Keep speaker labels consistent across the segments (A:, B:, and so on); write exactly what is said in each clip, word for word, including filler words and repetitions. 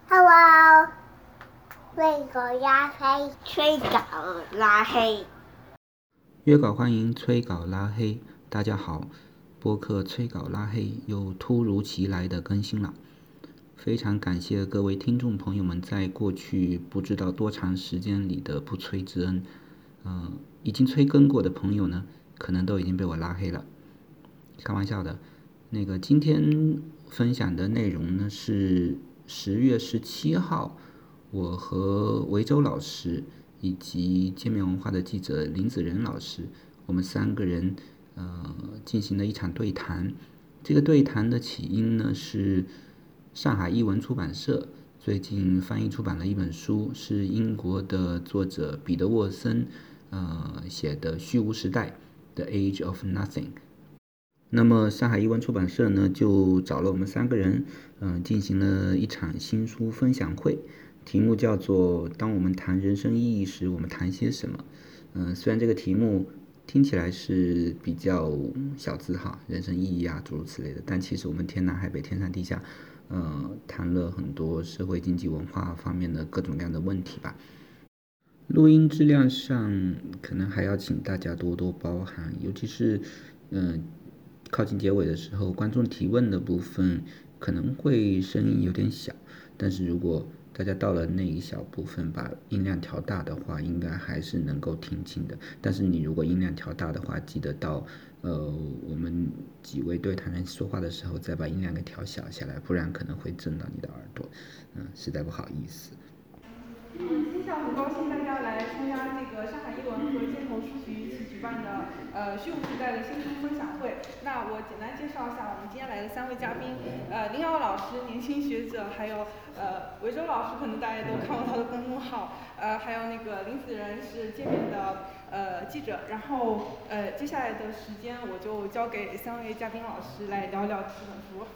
A: Hello，那个拉黑催稿拉黑。
B: 约稿欢迎催稿拉黑，大家好，播客催稿拉黑又突如其来的更新了，非常感谢各位听众朋友们在过去不知道多长时间里的不催之恩。呃，已经催更过的朋友呢，可能都已经被我拉黑了，开玩笑的。那个今天分享的内容呢是十月十七号，我和维州老师以及界面文化的记者林子仁老师，我们三个人呃进行了一场对谈。这个对谈的起因呢是上海译文出版社最近翻译出版了一本书，是英国的作者彼得沃森呃写的《虚无时代》The Age of Nothing。那么上海译文出版社呢就找了我们三个人嗯、呃，进行了一场新书分享会，题目叫做当我们谈人生意义时我们谈些什么。嗯、呃，虽然这个题目听起来是比较小资哈，人生意义啊诸如此类的，但其实我们天南海北天上地下呃，谈了很多社会经济文化方面的各种各样的问题吧。录音质量上可能还要请大家多多包涵，尤其是嗯、呃靠近结尾的时候，观众提问的部分可能会声音有点小，但是如果大家到了那一小部分把音量调大的话，应该还是能够听清的。但是你如果音量调大的话，记得到呃我们几位对谈人说话的时候再把音量给调小下来，不然可能会震到你的耳朵，嗯，实在不好意思。
C: 嗯，今天下午很高兴大家来参加这个上海译文和街头书局一起举办的呃虚无时代的新书分享会。那我简单介绍一下我们今天来的三位嘉宾，呃林瑶老师年轻学者，还有呃维州老师，可能大家都看过他的公众号，呃还有那个林子仁是界面的呃记者。然后呃接下来的时间我就交给三位嘉宾老师来聊聊这本书。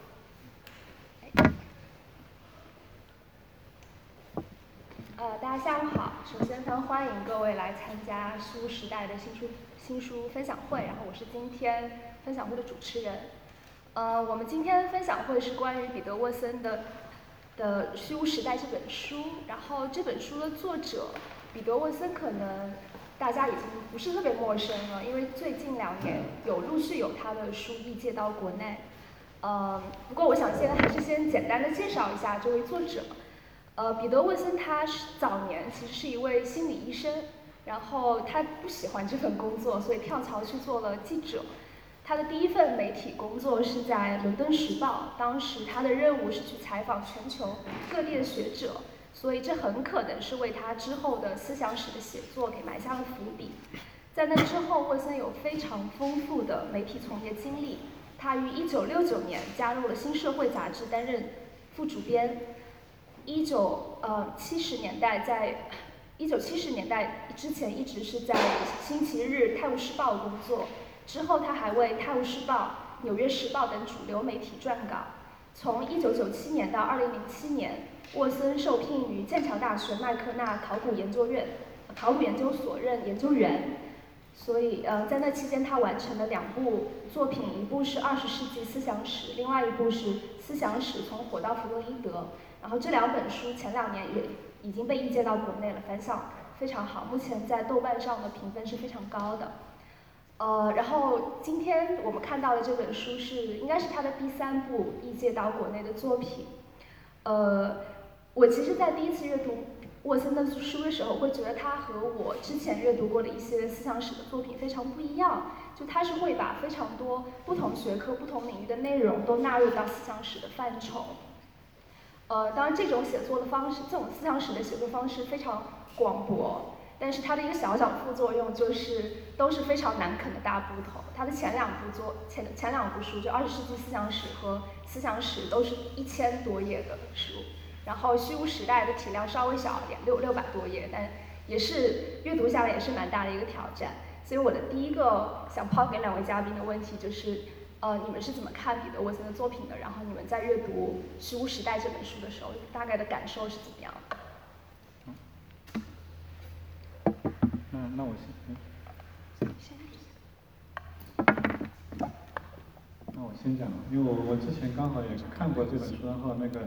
D: 呃，大家下午好。首先，非常欢迎各位来参加虚无时代的新书新书分享会。然后，我是今天分享会的主持人。呃，我们今天分享会是关于彼得沃森的的《虚无时代》这本书。然后，这本书的作者彼得沃森可能大家已经不是特别陌生了，因为最近两年有陆续有他的书译介到国内。呃，不过我想现在还是先简单的介绍一下这位作者。呃，彼得沃森他是早年其实是一位心理医生，然后他不喜欢这份工作，所以跳槽去做了记者。他的第一份媒体工作是在《伦敦时报》，当时他的任务是去采访全球各地的学者，所以这很可能是为他之后的思想史的写作给埋下了伏笔。在那之后，沃森有非常丰富的媒体从业经历。他于一九六九年加入了《新社会》杂志，担任副主编。一九呃七十年代，在一九七十年代之前一直是在《星期日》《泰晤士报》工作，之后他还为《泰晤士报》《纽约时报》等主流媒体撰稿。从一九九七年到二零零七年，沃森受聘于剑桥大学麦克纳考古研究院、考古研究所任研究员。所以呃，在那期间，他完成了两部作品，一部是《二十世纪思想史》，另外一部是《思想史从火到弗洛伊德》。然后这两本书前两年也已经被译介到国内了，反响非常好，目前在豆瓣上的评分是非常高的。呃，然后今天我们看到的这本书是应该是他的第三部译介到国内的作品。呃，我其实在第一次阅读沃森的书的时候，会觉得他和我之前阅读过的一些思想史的作品非常不一样，就他是会把非常多不同学科、不同领域的内容都纳入到思想史的范畴。呃，当然，这种写作的方式，这种思想史的写作方式非常广博，但是它的一个小小副作用就是都是非常难啃的大部头。它的前两部作前前两部书，就《二十世纪思想史》和《思想史》，都是一千多页的书。然后《虚无时代》的体量稍微小一点，六六百多页，但也是阅读下来也是蛮大的一个挑战。所以我的第一个想抛给两位嘉宾的问题就是。呃，你们是怎么看彼得沃森的作品的？然后你们在阅读《虚无时代》这本书的时候，大概的感受是怎么样的？
E: 那那我先，那我先讲，因为我我之前刚好也看过这本书，然后那个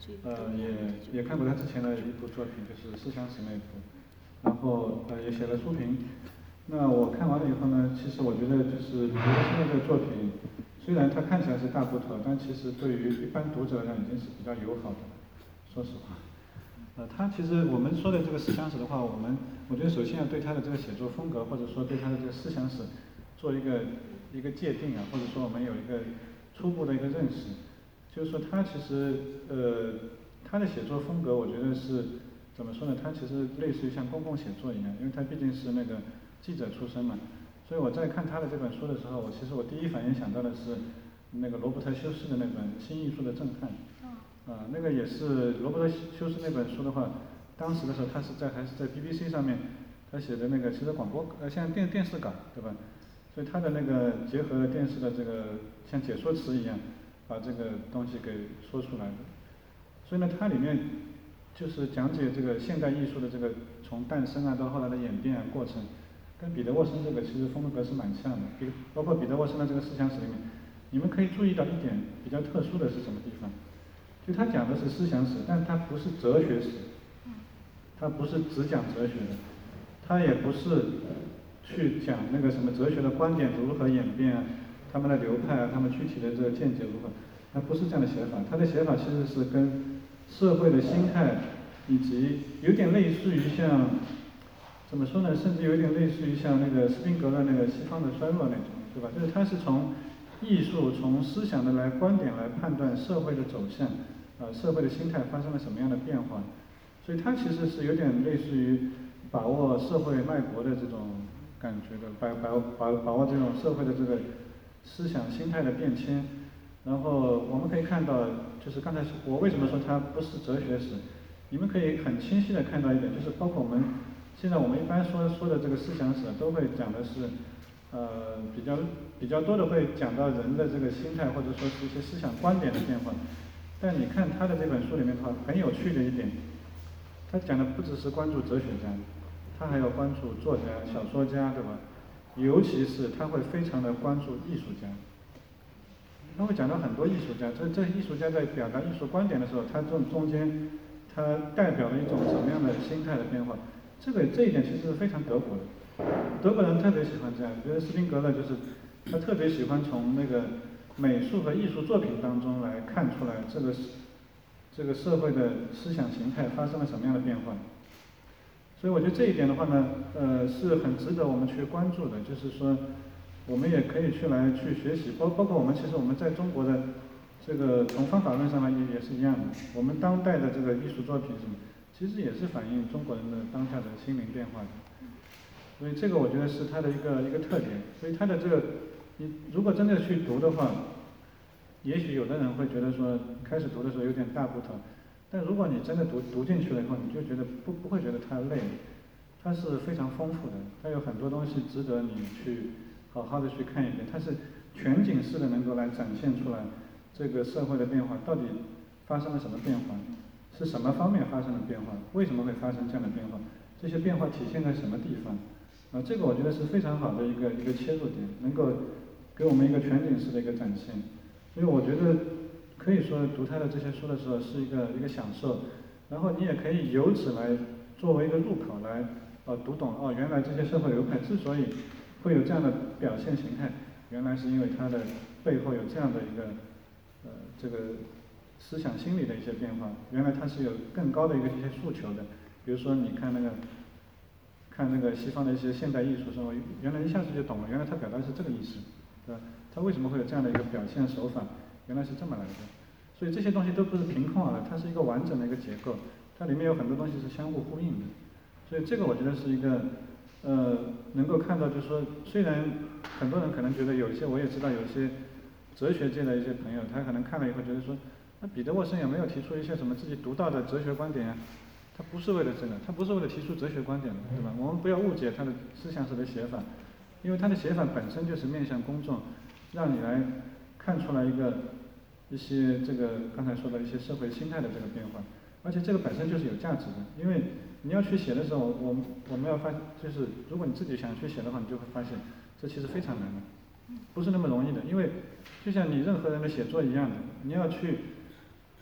E: 呃，也也看过他之前的一部作品，就是《思想史》那部，然后呃也写了书评。那我看完了以后呢，其实我觉得就是比如说现在这个作品，虽然它看起来是大部头，但其实对于一般读者来讲已经是比较友好的，说实话。呃，他其实我们说的这个思想史的话，我们我觉得首先要对他的这个写作风格，或者说对他的这个思想史做一个一个界定啊，或者说我们有一个初步的一个认识。就是说他其实呃他的写作风格，我觉得是怎么说呢？他其实类似于像公共写作一样，因为他毕竟是那个记者出身嘛。所以我在看他的这本书的时候，我其实我第一反应想到的是那个罗伯特休斯的那本《新艺术的震撼》。啊，那个也是罗伯特休斯那本书的话，当时的时候他是在还是在 B B C 上面，他写的那个其实广播呃像电电视稿对吧？所以他的那个结合了电视的这个像解说词一样，把这个东西给说出来的。所以呢，它里面就是讲解这个现代艺术的这个从诞生啊到后来的演变啊过程，跟彼得沃森这个其实风格是蛮像的。比包括彼得沃森的这个思想史里面，你们可以注意到一点比较特殊的是什么地方？就他讲的是思想史，但他不是哲学史，他不是只讲哲学的，他也不是去讲那个什么哲学的观点如何演变啊，他们的流派啊，他们具体的这个见解如何，他不是这样的写法，他的写法其实是跟社会的心态，以及有点类似于像怎么说呢，甚至有点类似于像那个斯宾格勒那个西方的衰落那种，对吧？就是他是从艺术从思想的来观点来判断社会的走向，呃，社会的心态发生了什么样的变化，所以它其实是有点类似于把握社会脉搏的这种感觉的，把把把把握这种社会的这个思想心态的变迁。然后我们可以看到，就是刚才我为什么说它不是哲学史，你们可以很清晰的看到一点，就是包括我们现在我们一般说说的这个思想史，都会讲的是。呃，比较比较多的会讲到人的这个心态，或者说是一些思想观点的变化。但你看他的这本书里面的话，很有趣的一点，他讲的不只是关注哲学家，他还有关注作家、小说家，对吧？尤其是他会非常的关注艺术家，他会讲到很多艺术家。这这艺术家在表达艺术观点的时候，他这种中间，他代表了一种什么样的心态的变化？这个这一点其实是非常德国的。德国人特别喜欢这样，比如斯宾格勒就是他特别喜欢从那个美术和艺术作品当中来看出来这个这个社会的思想形态发生了什么样的变化。所以我觉得这一点的话呢，呃，是很值得我们去关注的，就是说我们也可以去来去学习，包包括我们其实我们在中国的这个从方法论上来也也是一样的，我们当代的这个艺术作品什么，其实也是反映中国人的当下的心灵变化的。所以这个我觉得是它的一个一个特点。所以它的这个，你如果真的去读的话，也许有的人会觉得说，开始读的时候有点大部头，但如果你真的读读进去了以后，你就觉得不不会觉得它累，它是非常丰富的，它有很多东西值得你去好好的去看一遍。它是全景式的能够来展现出来这个社会的变化到底发生了什么变化，是什么方面发生了变化，为什么会发生这样的变化，这些变化体现在什么地方。啊，这个我觉得是非常好的一个一个切入点，能够给我们一个全景式的一个展现。所以我觉得可以说读他的这些书的时候是一个一个享受，然后你也可以由此来作为一个入口来呃读懂哦，原来这些社会流派之所以会有这样的表现形态，原来是因为它的背后有这样的一个呃这个思想心理的一些变化，原来它是有更高的一个一些诉求的。比如说你看那个。看那个西方的一些现代艺术生活，原来一下子就懂了，原来他表达的是这个意思，对吧？他为什么会有这样的一个表现手法？原来是这么来的。所以这些东西都不是凭空而来，它是一个完整的一个结构，它里面有很多东西是相互呼应的。所以这个我觉得是一个，呃，能够看到，就是说，虽然很多人可能觉得有一些，我也知道有一些哲学界的一些朋友，他可能看了以后觉得说，那彼得沃森有没有提出一些什么自己独到的哲学观点啊？他不是为了这个，他不是为了提出哲学观点的，对吧？我们不要误解他的思想史的写法，因为他的写法本身就是面向公众，让你来看出来一个一些这个刚才说的一些社会心态的这个变化，而且这个本身就是有价值的，因为你要去写的时候，我我们要发就是如果你自己想去写的话，你就会发现这其实非常难的，不是那么容易的，因为就像你任何人的写作一样的，你要去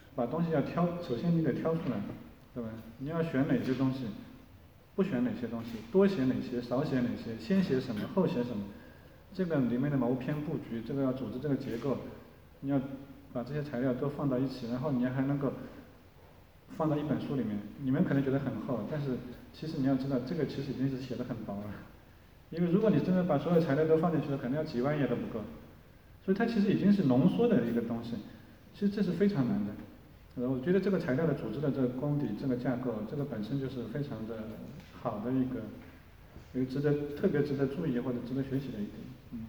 E: 把东西要挑，首先你得挑出来，对吧？你要选哪些东西，不选哪些东西，多写哪些，少写哪些，先写什么，后写什么，这个里面的谋篇布局，这个要组织这个结构，你要把这些材料都放到一起，然后你还能够放到一本书里面。你们可能觉得很厚，但是其实你要知道，这个其实已经是写得很薄了。因为如果你真的把所有材料都放进去了，可能要几万页都不够。所以它其实已经是浓缩的一个东西，其实这是非常难的。呃，我觉得这个材料的组织的这个功底、这个架构，这个本身就是非常的好的一个，一个值得特别值得注意或者值得学习的一点。嗯。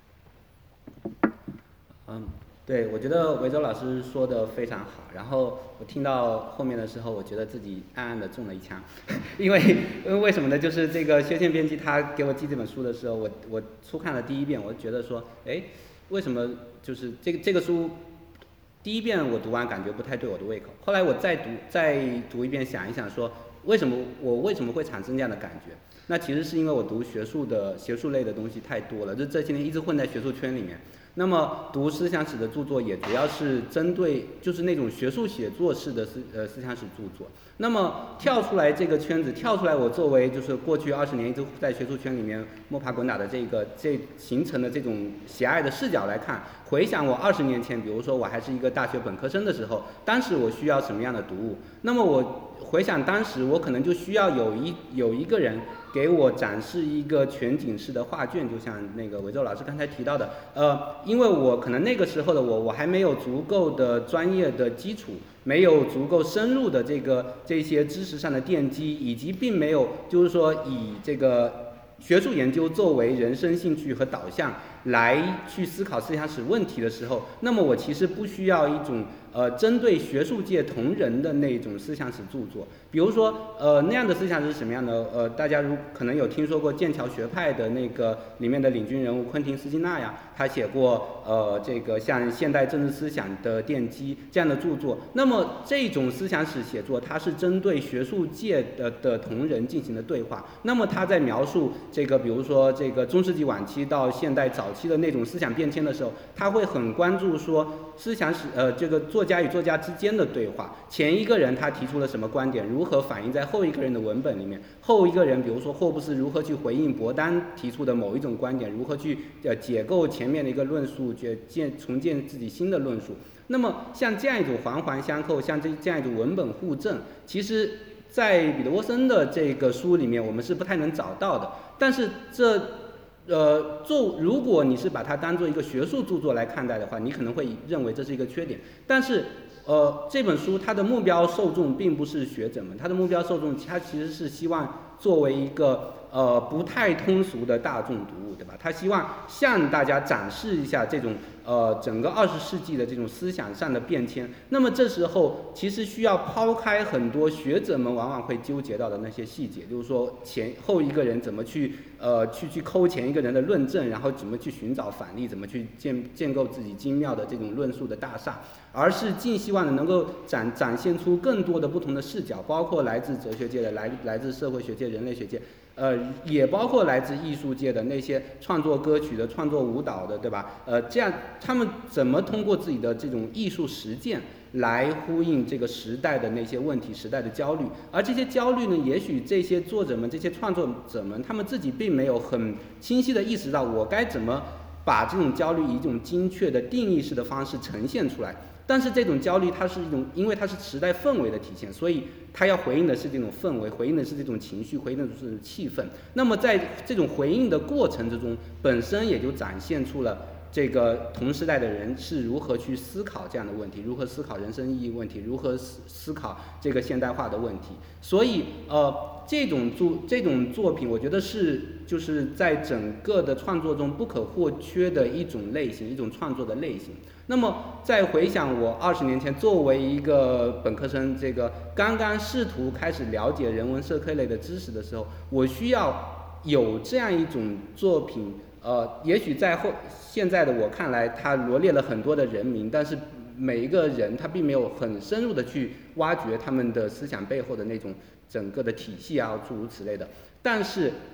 B: 嗯，对，我觉得维州老师说的非常好。然后我听到后面的时候，我觉得自己暗暗的中了一枪，因为因为为什么呢？就是这个薛倩编辑他给我寄这本书的时候，我我初看了第一遍，我觉得说，哎，为什么就是这个这个书？第一遍我读完感觉不太对我的胃口，后来我再读再读一遍，想一想说为什么我为什么会产生这样的感觉？那其实是因为我读学术的学术类的东西太多了，就这些年一直混在学术圈里面。那么读思想史的著作也主要是针对就是那种学术写作式的思呃思想史著作。那么跳出来这个圈子，跳出来我作为就是过去二十年一直在学术圈里面摸爬滚打的这个这形成的这种狭隘的视角来看，回想我二十年前，比如说我还是一个大学本科生的时候，当时我需要什么样的读物？那么我回想当时我可能就需要有一有一个人给我展示一个全景式的画卷，就像那个维州老师刚才提到的，呃，因为我可能那个时候的我，我还没有足够的专业的基础，没有足够深入的这个这些知识上的奠基，以及并没有就是说以这个学术研究作为人生兴趣和导向来去思考思想史问题的时候，那么我其实不需要一种呃针对学术界同仁的那种思想史著作。比如说呃那样的思想史是什么样的？呃大家如可能有听说过剑桥学派的那个里面的领军人物昆廷斯金纳呀，他写过呃这个像现代政治思想的奠基这样的著作。那么这种思想史写作，它是针对学术界的的同仁进行的对话。那么他在描述这个比如说这个中世纪晚期到现代早期的那种思想变迁的时候，他会很关注说思想史呃这个作家与作家之间的对话，前一个人他提出了什么观点，如何反映在后一个人的文本里面，后一个人比如说霍布斯如何去回应伯丹提出的某一种观点，如何去呃解构前面的一个论述，建重建自己新的论述。那么像这样一种环环相扣，像这这样一种文本互证，其实在彼得沃森的这个书里面我们是不太能找到的。但是这呃，做如果你是把它当做一个学术著作来看待的话，你可能会认为这是一个缺点。但是，呃，这本书它的目标受众并不是学者们，它的目标受众它其实是希望作为一个呃不太通俗的大众读物，对吧？他希望向大家展示一下这种呃整个二十世纪的这种思想上的变迁。那么这时候其实需要抛开很多学者们往往会纠结到的那些细节，就是说前后一个人怎么去呃去去抠前一个人的论证，然后怎么去寻找反例，怎么去建建构自己精妙的这种论述的大厦，而是尽希望的能够展展现出更多的不同的视角，包括来自哲学界的，来来自社会学界、人类学界。呃，也包括来自艺术界的那些创作歌曲的、创作舞蹈的，对吧？呃，这样他们怎么通过自己的这种艺术实践来呼应这个时代的那些问题、时代的焦虑？而这些焦虑呢，也许这些作者们、这些创作者们，他们自己并没有很清晰地意识到，我该怎么把这种焦虑以一种精确的定义式的方式呈现出来。但是这种焦虑它是一种，因为它是时代氛围的体现，所以它要回应的是这种氛围，回应的是这种情绪，回应的是这种气氛。那么在这种回应的过程之中，本身也就展现出了这个同时代的人是如何去思考这样的问题，如何思考人生意义问题，如何思思考这个现代化的问题。所以呃这种作这种作品，我觉得是就是在整个的创作中不可或缺的一种类型，一种创作的类型。那么再回想我二十年前作为一个本科生，这个刚刚试图开始了解人文社科类的知识的时候，我需要有这样一种作品。呃，也许在后现在的我看来，他罗列了很多的人名，但是每一个人他并没有很深入的去挖掘他们的思想背后的那种整个的体系啊，诸如此类的。但是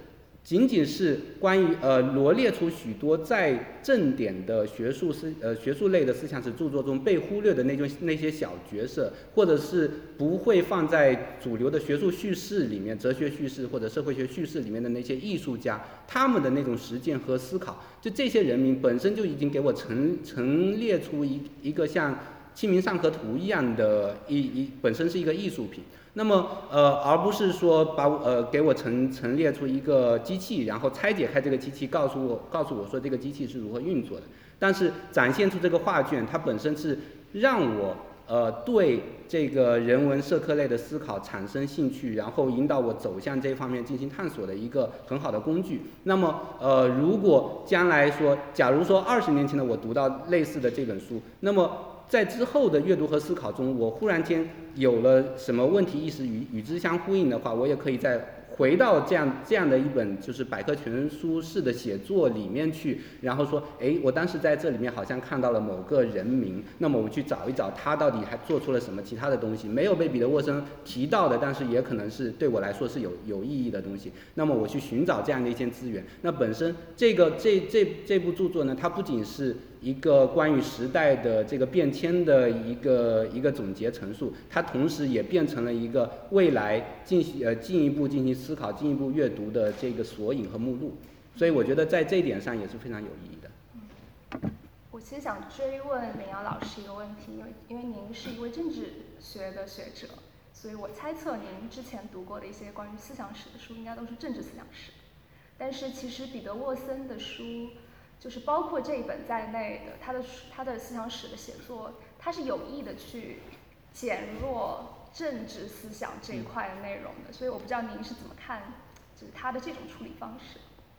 B: 仅仅是关于呃罗列出许多在正典的学术思呃学术类的思想史著作中被忽略的那种那些小角色，或者是不会放在主流的学术叙事里面、哲学叙事或者社会学叙事里面的那些艺术家，他们的那种实践和思考，就这些人名本身就已经给我陈陈列出一一个像《清明上河图》一样的一一本身是一个艺术品。那么，呃，而不是说把我呃给我陈陈列出一个机器，然后拆解开这个机器，告诉我告诉我说这个机器是如何运作的。但是展现出这个画卷，它本身是让我呃对这个人文社科类的思考产生兴趣，然后引导我走向这方面进行探索的一个很好的工具。那么，呃，如果将来说，假如说二十年前的我读到类似的这本书，那么在之后的阅读和思考中，我忽然间有了什么问题意识与与之相呼应的话，我也可以再回到这样这样的一本就是百科全书式的写作里面去，然后说，哎，我当时在这里面好像看到了某个人名，那么我去找一找他到底还做出了什么其他的东西，没有被彼得沃森提到的，但是也可能是对我来说是有有意义的东西。那么我去寻找这样的一些资源，那本身这个这这这部著作呢，它不仅是一个关于时代的这个变迁的一个一个总结陈述，它同时也变成了一个未来进行呃进一步进行思考、进一步阅读的这个索引和目录。所以我觉得在这一点上也是非常有意义的。
D: 嗯，我其实想追问林瑶老师一个问题，因为因为您是一位政治学的学者，所以我猜测您之前读过的一些关于思想史的书，应该都是政治思想史。但是其实彼得沃森的书，就是包括这一本在内的他的他的思想史的写作，他是有意的去减弱政治思想这一块的内容的，所以我不知道您是怎么看，就是他的这种处理方式。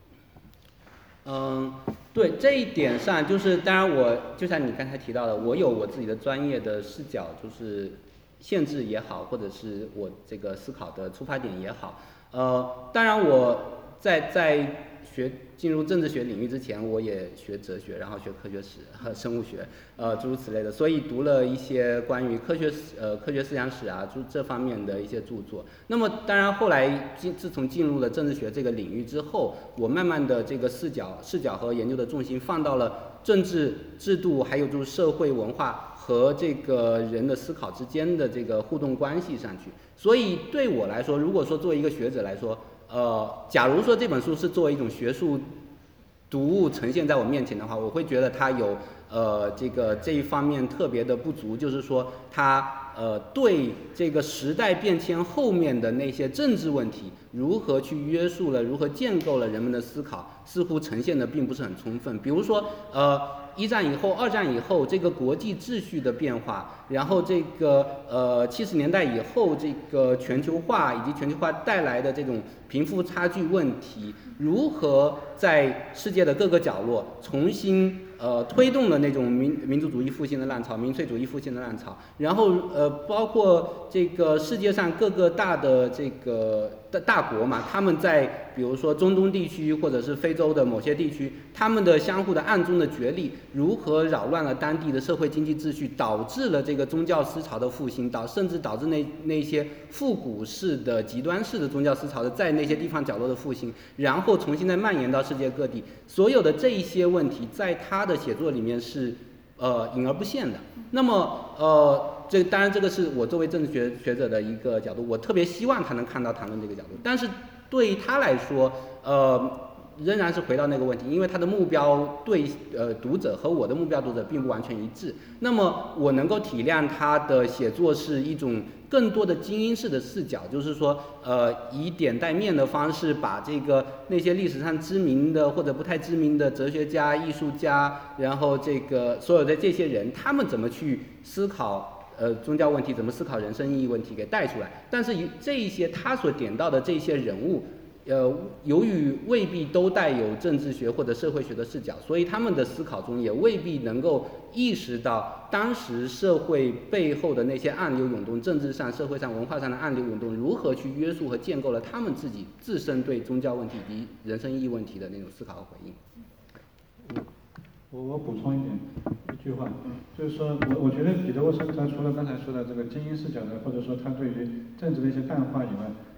B: 嗯，对这一点上，就是当然我就像你刚才提到的，我有我自己的专业的视角，就是限制也好，或者是我这个思考的出发点也好，呃，当然我在在学进入政治学领域之前，我也学哲学，然后学科学史和生物学，呃，诸如此类的，所以读了一些关于科学史呃科学思想史啊，诸这方面的一些著作。那么当然后来进自从进入了政治学这个领域之后，我慢慢的这个视角视角和研究的重心放到了政治制度，还有就是社会文化和这个人的思考之间的这个互动关系上去。所以对我来说，如果说作为一个学者来说，呃，假如说这本书是作为一种学术读物呈现在我面前的话，我会觉得它有呃这个这一方面特别的不足，就是说它呃对这个时代变迁后面的那些政治问题如何去约束了，如何建构了人们的思考，似乎呈现的并不是很充分。比如说呃一战以后、二战以后这个国际秩序的变化，然后这个呃七十年代以后这个全球化以及全球化带来的这种贫富差距问题，如何在世界的各个角落重新呃推动了那种民民族主义复兴的浪潮、民粹主义复兴的浪潮，然后呃包括这个世界上各个大的这个大大国嘛，他们在比如说中东地区或者是非洲的某些地区，他们的相互的暗中的角力，如何扰乱了当地的社会经济秩序，导致了这个宗教思潮的复兴，导甚至导致那那些复古式的极端式的宗教思潮的在那些地方角落的复兴，然后重新再蔓延到世界各地。所有的这一些问题，在他的写作里面是呃隐而不现的。那么呃，这当然这个是我作为政治学学者的一个角度，我特别希望他能看到谈论这个角度，但是对于他来说，呃。仍然是回到那个问题，因为他的目标对呃读者和我的目标读者并不完全一致。那么我能够体谅他的写作是一种更多的精英式的视角，就是说呃以点带面的方式，把这个那些历史上知名的或者不太知名的哲学家、艺术家，然后这个所有的这些人，他们怎么去思考呃宗教问题，怎么思考人生意义问题给带出来。但是这一些他所点到的这些人物，呃，由于未必都带有政治学或者社会学的视角，所以他们的思考中也未必能够意识到当时社会背后的那些暗流涌动，政治上、社会上、文化上的暗流涌动，如何去约束和建构了他们自己自身对宗教问题以及人生意义问题的那种思考和回应。
E: 我我补充一点一句话，就是说我我觉得彼得沃森他除了刚才说的这个精英视角的，或者说他对于政治的一些淡化以外，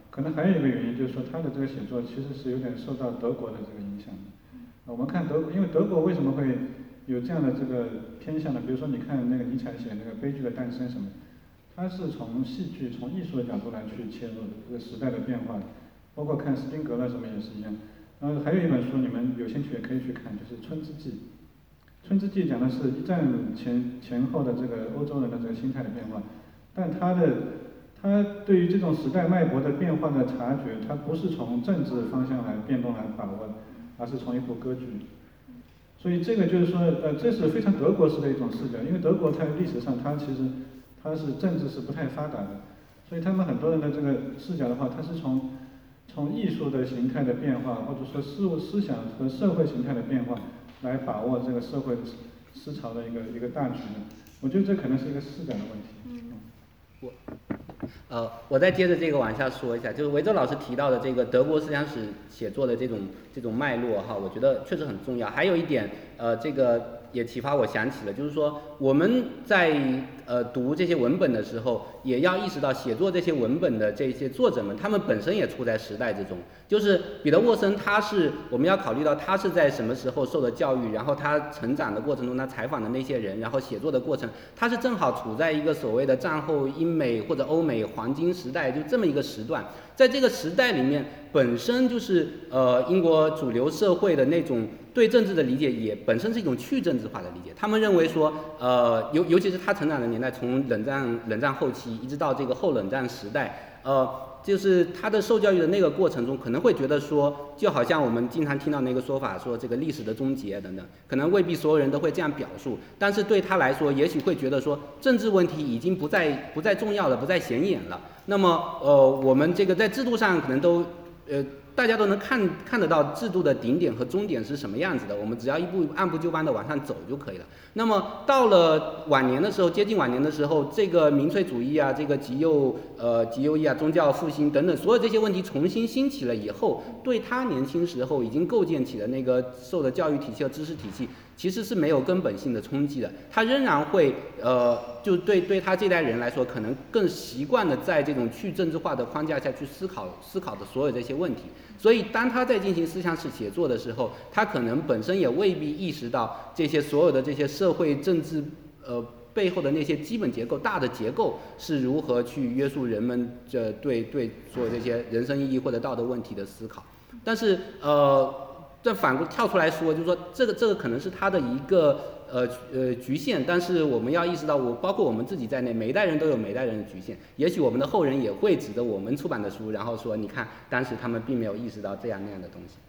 E: 可能还有一个原因就是说他的这个写作其实是有点受到德国的这个影响的。我们看德国，因为德国为什么会有这样的这个偏向呢？比如说你看那个尼采写那个《悲剧的诞生》什么，他是从戏剧、从艺术的角度来去切入的这个时代的变化，包括看斯宾格勒什么也是一样。然后还有一本书你们有兴趣也可以去看，就是《春之祭》。《春之祭》讲的是一战前前后的这个欧洲人的这个心态的变化，但他的他对于这种时代脉搏的变化的察觉，他不是从政治方向来变动来把握的，而是从一部歌剧。所以这个就是说，呃，这是非常德国式的一种视角，因为德国在历史上它其实它是政治是不太发达的，所以他们很多人的这个视角的话，它是从从艺术的形态的变化，或者说事物思想和社会形态的变化来把握这个社会思潮的一个一个大局的。我觉得这可能是一个视角的问题。
B: 嗯，我。呃，我再接着这个往下说一下，就是维周老师提到的这个德国思想史写作的这种这种脉络哈，我觉得确实很重要。还有一点，呃，这个也启发我想起了，就是说我们在呃读这些文本的时候，也要意识到写作这些文本的这些作者们，他们本身也处在时代之中。就是彼得沃森，他是我们要考虑到他是在什么时候受的教育，然后他成长的过程中，他采访的那些人，然后写作的过程，他是正好处在一个所谓的战后英美或者欧美黄金时代，就这么一个时段。在这个时代里面，本身就是呃英国主流社会的那种对政治的理解，也本身是一种去政治化的理解。他们认为说，呃尤尤其是他成长的年代，从冷战冷战后期一直到这个后冷战时代，呃。就是他的受教育的那个过程中，可能会觉得说，就好像我们经常听到那个说法，说这个历史的终结等等，可能未必所有人都会这样表述，但是对他来说，也许会觉得说，政治问题已经不再不再重要了，不再显眼了。那么，呃，我们这个在制度上可能都，呃。大家都能看看得到制度的顶点和终点是什么样子的，我们只要一步按部就班的往上走就可以了。那么到了晚年的时候，接近晚年的时候，这个民粹主义啊，这个极右呃极右翼啊，宗教复兴等等，所有这些问题重新兴起了以后，对他年轻时候已经构建起的那个受的教育体系和知识体系，其实是没有根本性的冲击的。他仍然会呃，就对对他这代人来说，可能更习惯的在这种去政治化的框架下去思考思考的所有这些问题。所以当他在进行思想史写作的时候，他可能本身也未必意识到这些所有的这些社会政治呃背后的那些基本结构、大的结构是如何去约束人们这对对所有这些人生意义或者道德问题的思考。但是呃，这反过跳出来说，就是说这个这个可能是他的一个呃呃局限，但是我们要意识到，我包括我们自己在内，每一代人都有每一代人的局限。也许我们的后人也会指着我们出版的书，然后说，你看当时他们并没有意识到这样那样的东西。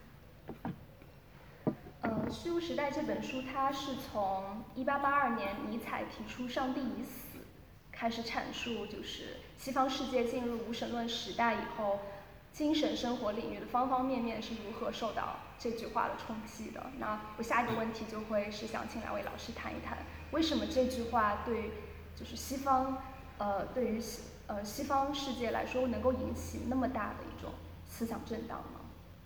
D: 呃，《虚无时代》这本书，它是从一八八二年尼采提出“上帝已死”开始阐述，就是西方世界进入无神论时代以后，精神生活领域的方方面面是如何受到这句话的冲击的。那我下一个问题就会是想请两位老师谈一谈，为什么这句话对就是西方呃对于西呃西方世界来说能够引起那么大的一种思想震荡呢？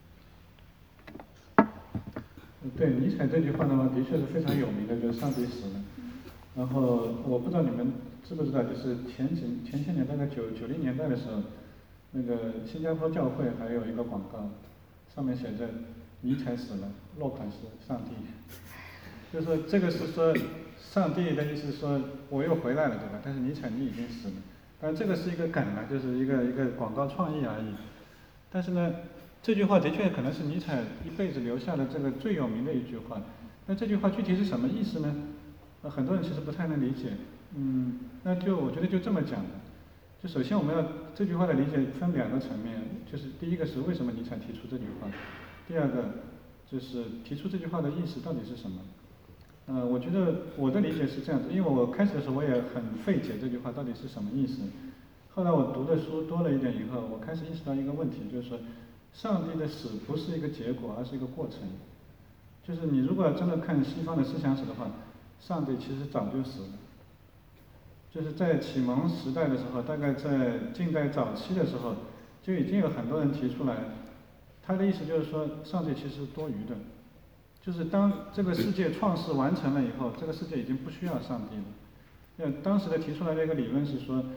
E: 对，尼采这句话的话，的确是非常有名的，就是上帝死了。然后我不知道你们知不知道，就是前几前些年大概九九零年代的时候，那个新加坡教会还有一个广告，上面写着尼采死了，落款是上帝。就是说这个是说上帝的意思是说我又回来了，对吧？但是尼采你已经死了。当然这个是一个梗了，就是一个一个广告创意而已。但是呢，这句话的确可能是尼采一辈子留下的这个最有名的一句话。那这句话具体是什么意思呢？呃，很多人其实不太能理解。嗯，那就我觉得就这么讲的。就首先我们要这句话的理解分两个层面，就是第一个是为什么尼采提出这句话，第二个就是提出这句话的意思到底是什么。呃，我觉得我的理解是这样子，因为我开始的时候我也很费解这句话到底是什么意思。后来我读的书多了一点以后，我开始意识到一个问题，就是说上帝的死不是一个结果，而是一个过程。就是你如果真的看西方的思想史的话，上帝其实早就死了。就是在启蒙时代的时候，大概在近代早期的时候，就已经有很多人提出来，他的意思就是说，上帝其实是多余的，就是当这个世界创世完成了以后，这个世界已经不需要上帝了。那当时的提出来的一个理论是说，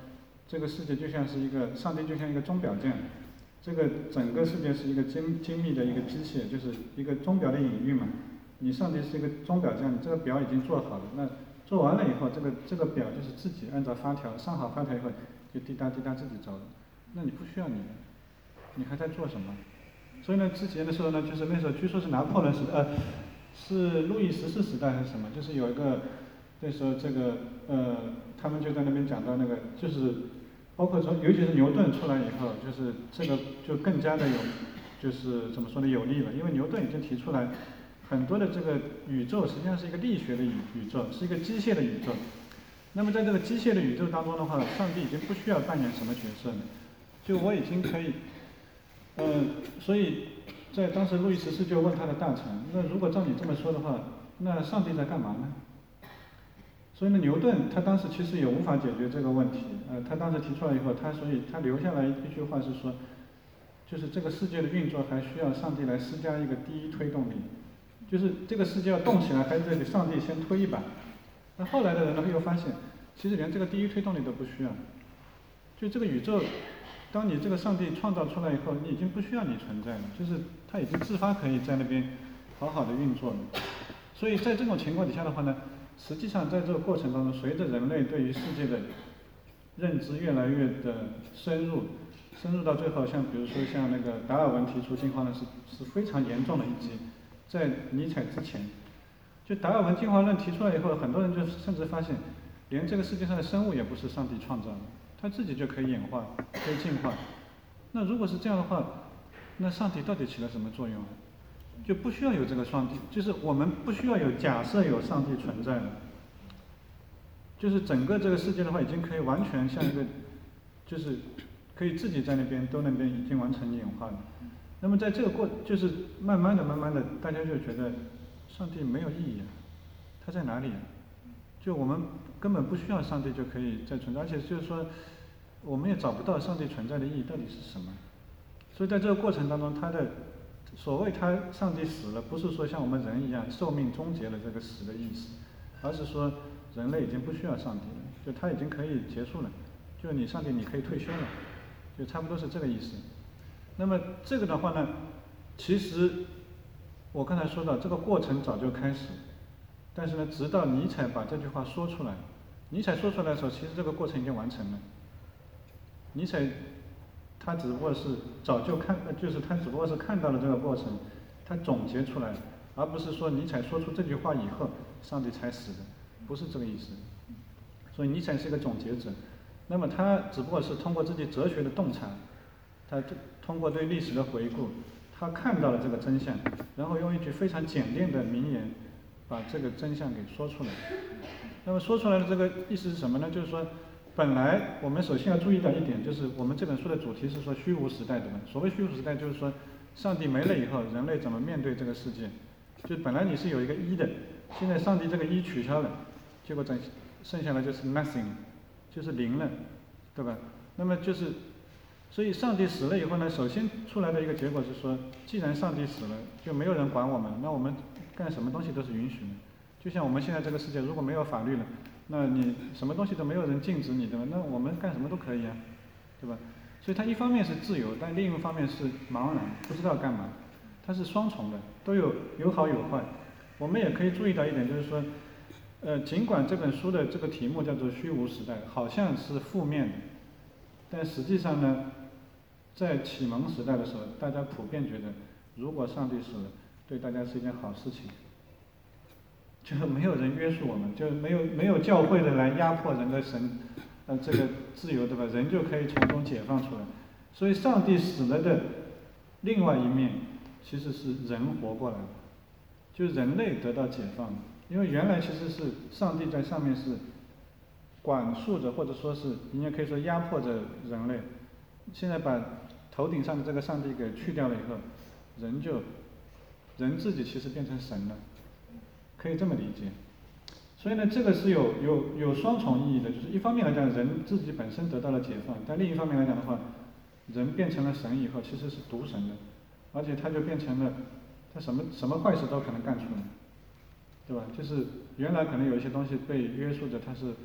E: 这个世界就像是一个上帝就像一个钟表匠，这个整个世界是一个精精密的一个机械，就是一个钟表的隐喻嘛。你上帝是一个钟表匠，你这个表已经做好了，那做完了以后，这个这个表就是自己按照发条上好发条以后，就滴答滴答自己走了。那你不需要你了，你还在做什么？所以呢，之前的时候呢，就是那时候据说是拿破仑时呃，是路易十四时代还是什么？就是有一个那时候这个呃，他们就在那边讲到那个，就是包括说，尤其是牛顿出来以后，就是这个就更加的有，就是怎么说呢，有利了，因为牛顿已经提出来。很多的这个宇宙实际上是一个力学的宇宇宙，是一个机械的宇宙。那么在这个机械的宇宙当中的话，上帝已经不需要扮演什么角色了，就我已经可以，呃，所以在当时路易十四就问他的大臣，那如果照你这么说的话，那上帝在干嘛呢？所以呢，牛顿他当时其实也无法解决这个问题，呃，他当时提出来以后，他所以他留下来一句话是说，就是这个世界的运作还需要上帝来施加一个第一推动力。就是这个世界要动起来，还得给上帝先推一把。那后来的人呢，又发现，其实连这个第一推动力都不需要。就这个宇宙，当你这个上帝创造出来以后，你已经不需要你存在了，就是它已经自发可以在那边好好的运作了。所以在这种情况底下的话呢，实际上在这个过程当中，随着人类对于世界的认知越来越的深入，深入到最后，像比如说像那个达尔文提出进化论是是非常严重的一击。在尼采之前，就达尔文进化论提出来以后，很多人就甚至发现，连这个世界上的生物也不是上帝创造的，它自己就可以演化，可以进化。那如果是这样的话，那上帝到底起了什么作用呢？就不需要有这个上帝，就是我们不需要有假设有上帝存在了，就是整个这个世界的话，已经可以完全像一个，就是可以自己在那边都那边已经完成演化了。那么在这个过，就是慢慢的、慢慢的，大家就觉得上帝没有意义啊，他在哪里啊？就我们根本不需要上帝就可以再存在，而且就是说，我们也找不到上帝存在的意义到底是什么。所以在这个过程当中，他的所谓他上帝死了，不是说像我们人一样寿命终结了这个死的意思，而是说人类已经不需要上帝了，就他已经可以结束了，就你上帝你可以退休了，就差不多是这个意思。那么这个的话呢，其实我刚才说到这个过程早就开始，但是呢，直到尼采把这句话说出来，尼采说出来的时候，其实这个过程已经完成了。尼采他只不过是早就看，就是他只不过是看到了这个过程，他总结出来，而不是说尼采说出这句话以后，上帝才死的，不是这个意思。所以尼采是一个总结者，那么他只不过是通过自己哲学的洞察。他通过对历史的回顾，他看到了这个真相，然后用一句非常简练的名言，把这个真相给说出来。那么说出来的这个意思是什么呢？就是说，本来我们首先要注意到一点，就是我们这本书的主题是说虚无时代，对吧？所谓虚无时代，就是说上帝没了以后，人类怎么面对这个世界？就本来你是有一个一的，现在上帝这个一取消了，结果整剩下来就是 nothing， 就是零了，对吧？那么就是。所以上帝死了以后呢，首先出来的一个结果是说，既然上帝死了，就没有人管我们，那我们干什么东西都是允许的。就像我们现在这个世界，如果没有法律了，那你什么东西都没有人禁止你的，那我们干什么都可以啊，对吧？所以它一方面是自由，但另一方面是茫然，不知道干嘛，它是双重的，都有有好有坏。我们也可以注意到一点，就是说，呃，尽管这本书的这个题目叫做虚无时代，好像是负面的，但实际上呢，在启蒙时代的时候，大家普遍觉得，如果上帝死了，对大家是一件好事情，就是没有人约束我们，就没有没有教会的来压迫人的神，呃，这个自由，对吧？人就可以从中解放出来。所以上帝死了的另外一面，其实是人活过来了，就人类得到解放。因为原来其实是上帝在上面是管束着，或者说是你也可以说压迫着人类。现在把头顶上的这个上帝给去掉了以后，人就人自己其实变成神了，可以这么理解。所以呢，这个是有有有双重意义的，就是一方面来讲，人自己本身得到了解放，但另一方面来讲的话，人变成了神以后，其实是独神的，而且他就变成了他什么什么坏事都可能干出来，对吧？就是原来可能有一些东西被约束着，他是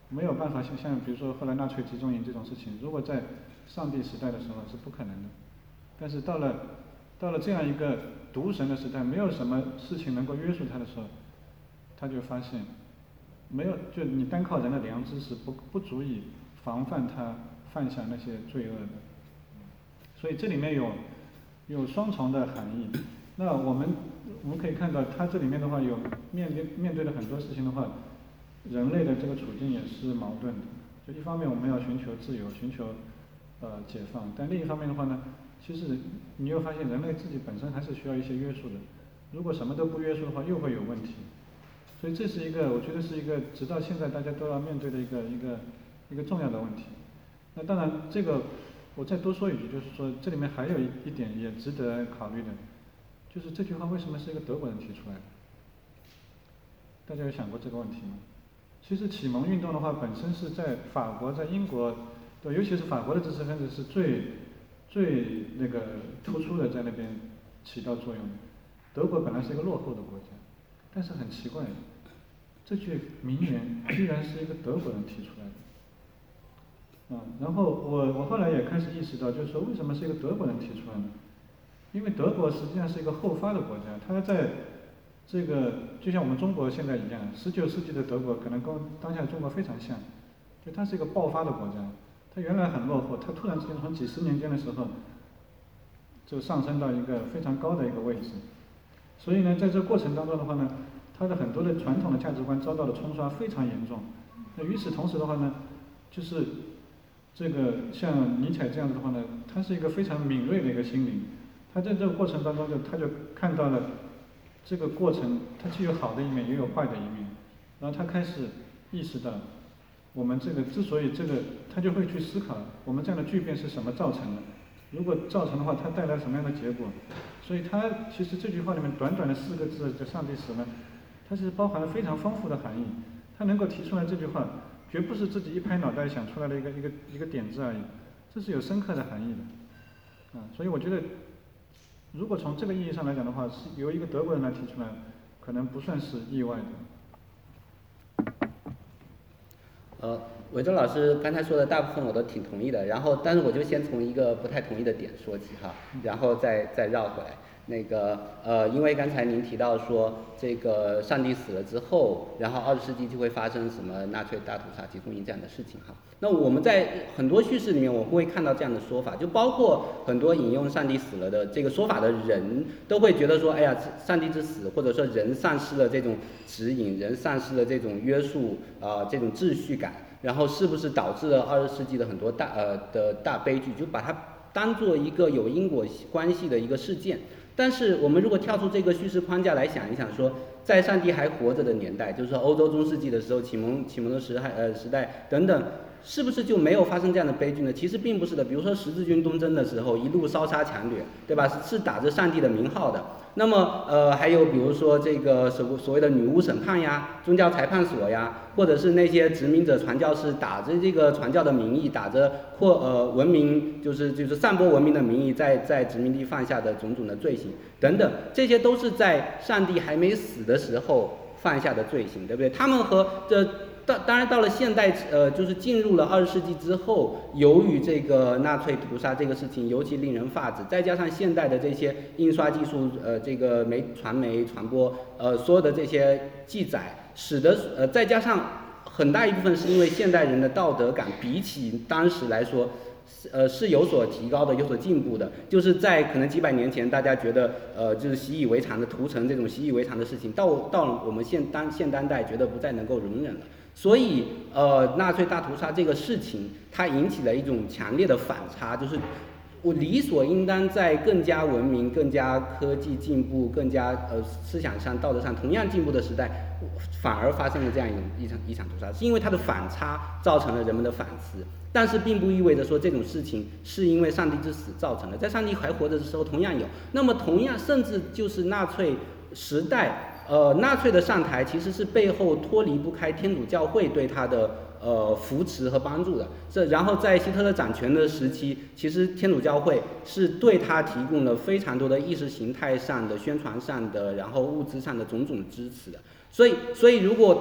E: 没有办法像像比如说后来纳粹集中营这种事情，如果在上帝时代的时候是不可能的。但是到了到了这样一个独神的时代，没有什么事情能够约束他的时候，他就发现，没有就你单靠人的良知是不不足以防范他犯下那些罪恶的。所以这里面有有双重的含义。那我们我们可以看到，它这里面的话有面对面对的很多事情的话，人类的这个处境也是矛盾的。就一方面我们要寻求自由，寻求呃解放，但另一方面的话呢，其实你又发现人类自己本身还是需要一些约束的。如果什么都不约束的话，又会有问题。所以这是一个，我觉得是一个直到现在大家都要面对的一个一个一个重要的问题。那当然，这个我再多说一句，就是说这里面还有一一点也值得考虑的，就是这句话为什么是一个德国人提出来的？大家有想过这个问题吗？其实启蒙运动的话，本身是在法国、在英国，对，尤其是法国的知识分子是最最那个突出的，在那边起到作用的。德国本来是一个落后的国家，但是很奇怪，这句名言居然是一个德国人提出来的。啊，然后我我后来也开始意识到，就是说为什么是一个德国人提出来呢？因为德国实际上是一个后发的国家，它在这个就像我们中国现在一样，十九世纪的德国可能跟当下的中国非常像，就它是一个爆发的国家，它原来很落后，它突然之间从几十年间的时候，就上升到一个非常高的一个位置。所以呢，在这过程当中的话呢，它的很多的传统的价值观遭到了冲刷，非常严重。那与此同时的话呢，就是这个像尼采这样子的话呢，他是一个非常敏锐的一个心灵，他在这个过程当中就他就看到了这个过程，它既有好的一面，也有坏的一面。然后他开始意识到，我们这个之所以这个，他就会去思考，我们这样的巨变是什么造成的？如果造成的话，它带来什么样的结果？所以他其实这句话里面短短的四个字，叫上帝死呢，它是包含了非常丰富的含义。他能够提出来这句话，绝不是自己一拍脑袋想出来的一个一个一个点子而已，这是有深刻的含义的。啊，所以我觉得，如果从这个意义上来讲的话，是由一个德国人来提出来，可能不算是意外的。
F: 呃，韦周老师刚才说的大部分我都挺同意的，然后但是我就先从一个不太同意的点说起哈，然后再再绕回来。那个呃，因为刚才您提到说这个上帝死了之后，然后二十世纪就会发生什么纳粹大屠杀、集中营这样的事情哈。那我们在很多叙事里面，我们会看到这样的说法，就包括很多引用上帝死了的这个说法的人，都会觉得说，哎呀，上帝之死，或者说人丧失了这种指引，人丧失了这种约束啊、呃，这种秩序感，然后是不是导致了二十世纪的很多大呃的大悲剧，就把它当做一个有因果关系的一个事件。但是我们如果跳出这个叙事框架来想一想说，在上帝还活着的年代，就是说欧洲中世纪的时候，启蒙启蒙的时代呃时代等等，是不是就没有发生这样的悲剧呢？其实并不是的。比如说十字军东征的时候，一路烧杀抢掠，对吧？是打着上帝的名号的。那么呃还有比如说这个所所谓的女巫审判呀、宗教裁判所呀，或者是那些殖民者传教士打着这个传教的名义，打着扩呃文明就是就是散播文明的名义，在在殖民地犯下的种种的罪行等等，这些都是在上帝还没死的时候犯下的罪行，对不对？他们和这当当然到了现代，呃，就是进入了二十世纪之后，由于这个纳粹屠杀这个事情尤其令人发指，再加上现代的这些印刷技术，呃，这个媒传媒传播，呃，所有的这些记载，使得呃，再加上很大一部分是因为现代人的道德感比起当时来说，呃，是有所提高的，有所进步的。就是在可能几百年前，大家觉得呃，就是习以为常的屠城这种习以为常的事情，到到我们现当现当代，觉得不再能够容忍了。所以，呃，纳粹大屠杀这个事情，它引起了一种强烈的反差，就是我理所应当在更加文明、更加科技进步、更加呃思想上、道德上同样进步的时代，反而发生了这样一种一场一场屠杀，是因为它的反差造成了人们的反思。但是并不意味着说这种事情是因为上帝之死造成的，在上帝还活着的时候同样有。那么同样，甚至就是纳粹时代。呃，纳粹的上台其实是背后脱离不开天主教会对他的呃扶持和帮助的。这然后在希特勒掌权的时期，其实天主教会是对他提供了非常多的意识形态上的、宣传上的，然后物资上的种种支持的。所以，所以如果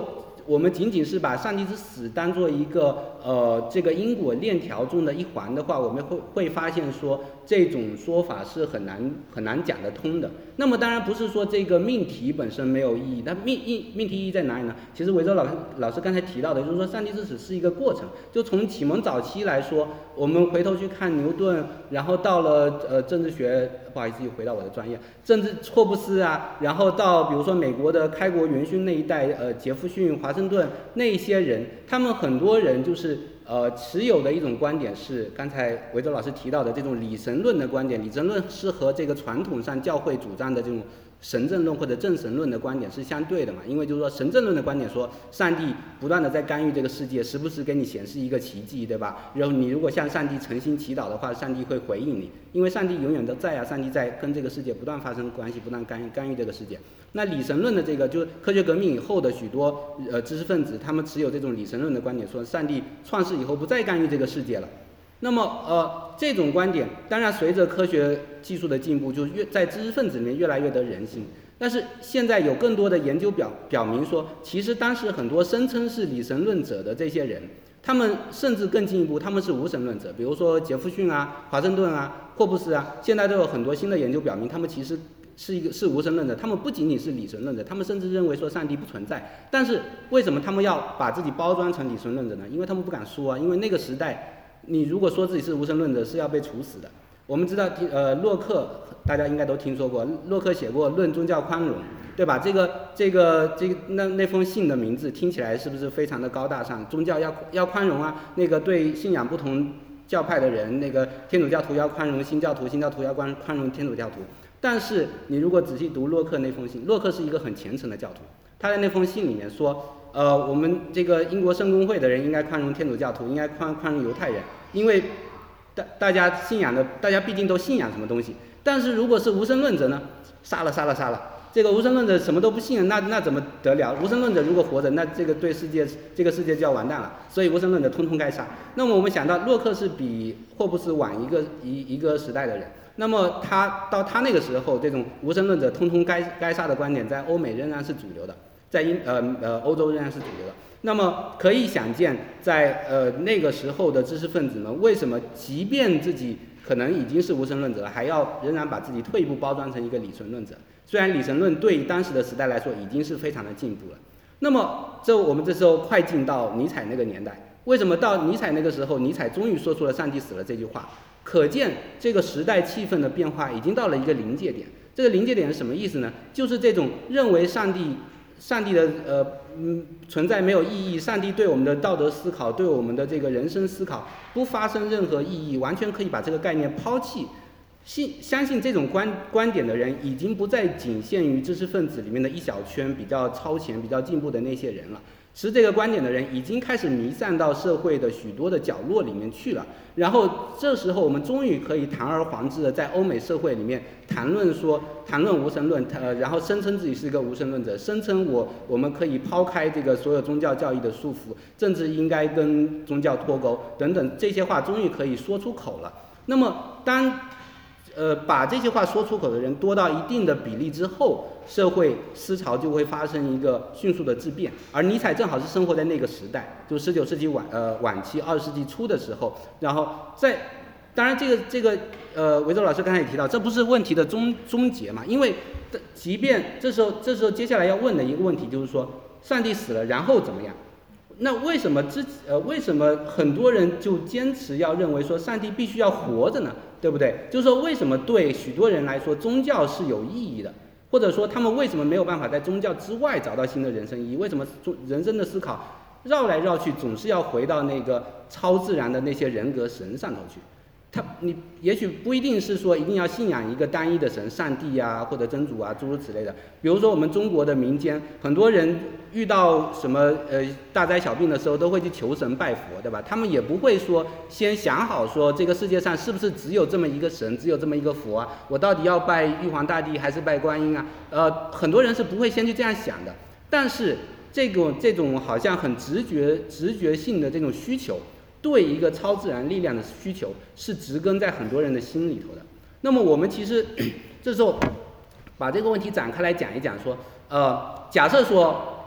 F: 我们仅仅是把上帝之死当做一个呃这个因果链条中的一环的话，我们会会发现说这种说法是很难很难讲得通的。那么当然不是说这个命题本身没有意义，那命意命题意义在哪里呢？其实维州老老师刚才提到的，就是说上帝之死是一个过程。就从启蒙早期来说，我们回头去看牛顿，然后到了呃政治学，不好意思又回到我的专业，政治霍布斯啊，然后到比如说美国的开国元勋那一代，呃杰弗逊、华盛顿那些人，他们很多人就是呃持有的一种观点是刚才维州老师提到的这种理神论的观点。理神论是和这个传统上教会主张的这种神证论或者正神论的观点是相对的嘛，因为就是说神证论的观点说上帝不断的在干预这个世界，时不时给你显示一个奇迹，对吧？然后你如果向上帝诚心祈祷的话，上帝会回应你，因为上帝永远都在啊，上帝在跟这个世界不断发生关系，不断干预干预这个世界。那理神论的这个就是科学革命以后的许多呃知识分子，他们持有这种理神论的观点，说上帝创世以后不再干预这个世界了。那么呃这种观点当然随着科学技术的进步，就越在知识分子里面越来越得人心。但是现在有更多的研究表表明说，其实当时很多声称是理神论者的这些人，他们甚至更进一步，他们是无神论者。比如说杰弗逊啊、华盛顿啊、霍布斯啊，现在都有很多新的研究表明，他们其实是一个是无神论者。他们不仅仅是理神论者，他们甚至认为说上帝不存在。但是为什么他们要把自己包装成理神论者呢？因为他们不敢说啊，因为那个时代，你如果说自己是无神论者，是要被处死的。我们知道，呃，洛克大家应该都听说过，洛克写过《论宗教宽容》，对吧？这个这个这个那那封信的名字听起来是不是非常的高大上？宗教要要宽容啊，那个对信仰不同教派的人，那个天主教徒要宽容新教徒，新教徒要宽宽容天主教徒。但是你如果仔细读洛克那封信，洛克是一个很虔诚的教徒，他在那封信里面说，呃，我们这个英国圣公会的人应该宽容天主教徒，应该宽宽容犹太人，因为大大家信仰的，大家毕竟都信仰什么东西。但是如果是无神论者呢，杀了杀了杀了，这个无神论者什么都不信，那那怎么得了？无神论者如果活着，那这个对世界这个世界就要完蛋了。所以无神论者通通该杀。那么我们想到洛克是比霍布斯晚一个一一个时代的人，那么他到他那个时候，这种无神论者通通该该杀的观点，在欧美仍然是主流的，在英呃呃欧洲仍然是主流的。那么可以想见，在呃那个时候的知识分子们，为什么即便自己可能已经是无神论者了，还要仍然把自己退一步包装成一个理神论者？虽然理神论对于当时的时代来说已经是非常的进步了。那么这我们这时候快进到尼采那个年代，为什么到尼采那个时候，尼采终于说出了上帝死了这句话？可见这个时代气氛的变化已经到了一个临界点。这个临界点是什么意思呢？就是这种认为上帝上帝的呃嗯存在没有意义，上帝对我们的道德思考，对我们的这个人生思考不发生任何意义，完全可以把这个概念抛弃。信相信这种观观点的人，已经不再仅限于知识分子里面的一小圈比较超前、比较进步的那些人了。持这个观点的人已经开始弥散到社会的许多的角落里面去了。然后这时候我们终于可以堂而皇之的在欧美社会里面谈论说谈论无神论，呃，然后声称自己是一个无神论者，声称我我们可以抛开这个所有宗教教义的束缚，政治应该跟宗教脱钩等等，这些话终于可以说出口了。那么当呃，把这些话说出口的人多到一定的比例之后，社会思潮就会发生一个迅速的质变。而尼采正好是生活在那个时代，就十九世纪晚呃晚期、二十世纪初的时候。然后在，当然这个这个呃，维州老师刚才也提到，这不是问题的终终结嘛？因为即便这时候这时候接下来要问的一个问题就是说，上帝死了，然后怎么样？那为什么之呃为什么很多人就坚持要认为说上帝必须要活着呢？对不对？就是说为什么对许多人来说宗教是有意义的，或者说他们为什么没有办法在宗教之外找到新的人生意义？为什么人生的思考绕来绕去总是要回到那个超自然的那些人格神上头去？他你也许不一定是说一定要信仰一个单一的神，上帝啊或者真主啊诸如此类的。比如说我们中国的民间，很多人遇到什么呃大灾小病的时候，都会去求神拜佛，对吧？他们也不会说先想好说这个世界上是不是只有这么一个神，只有这么一个佛啊？我到底要拜玉皇大帝还是拜观音啊？呃，很多人是不会先去这样想的。但是这种这种好像很直觉直觉性的这种需求，对一个超自然力量的需求是植根在很多人的心里头的。那么我们其实这时候把这个问题展开来讲一讲，说，呃，假设说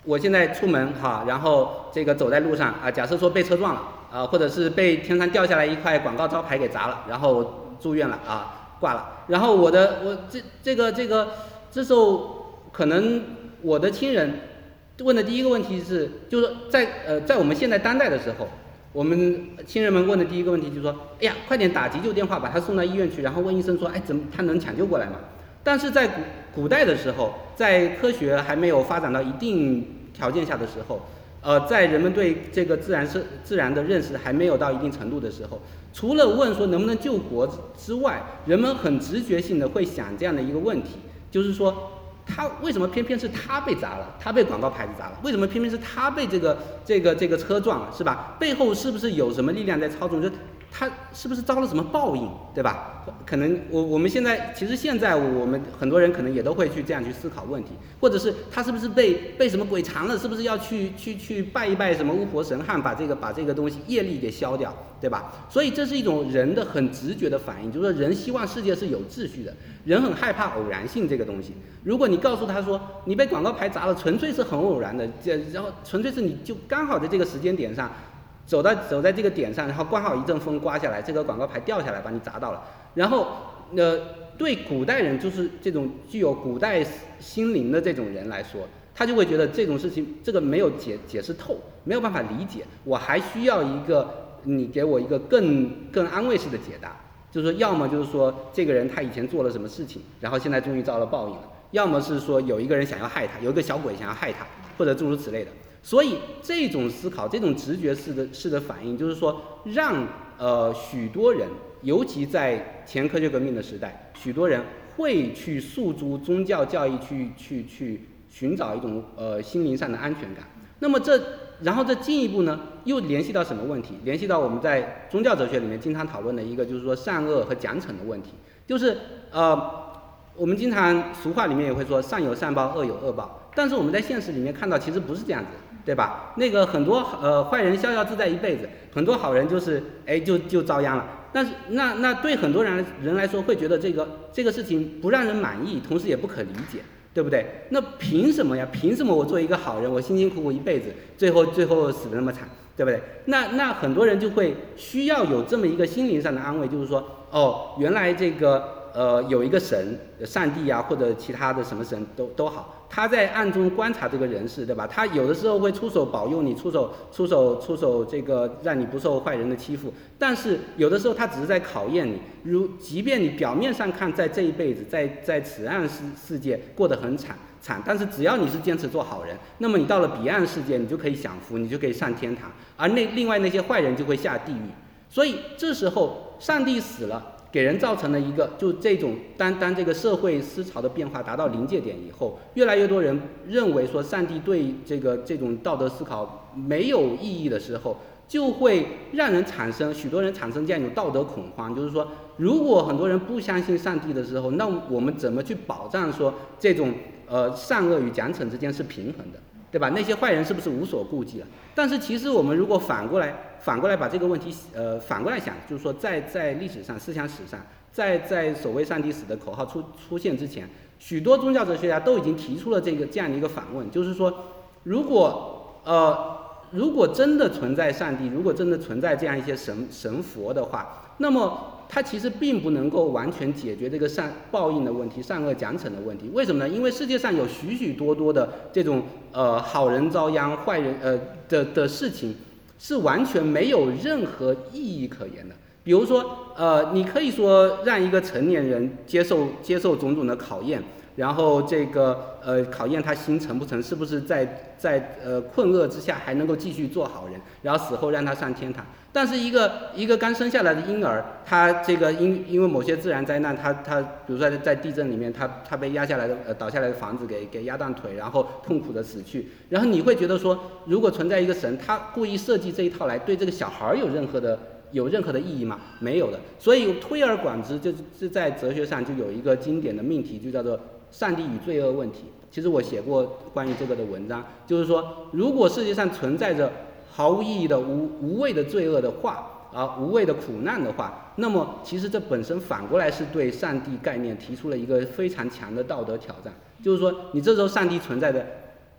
F: 我现在出门哈，然后这个走在路上啊，假设说被车撞了啊，或者是被天上掉下来一块广告招牌给砸了，然后我住院了啊，挂了。然后我的我这这个这个这时候可能我的亲人问的第一个问题是，就是说在呃在我们现在当代的时候，我们亲人们问的第一个问题就是说，哎呀，快点打急救电话把他送到医院去，然后问医生说，哎，怎么他能抢救过来吗？但是在古古代的时候，在科学还没有发展到一定条件下的时候，呃，在人们对这个自然是自然的认识还没有到一定程度的时候，除了问说能不能救活之外，人们很直觉性的会想这样的一个问题，就是说，他为什么偏偏是他被砸了，他被广告牌子砸了？为什么偏偏是他被这个这个这个车撞了，是吧？背后是不是有什么力量在操纵？就他是不是遭了什么报应，对吧？可能我我们现在其实现在我们很多人可能也都会去这样去思考问题，或者是他是不是被被什么鬼缠了？是不是要去去去拜一拜什么巫婆神汉，把这个把这个东西业力给消掉，对吧？所以这是一种人的很直觉的反应，就是说人希望世界是有秩序的，人很害怕偶然性这个东西。如果你告诉他说你被广告牌砸了，纯粹是很偶然的，这然后纯粹是你就刚好在这个时间点上。走到走在这个点上，然后刚好一阵风刮下来，这个广告牌掉下来把你砸到了。然后，呃，对古代人就是这种具有古代心灵的这种人来说，他就会觉得这种事情这个没有解解释透，没有办法理解，我还需要一个你给我一个更更安慰式的解答，就是说要么就是说这个人他以前做了什么事情，然后现在终于遭了报应了，要么是说有一个人想要害他，有一个小鬼想要害他，或者诸如此类的。所以这种思考，这种直觉式的式的反应，就是说让呃许多人，尤其在前科学革命的时代，许多人会去诉诸宗教教义去去去寻找一种呃心灵上的安全感。那么这然后这进一步呢，又联系到什么问题？联系到我们在宗教哲学里面经常讨论的一个，就是说善恶和奖惩的问题。就是呃我们经常俗话里面也会说善有善报，恶有恶报，但是我们在现实里面看到其实不是这样子。对吧？那个很多呃坏人逍遥自在一辈子，很多好人就是哎就就遭殃了。但是那那对很多人人来说，会觉得这个这个事情不让人满意，同时也不可理解，对不对？那凭什么呀？凭什么我做一个好人，我辛辛苦苦一辈子，最后最后死得那么惨，对不对？那那很多人就会需要有这么一个心灵上的安慰，就是说哦，原来这个。呃，有一个神，上帝啊，或者其他的什么神都都好，他在暗中观察这个人世，对吧？他有的时候会出手保佑你，出手出手出手这个让你不受坏人的欺负，但是有的时候他只是在考验你。如即便你表面上看在这一辈子在在此岸世世界过得很惨惨，但是只要你是坚持做好人，那么你到了彼岸世界，你就可以享福，你就可以上天堂，而那另外那些坏人就会下地狱。所以这时候上帝死了。给人造成了一个，就这种当当这个社会思潮的变化达到临界点以后，越来越多人认为说上帝对这个这种道德思考没有意义的时候，就会让人产生许多人产生这样一种道德恐慌，就是说，如果很多人不相信上帝的时候，那我们怎么去保障说这种呃善恶与奖惩之间是平衡的？对吧？那些坏人是不是无所顾忌了？但是其实我们如果反过来反过来把这个问题呃反过来想，就是说在在历史上思想史上，在在所谓上帝死的口号出出现之前，许多宗教哲学家都已经提出了这个这样的一个反问，就是说，如果呃如果真的存在上帝，如果真的存在这样一些神神佛的话，那么它其实并不能够完全解决这个善报应的问题、善恶奖惩的问题。为什么呢？因为世界上有许许多多的这种呃好人遭殃、坏人呃的的事情，是完全没有任何意义可言的。比如说，呃，你可以说让一个成年人接受接受种种的考验，然后这个呃考验他心诚不诚，是不是在在呃困厄之下还能够继续做好人，然后死后让他上天堂。但是一个一个刚生下来的婴儿，他这个因因为某些自然灾难，他他比如说在地震里面，他他被压下来的呃倒下来的房子给给压断腿，然后痛苦的死去。然后你会觉得说，如果存在一个神，他故意设计这一套来对这个小孩有任何的有任何的意义吗？没有的。所以推而广之，就是在哲学上就有一个经典的命题，就叫做上帝与罪恶问题。其实我写过关于这个的文章，就是说，如果世界上存在着毫无意义的无无谓的罪恶的话，啊，无谓的苦难的话，那么其实这本身反过来是对上帝概念提出了一个非常强的道德挑战。就是说，你这时候上帝存在的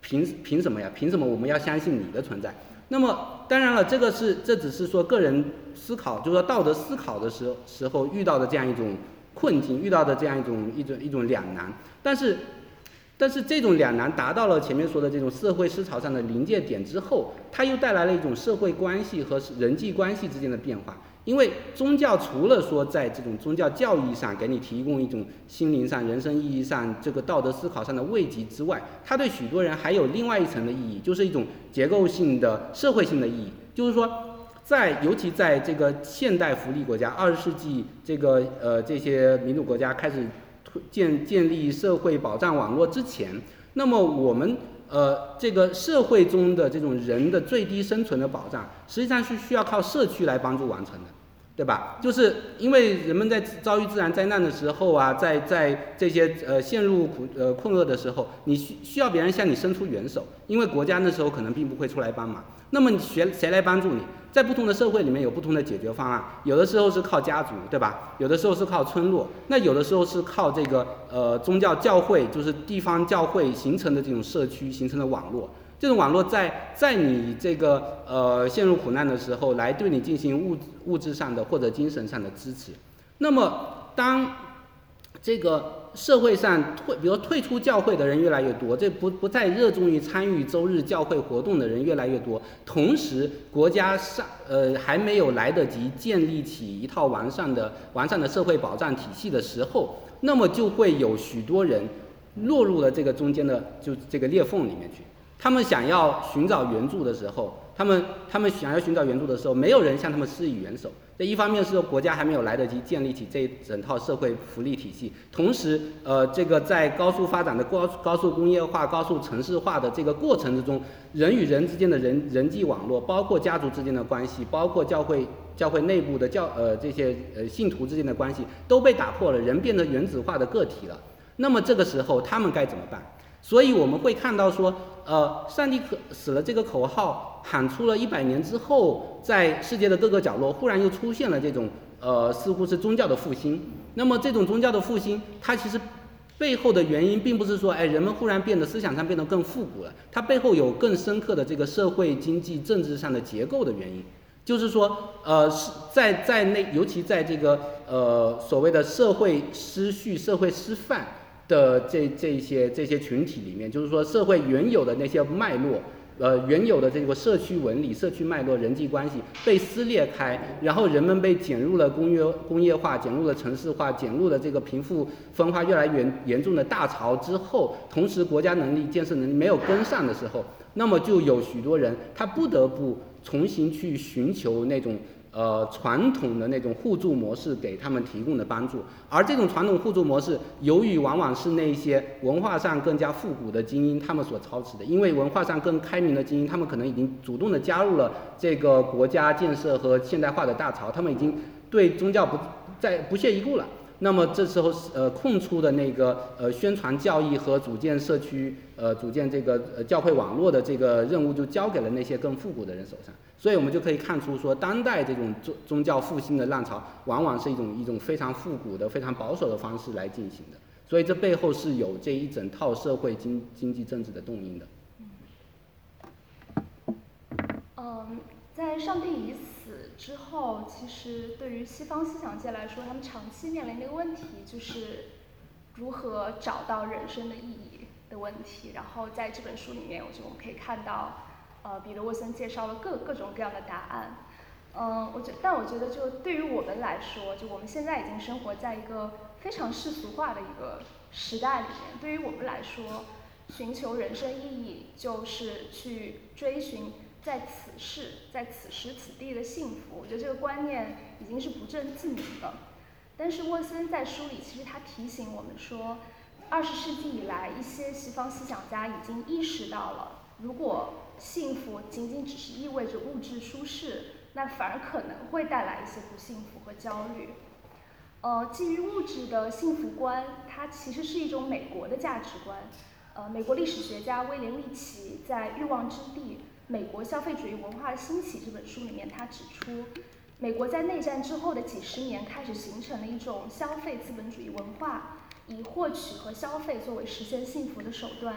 F: 凭凭什么呀？凭什么我们要相信你的存在？那么当然了，这个是这只是说个人思考，就是说道德思考的时候时候遇到的这样一种困境，遇到的这样一种一种一种两难。但是但是这种两难达到了前面说的这种社会思潮上的临界点之后，它又带来了一种社会关系和人际关系之间的变化。因为宗教除了说在这种宗教教义上给你提供一种心灵上、人生意义上、这个道德思考上的慰藉之外，它对许多人还有另外一层的意义，就是一种结构性的社会性的意义。就是说，在尤其在这个现代福利国家、二十世纪这个呃这些民主国家开始建建立社会保障网络之前，那么我们呃这个社会中的这种人的最低生存的保障，实际上是需要靠社区来帮助完成的，对吧？就是因为人们在遭遇自然灾难的时候啊，在在这些呃陷入苦呃困厄的时候，你需需要别人向你伸出援手，因为国家那时候可能并不会出来帮忙。那么你谁谁来帮助你？在不同的社会里面有不同的解决方案，有的时候是靠家族，对吧？有的时候是靠村落，那有的时候是靠这个呃宗教教会，就是地方教会形成的这种社区形成的网络。这种网络在在你这个呃陷入苦难的时候，来对你进行物物质上的或者精神上的支持。那么当这个社会上退，比如退出教会的人越来越多，这不不再热衷于参与周日教会活动的人越来越多，同时国家上呃还没有来得及建立起一套完善的完善的社会保障体系的时候，那么就会有许多人落入了这个中间的就这个裂缝里面去。他们想要寻找援助的时候，他们他们想要寻找援助的时候，没有人向他们施以援手。这一方面是说国家还没有来得及建立起这整套社会福利体系，同时，呃，这个在高速发展的高高速工业化、高速城市化的这个过程之中，人与人之间的人人际网络，包括家族之间的关系，包括教会教会内部的教呃这些呃信徒之间的关系都被打破了，人变得原子化的个体了。那么这个时候他们该怎么办？所以我们会看到说，呃，上帝死了这个口号喊出了一百年之后，在世界的各个角落忽然又出现了这种呃似乎是宗教的复兴。那么这种宗教的复兴，它其实背后的原因并不是说，哎，人们忽然变得思想上变得更复古了，它背后有更深刻的这个社会、经济、政治上的结构的原因。就是说，呃，是在在那，尤其在这个呃所谓的社会失序、社会失范的这这些这些群体里面，就是说社会原有的那些脉络，呃，原有的这个社区纹理、社区脉络、人际关系被撕裂开，然后人们被卷入了工业工业化、卷入了城市化、卷入了这个贫富分化越来越严重的大潮之后，同时国家能力、建设能力没有跟上的时候，那么就有许多人他不得不重新去寻求那种呃传统的那种互助模式给他们提供的帮助，而这种传统互助模式，由于往往是那些文化上更加复古的精英他们所操持的，因为文化上更开明的精英，他们可能已经主动的加入了这个国家建设和现代化的大潮，他们已经对宗教不再不屑一顾了。那么这时候呃空出的那个呃宣传教义和组建社区呃组建这个呃教会网络的这个任务就交给了那些更复古的人手上，所以我们就可以看出说，当代这种宗宗教复兴的浪潮往往是一种一种非常复古的、非常保守的方式来进行的，所以这背后是有这一整套社会经经济政治的动因的。
D: 嗯，在上帝已死之后，其实对于西方思想界来说，他们长期面临的一个问题就是如何找到人生的意义的问题。然后在这本书里面，我觉得我们可以看到，呃，彼得沃森介绍了各各种各样的答案。嗯，我觉，但我觉得就对于我们来说，就我们现在已经生活在一个非常世俗化的一个时代里面。对于我们来说，寻求人生意义就是去追寻在此世、在此时此地的幸福。我觉得这个观念已经是不证自明了。但是沃森在书里其实他提醒我们说，二十世纪以来，一些西方思想家已经意识到了，如果幸福仅仅只是意味着物质舒适，那反而可能会带来一些不幸福和焦虑。呃，基于物质的幸福观，它其实是一种美国的价值观。呃，美国历史学家威廉利奇在《欲望之地：美国消费主义文化的兴起》这本书里面，他指出，美国在内战之后的几十年开始形成了一种消费资本主义文化，以获取和消费作为实现幸福的手段。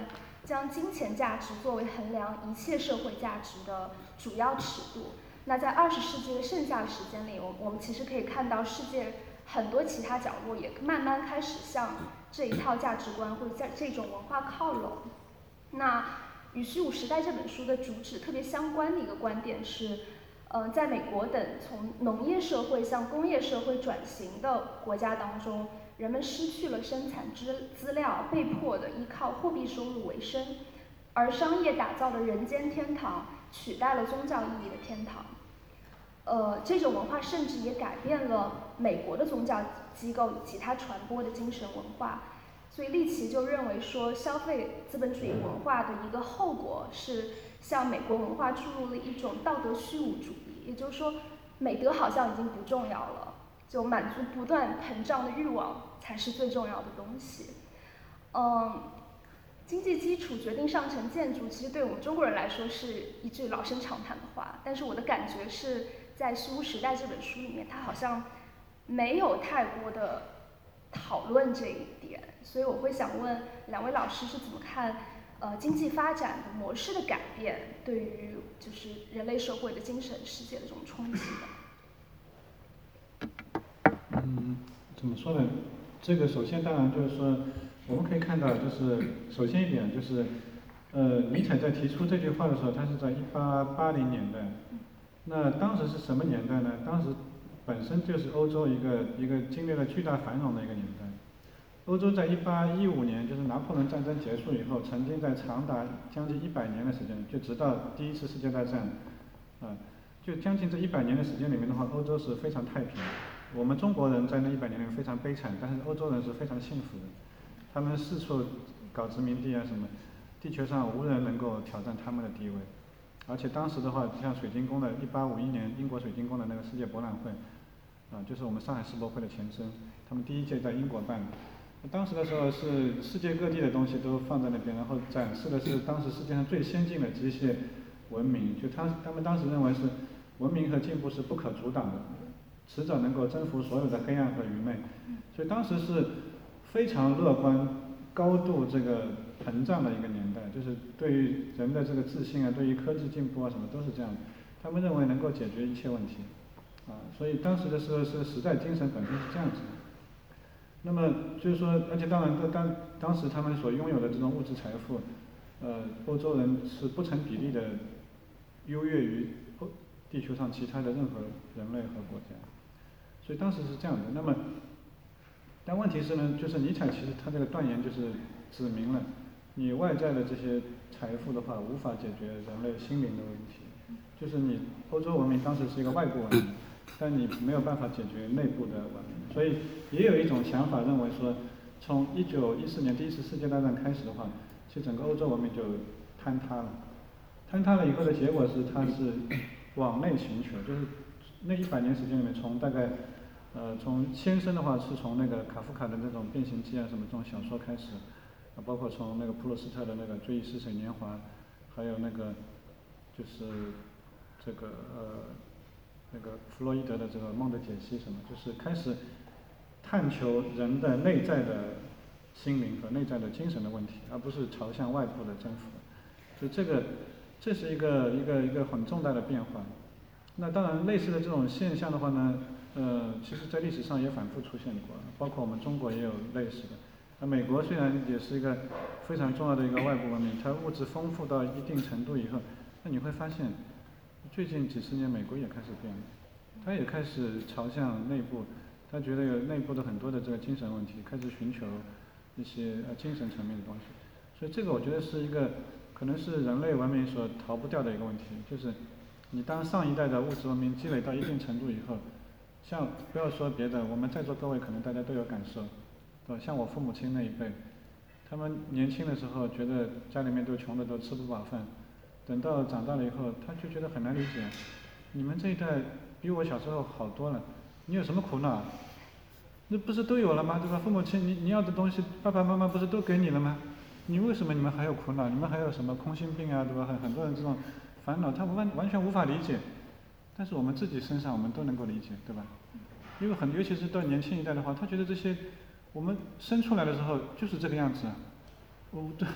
D: 将金钱价值作为衡量一切社会价值的主要尺度。那在二十世纪的剩下的时间里，我我们其实可以看到世界很多其他角落也慢慢开始向这一套价值观或者在这种文化靠拢。那《与虚无时代》这本书的主旨特别相关的一个观点是，呃，在美国等从农业社会向工业社会转型的国家当中，人们失去了生产资资料，被迫的依靠货币收入为生，而商业打造的人间天堂取代了宗教意义的天堂。呃，这种文化甚至也改变了美国的宗教机构以及它传播的精神文化。所以利奇就认为说，消费资本主义文化的一个后果是向美国文化注入了一种道德虚无主义，也就是说，美德好像已经不重要了，就满足不断膨胀的欲望才是最重要的东西。嗯，经济基础决定上层建筑，其实对我们中国人来说是一句老生常谈的话，但是我的感觉是在《虚无时代》这本书里面，它好像没有太多的讨论这一点，所以我会想问两位老师是怎么看呃经济发展的模式的改变对于就是人类社会的精神世界的这种冲击
E: 的？嗯，怎么说呢？这个首先当然就是说，我们可以看到，就是首先一点就是，呃，尼采在提出这句话的时候，他是在一八八零年代。那当时是什么年代呢？当时本身就是欧洲一个一个经历了巨大繁荣的一个年代。欧洲在一八一五年，就是拿破仑战争结束以后，曾经在长达将近一百年的时间，就直到第一次世界大战，啊，就将近这一百年的时间里面的话，欧洲是非常太平。我们中国人在那一百年里面非常悲惨，但是欧洲人是非常幸福的。他们四处搞殖民地啊什么，地球上无人能够挑战他们的地位。而且当时的话，像水晶宫的一八五一年英国水晶宫的那个世界博览会，啊，就是我们上海世博会的前身，他们第一届在英国办的。当时的时候是世界各地的东西都放在那边，然后展示的是当时世界上最先进的机械文明。就他他们当时认为是文明和进步是不可阻挡的，迟早能够征服所有的黑暗和愚昧。所以当时是非常乐观、高度这个膨胀的一个年代，就是对于人的这个自信啊，对于科技进步啊什么都是这样的。他们认为能够解决一切问题，啊，所以当时的时候是时代精神本身是这样子的。那么就是说，而且当然，当当时他们所拥有的这种物质财富，呃，欧洲人是不成比例的优越于欧地球上其他的任何人类和国家，所以当时是这样的。那么，但问题是呢，就是尼采其实他这个断言就是指明了，你外在的这些财富的话，无法解决人类心灵的问题。就是你欧洲文明当时是一个外部文明，但你没有办法解决内部的文明。所以也有一种想法认为说，从一九一四年第一次世界大战开始的话，其实整个欧洲文明就坍塌了。坍塌了以后的结果是，它是往内寻求，就是那一百年时间里面，从大概呃从先声的话是从那个卡夫卡的那种变形记啊什么这种小说开始，啊包括从那个普鲁斯特的那个追忆似水年华，还有那个就是这个呃那个弗洛伊德的这个梦的解析什么，就是开始探求人的内在的心灵和内在的精神的问题，而不是朝向外部的征服。所以这个这是一个一个一个很重大的变化。那当然，类似的这种现象的话呢，呃，其实在历史上也反复出现过，包括我们中国也有类似的。那美国虽然也是一个非常重要的一个外部文明，它物质丰富到一定程度以后，那你会发现，最近几十年美国也开始变了，它也开始朝向内部。他觉得有内部的很多的这个精神问题，开始寻求一些呃精神层面的东西，所以这个我觉得是一个可能是人类文明所逃不掉的一个问题，就是你当上一代的物质文明积累到一定程度以后，像不要说别的，我们在座各位可能大家都有感受，对吧？像我父母亲那一辈，他们年轻的时候觉得家里面都穷的都吃不饱饭，等到长大了以后，他就觉得很难理解，你们这一代比我小时候好多了，你有什么苦恼？那不是都有了吗？对吧？父母亲，你你要的东西，爸爸妈妈不是都给你了吗？你为什么你们还有苦恼？你们还有什么空心病啊，对吧？很很多人这种烦恼，他完完全无法理解。但是我们自己身上，我们都能够理解，对吧？因为很，尤其是到年轻一代的话，他觉得这些我们生出来的时候就是这个样子。我对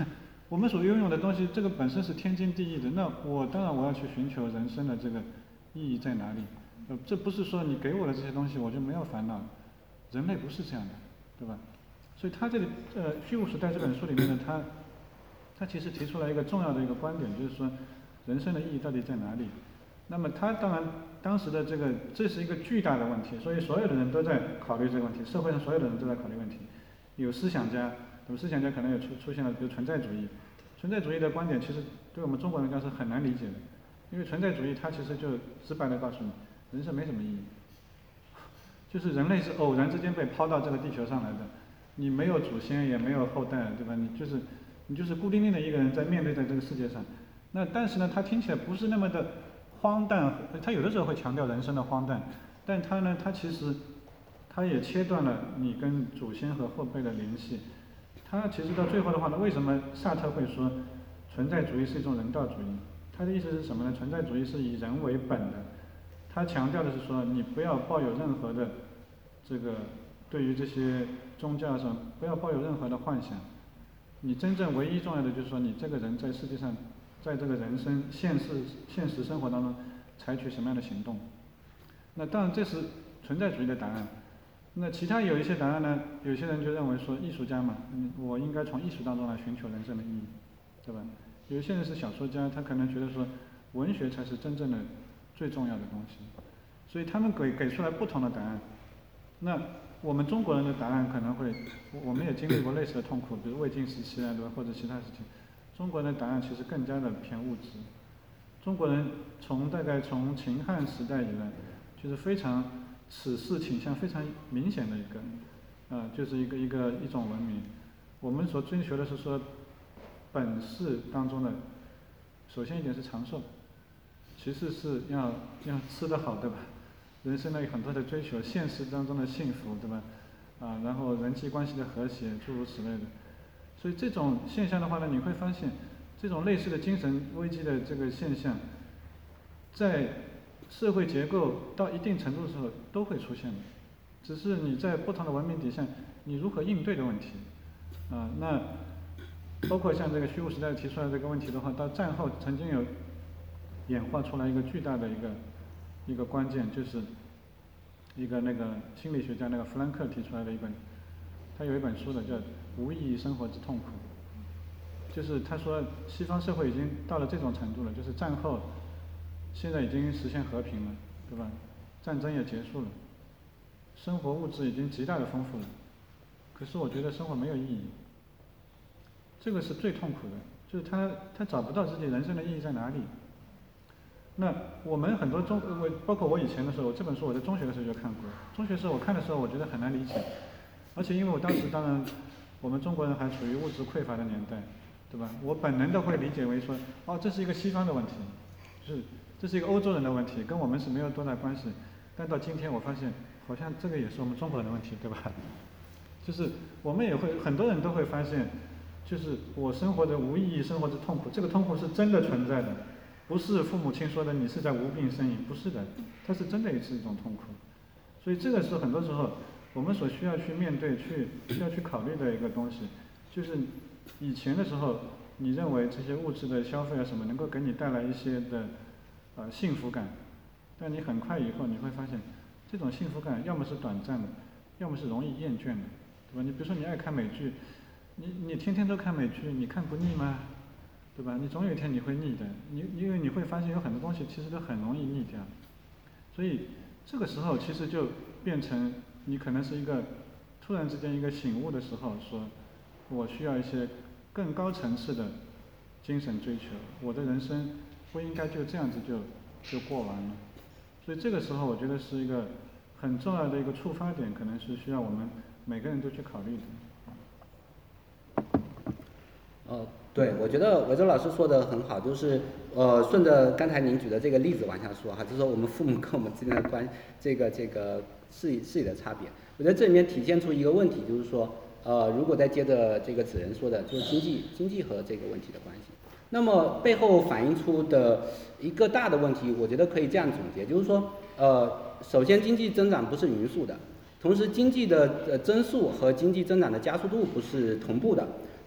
E: 我们所拥有的东西，这个本身是天经地义的。那我当然我要去寻求人生的这个意义在哪里。呃，这不是说你给我的这些东西我就没有烦恼，人类不是这样的，对吧？所以他这里呃《虚无时代》这本书里面呢，他他其实提出来一个重要的一个观点，就是说人生的意义到底在哪里？那么他当然当时的这个这是一个巨大的问题，所以所有的人都在考虑这个问题，社会上所有的人都在考虑问题。有思想家，有思想家可能也出出现了，比如存在主义。存在主义的观点其实对我们中国人讲是很难理解的，因为存在主义它其实就直白的告诉你，人生没什么意义，就是人类是偶然之间被抛到这个地球上来的，你没有祖先也没有后代，对吧？你就是你就是孤零零的一个人在面对在这个世界上。那但是呢，它听起来不是那么的荒诞，它有的时候会强调人生的荒诞，但它呢，它其实它也切断了你跟祖先和后辈的联系。他其实到最后的话呢，为什么萨特会说存在主义是一种人道主义？他的意思是什么呢？存在主义是以人为本的，他强调的是说，你不要抱有任何的这个对于这些宗教上不要抱有任何的幻想，你真正唯一重要的就是说，你这个人在世界上，在这个人生现实现实生活当中采取什么样的行动？那当然这是存在主义的答案。那其他有一些答案呢？有些人就认为说，艺术家嘛，嗯，我应该从艺术当中来寻求人生的意义，对吧？有些人是小说家，他可能觉得说，文学才是真正的最重要的东西，所以他们给给出来不同的答案。那我们中国人的答案可能会，我们也经历过类似的痛苦，比如魏晋时期啊，对吧？或者其他时期，中国人的答案其实更加的偏物质。中国人从大概从秦汉时代以来，就是非常此事倾向非常明显的一个，呃，就是一个一个一种文明。我们所追求的是说，本事当中的，首先一点是长寿，其次是要要吃得好，对吧？人生呢有很多的追求，现实当中的幸福，对吧？啊，然后人际关系的和谐，诸如此类的。所以这种现象的话呢，你会发现，这种类似的精神危机的这个现象，在社会结构到一定程度的时候都会出现的，只是你在不同的文明底下，你如何应对的问题。啊，那包括像这个虚无时代提出来这个问题的话，到战后曾经有演化出来一个巨大的一个一个关键，就是一个那个心理学家那个弗兰克提出来的一本，他有一本书的叫《无意义生活之痛苦》，就是他说西方社会已经到了这种程度了，就是战后。现在已经实现和平了，对吧？战争也结束了，生活物质已经极大的丰富了，可是我觉得生活没有意义，这个是最痛苦的，就是他他找不到自己人生的意义在哪里。那我们很多中，我包括我以前的时候，这本书我在中学的时候就看过，中学时候我看的时候我觉得很难理解，而且因为我当时当然我们中国人还处于物质匮乏的年代，对吧？我本能的会理解为说，哦，这是一个西方的问题，就是这是一个欧洲人的问题，跟我们是没有多大关系。但到今天我发现，好像这个也是我们中国人的问题，对吧？就是我们也会，很多人都会发现，就是我生活的无意义，生活的痛苦，这个痛苦是真的存在的，不是父母亲说的你是在无病呻吟，不是的，它是真的是一种痛苦。所以这个是很多时候我们所需要去面对、去需要去考虑的一个东西，就是以前的时候，你认为这些物质的消费啊什么能够给你带来一些的。呃，幸福感，但你很快以后你会发现，这种幸福感要么是短暂的，要么是容易厌倦的，对吧？你比如说你爱看美剧，你你天天都看美剧，你看不腻吗？对吧？你总有一天你会腻的，你因为你会发现有很多东西其实都很容易腻掉，所以这个时候其实就变成你可能是一个突然之间一个醒悟的时候，说我需要一些更高层次的精神追求，我的人生。不应该就这样子就就过完了，所以这个时候我觉得是一个很重要的一个触发点，可能是需要我们每个人都去考虑
F: 的。呃，对，我觉得韦周老师说的很好，就是呃，顺着刚才您举的这个例子往下说哈，就是说我们父母跟我们之间的关这个这个是是的差别。我觉得这里面体现出一个问题，就是说呃，如果再接着这个子仁说的，就是经济经济和这个问题的关系。那么背后反映出的一个大的问题，我觉得可以这样总结，就是说，呃，首先经济增长不是匀速的，同时经济的呃增速和经济增长的加速度不是同步的，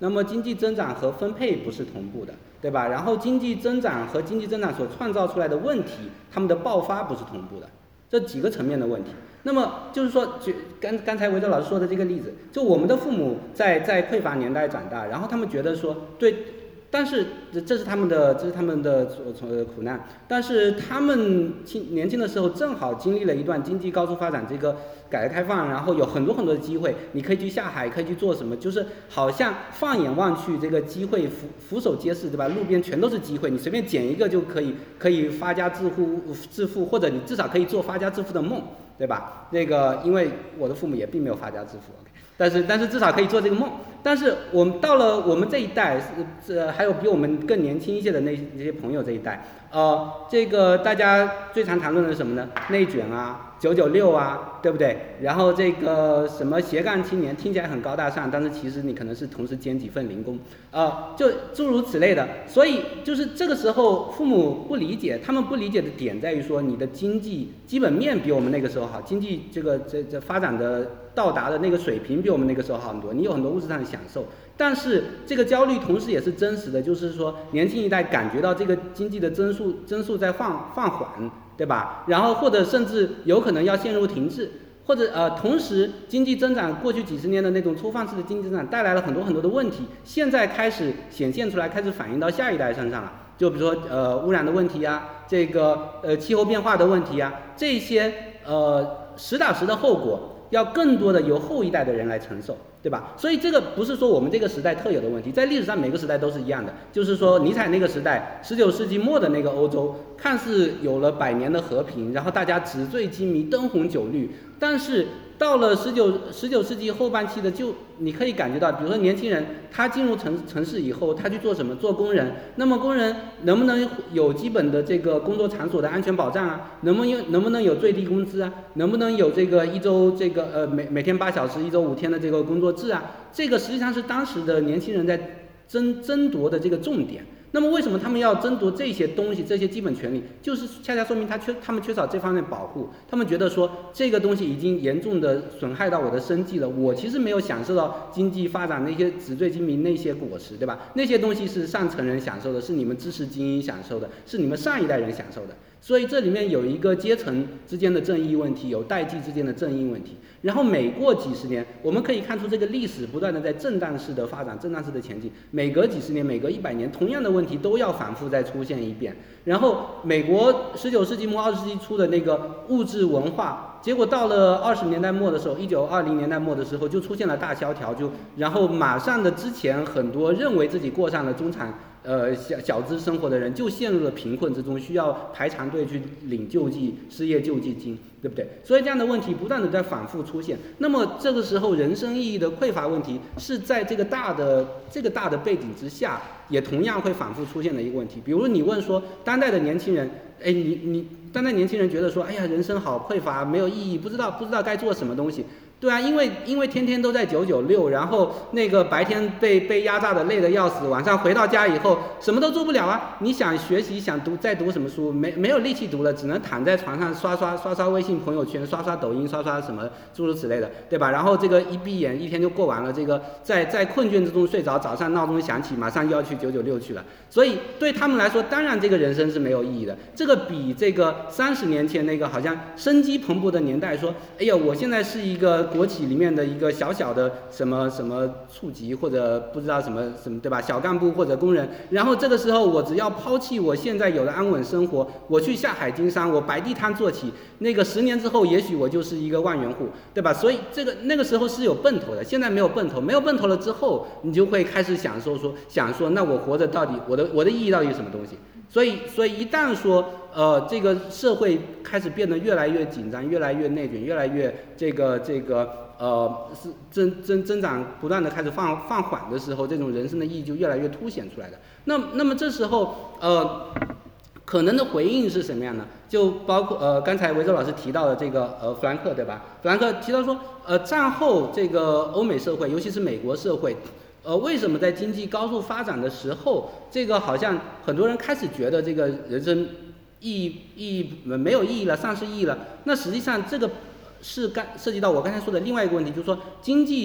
F: 那么经济增长和分配不是同步的，对吧？然后经济增长和经济增长所创造出来的问题，它们的爆发不是同步的，这几个层面的问题。那么就是说，就刚刚才维德老师说的这个例子，就我们的父母在在匮乏年代长大，然后他们觉得说，对，但是这是他们的这是他们的呃苦难，但是他们轻年轻的时候正好经历了一段经济高速发展，这个改革开放，然后有很多很多的机会，你可以去下海，可以去做什么，就是好像放眼望去，这个机会俯俯首皆是，对吧？路边全都是机会，你随便捡一个就可以可以发家致富致富，或者你至少可以做发家致富的梦。对吧？那个，因为我的父母也并没有发家致富 ，OK， 但是但是至少可以做这个梦。但是我们到了我们这一代，这、呃、还有比我们更年轻一些的那那些朋友这一代，呃，这个大家最常谈论的是什么呢？内卷啊，九九六啊，对不对？然后这个什么斜杠青年，听起来很高大上，但是其实你可能是同时兼几份零工，呃，就诸如此类的。所以就是这个时候，父母不理解，他们不理解的点在于说，你的经济基本面比我们那个时候好，经济这个这这发展的到达的那个水平比我们那个时候好很多，你有很多物质上的享受。但是这个焦虑同时也是真实的，就是说年轻一代感觉到这个经济的增速增速在放放缓，对吧？然后或者甚至有可能要陷入停滞，或者呃同时经济增长过去几十年的那种粗放式的经济增长带来了很多很多的问题，现在开始显现出来，开始反映到下一代身上了。就比如说呃污染的问题啊，这个呃气候变化的问题啊，这些呃实打实的后果要更多的由后一代的人来承受，对吧？所以这个不是说我们这个时代特有的问题，在历史上每个时代都是一样的。就是说尼采那个时代，十九世纪末的那个欧洲，看似有了百年的和平，然后大家纸醉金迷，灯红酒绿，但是到了十九十九世纪后半期的，就你可以感觉到，比如说年轻人他进入城城市以后，他去做什么？做工人。那么工人能不能有基本的这个工作场所的安全保障啊？能不能能不能有最低工资啊？能不能有这个一周这个呃每每天八小时，一周五天的这个工作制啊？这个实际上是当时的年轻人在争争夺的这个重点。那么为什么他们要争夺这些东西，这些基本权利？就是恰恰说明他缺他们缺少这方面保护，他们觉得说这个东西已经严重的损害到我的生计了，我其实没有享受到经济发展那些纸醉金迷那些果实，对吧？那些东西是上层人享受的，是你们知识精英享受的，是你们上一代人享受的。所以这里面有一个阶层之间的正义问题，有代际之间的正义问题。然后每过几十年，我们可以看出这个历史不断的在震荡式的发展，震荡式的前进。每隔几十年，每隔一百年，同样的问题都要反复再出现一遍。然后美国十九世纪末二十世纪初的那个物质文化，结果到了二十年代末的时候，一九二零年代末的时候就出现了大萧条，就然后马上的之前很多认为自己过上了中产呃小小资生活的人就陷入了贫困之中，需要排长队去领救济失业救济金，对不对？所以这样的问题不断的在反复出现。那么这个时候人生意义的匮乏问题是在这个大的这个大的背景之下，也同样会反复出现的一个问题。比如你问说当代的年轻人，哎，你你当代年轻人觉得说，哎呀，人生好匮乏，没有意义，不知道不知道该做什么东西。对啊，因为因为天天都在九九六，然后那个白天被被压榨的累得要死，晚上回到家以后什么都做不了啊！你想学习想读再读什么书，没没有力气读了，只能躺在床上刷刷刷刷微信朋友圈，刷刷抖音，刷刷什么诸如此类的，对吧？然后这个一闭眼一天就过完了，这个在在困倦之中睡着，早上闹钟响起，马上又要去九九六去了。所以对他们来说，当然这个人生是没有意义的。这个比这个三十年前那个好像生机蓬勃的年代说，哎呀，我现在是一个国企里面的一个小小的什么什么处级或者不知道什么什么，对吧？小干部或者工人，然后这个时候我只要抛弃我现在有的安稳生活，我去下海经商，我摆地摊做起，那个十年之后也许我就是一个万元户，对吧？所以这个那个时候是有奔头的，现在没有奔头，没有奔头了之后，你就会开始想说说想说，那我活着到底我的我的意义到底是什么东西？所以所以一旦说呃这个社会开始变得越来越紧张，越来越内卷，越来越这个这个。呃，是增增增长不断的开始放放缓的时候，这种人生的意义就越来越凸显出来的。那那么这时候，呃，可能的回应是什么样呢？就包括呃，刚才维周老师提到的这个呃，弗兰克对吧？弗兰克提到说，呃，战后这个欧美社会，尤其是美国社会，呃，为什么在经济高速发展的时候，这个好像很多人开始觉得这个人生意义意义没有意义了，丧失意义了？那实际上这个。是刚涉及到我刚才说的另外一个问题，就是说经济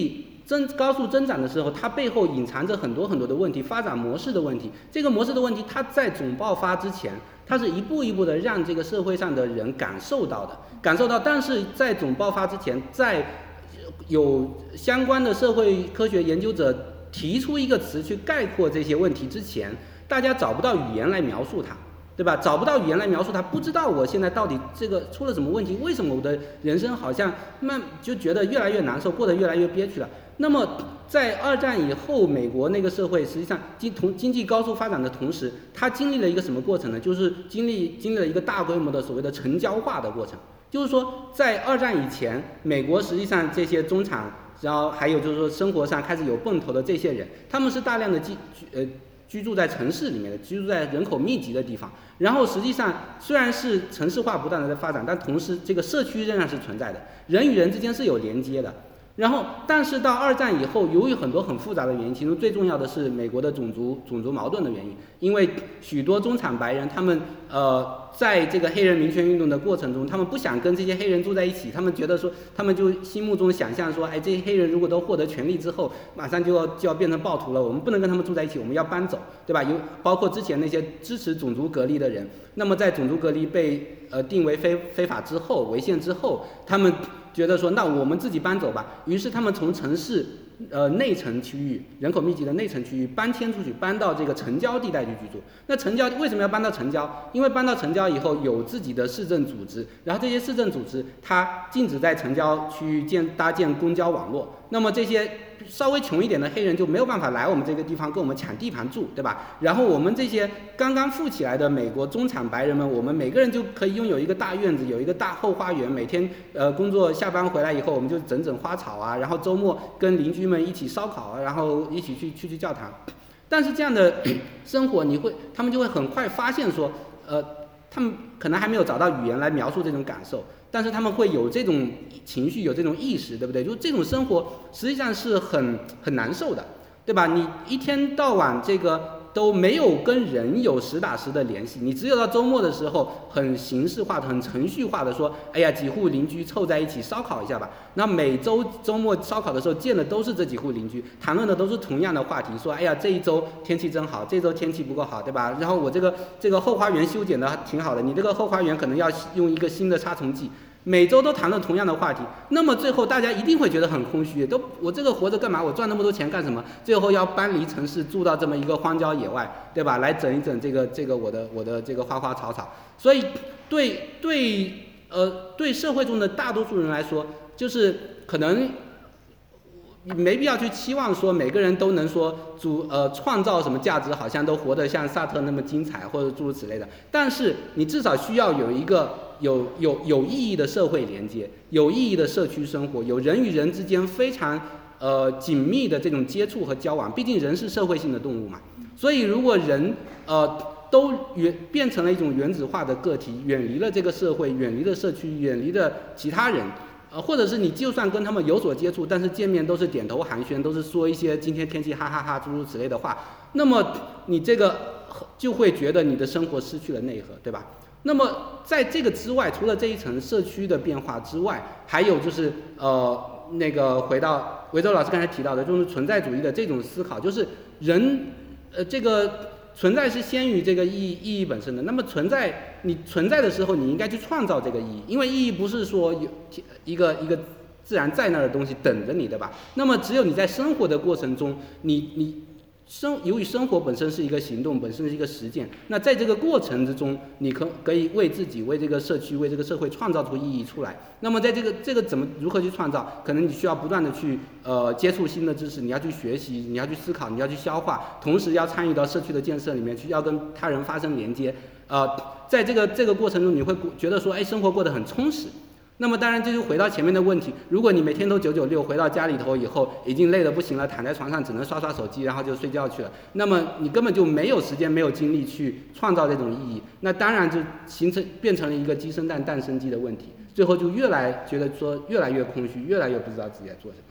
F: 增高速增长的时候，它背后隐藏着很多很多的问题，发展模式的问题。这个模式的问题，它在总爆发之前，它是一步一步的让这个社会上的人感受到的，感受到。但是在总爆发之前，在有相关的社会科学研究者提出一个词去概括这些问题之前，大家找不到语言来描述它。对吧？找不到语言来描述它，不知道我现在到底这个出了什么问题，为什么我的人生好像慢就觉得越来越难受，过得越来越憋屈了。那么在二战以后，美国那个社会实际上经同经济高速发展的同时，它经历了一个什么过程呢？就是经历经历了一个大规模的所谓的城郊化的过程。就是说，在二战以前，美国实际上这些中产，然后还有就是说生活上开始有奔头的这些人，他们是大量的居呃。居住在城市里面的，居住在人口密集的地方。然后实际上虽然是城市化不断的在发展，但同时这个社区仍然是存在的，人与人之间是有连接的。然后但是到二战以后，由于很多很复杂的原因，其中最重要的是美国的种族种族矛盾的原因，因为许多中产白人他们呃在这个黑人民权运动的过程中，他们不想跟这些黑人住在一起，他们觉得说，他们就心目中想象说，哎，这些黑人如果都获得权利之后，马上就要就要变成暴徒了，我们不能跟他们住在一起，我们要搬走，对吧？有包括之前那些支持种族隔离的人，那么在种族隔离被呃定为非非法之后，违宪之后，他们觉得说，那我们自己搬走吧。于是他们从城市呃内城区域人口密集的内城区域搬迁出去，搬到这个城郊地带去居住。那城郊为什么要搬到城郊？因为搬到城郊以后有自己的市政组织，然后这些市政组织它禁止在城郊区域建搭建公交网络，那么这些稍微穷一点的黑人就没有办法来我们这个地方跟我们抢地盘住，对吧？然后我们这些刚刚富起来的美国中产白人们，我们每个人就可以拥有一个大院子，有一个大后花园，每天呃工作下班回来以后，我们就整整花草啊，然后周末跟邻居们一起烧烤啊，然后一起去去去教堂。但是这样的生活，你会他们就会很快发现说，呃，他们可能还没有找到语言来描述这种感受。但是他们会有这种情绪，有这种意识，对不对？就这种生活实际上是很很难受的，对吧？你一天到晚这个都没有跟人有实打实的联系，你只有到周末的时候很形式化的、很程序化的说，哎呀，几户邻居凑在一起烧烤一下吧。那每周周末烧烤的时候见的都是这几户邻居，谈论的都是同样的话题，说，哎呀，这一周天气真好，这周天气不够好，对吧？然后我这个这个后花园修剪的挺好的，你这个后花园可能要用一个新的杀虫剂。每周都谈论同样的话题，那么最后大家一定会觉得很空虚，都我这个活着干嘛？我赚那么多钱干什么？最后要搬离城市，住到这么一个荒郊野外，对吧？来整一整这个这个我的我的这个花花草草。所以对对呃对社会中的大多数人来说，就是可能没必要去期望说每个人都能说主呃创造什么价值，好像都活得像萨特那么精彩或者诸如此类的。但是你至少需要有一个有有有意义的社会连接，有意义的社区生活，有人与人之间非常呃紧密的这种接触和交往。毕竟人是社会性的动物嘛，所以如果人呃都原变成了一种原子化的个体，远离了这个社会，远离了社区，远离了其他人。呃，或者是你就算跟他们有所接触，但是见面都是点头寒暄，都是说一些今天天气哈哈哈诸如此类的话，那么你这个就会觉得你的生活失去了内核，对吧？那么在这个之外，除了这一层社区的变化之外，还有就是呃那个回到维州老师刚才提到的，就是存在主义的这种思考，就是人呃这个存在是先于这个意义意义本身的。那么存在你存在的时候，你应该去创造这个意义，因为意义不是说有一个一个自然在那儿的东西等着你，对吧？那么只有你在生活的过程中，你你生由于生活本身是一个行动，本身是一个实践，那在这个过程之中，你可可以为自己、为这个社区、为这个社会创造出意义出来。那么在这个这个怎么如何去创造？可能你需要不断的去呃接触新的知识，你要去学习，你要去思考，你要去消化，同时要参与到社区的建设里面去，要跟他人发生连接。呃，在这个这个过程中，你会觉得说，哎，生活过得很充实。那么当然这就回到前面的问题，如果你每天都九九六，回到家里头以后已经累得不行了，躺在床上只能刷刷手机，然后就睡觉去了，那么你根本就没有时间没有精力去创造这种意义，那当然就形成变成了一个鸡生蛋蛋生鸡的问题，最后就越来觉得说越来越空虚，越来越不知道自己在做什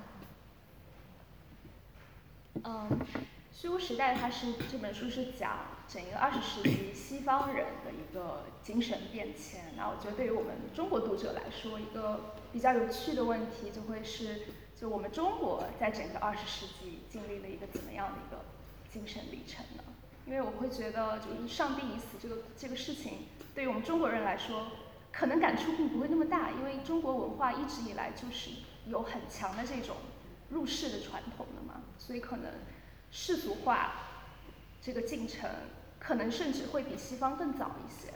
D: 么。嗯，虚无时代它是这本书是讲整个二十世纪西方人的一个精神变迁。那我觉得对于我们中国读者来说，一个比较有趣的问题就会是， 就我们中国在整个二十世纪经历了一个怎么样的一个精神历程呢？因为我会觉得，就是上帝已死这个这个事情，对于我们中国人来说，可能感触并不会那么大，因为中国文化一直以来就是有很强的这种入世的传统的嘛，所以可能世俗化这个进程，可能甚至会比西方更早一些。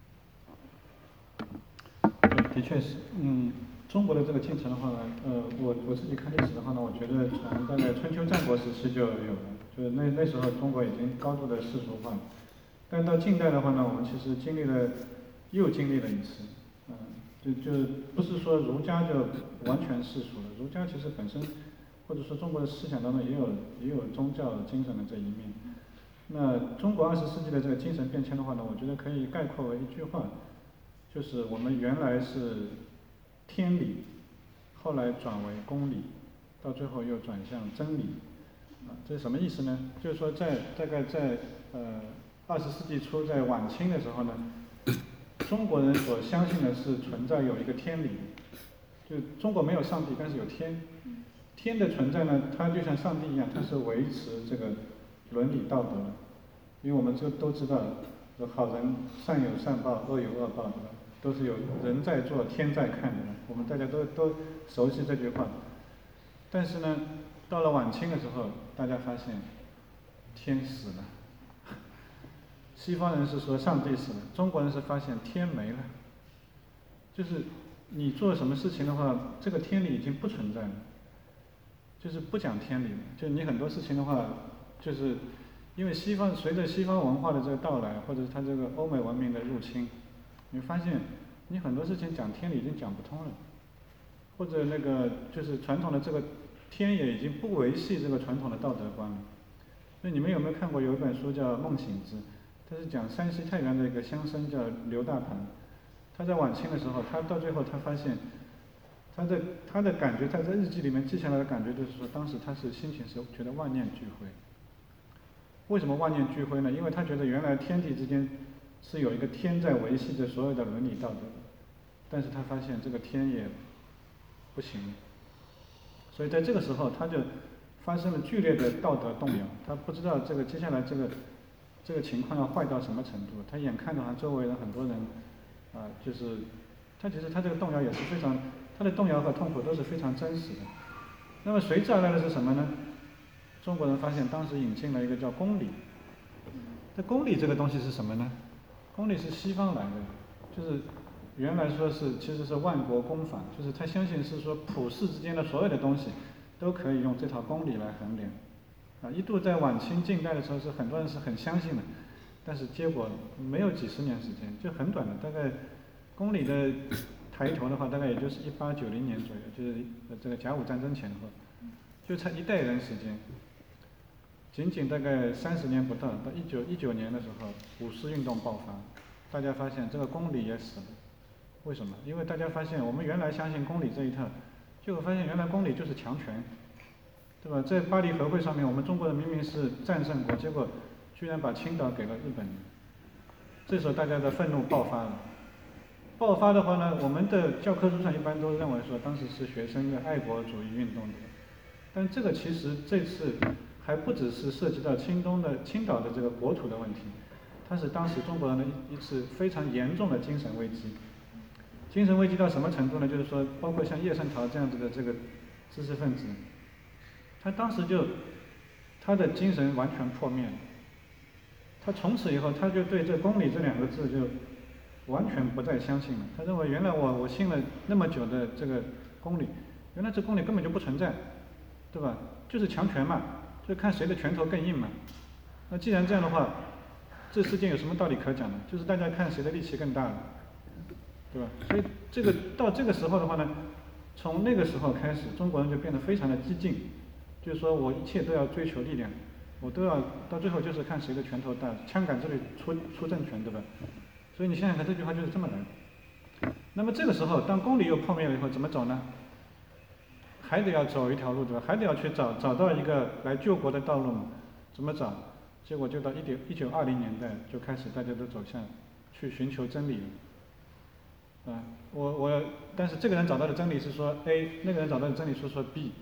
E: 的确是，嗯，中国的这个进程的话呢，呃，我我自己看历史的话呢，我觉得从大概春秋战国时期就有了，就是那那时候中国已经高度的世俗化，但到近代的话呢，我们其实经历了又经历了一次，嗯、呃，就就不是说儒家就完全世俗了，儒家其实本身或者说中国的思想当中也有也有宗教精神的这一面。那中国二十世纪的这个精神变迁的话呢，我觉得可以概括为一句话。就是我们原来是天理，后来转为公理，到最后又转向真理，啊，这是什么意思呢？就是说在大概在呃二十世纪初，在晚清的时候呢，中国人所相信的是存在有一个天理，就中国没有上帝，但是有天，天的存在呢，它就像上帝一样，它是维持这个伦理道德的，因为我们就都知道，好人善有善报，恶有恶报，对吧？都是有人在做，天在看的，我们大家都都熟悉这句话。但是呢，到了晚清的时候，大家发现天死了。西方人是说上帝死了，中国人是发现天没了。就是你做什么事情的话，这个天理已经不存在了，就是不讲天理了。就你很多事情的话，就是因为西方随着西方文化的这个到来，或者是它这个欧美文明的入侵。你发现，你很多事情讲天理已经讲不通了，或者那个就是传统的这个天也已经不维系这个传统的道德观了。那你们有没有看过有一本书叫《梦醒之》，它是讲山西太原的一个乡绅叫刘大盘，他在晚清的时候，他到最后他发现，他的他的感觉，他在日记里面记下来的感觉就是说，当时他是心情是觉得万念俱灰。为什么万念俱灰呢？因为他觉得原来天地之间是有一个天在维系着所有的伦理道德，但是他发现这个天也不行，所以在这个时候他就发生了剧烈的道德动摇，他不知道这个接下来这个这个情况要坏到什么程度，他眼看着他周围的很多人啊、呃，就是他其实他这个动摇也是非常，他的动摇和痛苦都是非常真实的。那么随之而来的是什么呢？中国人发现当时引进了一个叫公理，这公理这个东西是什么呢？公理是西方来的，就是原来说是其实是万国公法，就是他相信是说普世之间的所有的东西都可以用这套公理来衡量，啊，一度在晚清近代的时候是很多人是很相信的，但是结果没有几十年时间，就很短的，大概公理的抬头的话，大概也就是一八九零年左右，就是这个甲午战争前后，就才一代人时间。仅仅大概三十年不到，到一九一九年的时候，五四运动爆发，大家发现这个公理也死了。为什么？因为大家发现我们原来相信公理这一套，结果发现原来公理就是强权，对吧？在巴黎和会上面，我们中国人明明是战胜国，结果居然把青岛给了日本人。这时候大家的愤怒爆发了。爆发的话呢，我们的教科书上一般都认为说当时是学生的爱国主义运动的，但这个其实这次还不只是涉及到青东的青岛的这个国土的问题，它是当时中国人的一一次非常严重的精神危机。精神危机到什么程度呢？就是说，包括像叶圣陶这样子的这个知识分子，他当时就他的精神完全破灭了。他从此以后，他就对这公理这两个字就完全不再相信了。他认为原来我我信了那么久的这个公理，原来这公理根本就不存在，对吧？就是强权嘛，就看谁的拳头更硬嘛。那既然这样的话，这世界有什么道理可讲呢？就是大家看谁的力气更大了，对吧？所以这个到这个时候的话呢，从那个时候开始，中国人就变得非常的激进，就是说我一切都要追求力量，我都要到最后就是看谁的拳头大，枪杆这里出出政权，对吧？所以你想想看，这句话就是这么来的。那么这个时候，当公理又破灭了以后，怎么走呢？还得要走一条路，对吧？还得要去找找到一个来救国的道路嘛？怎么找？结果就到一九一九二零年代就开始大家都走向去寻求真理了。啊，我我，但是这个人找到的真理是说 A， 那个人找到的真理是说 B，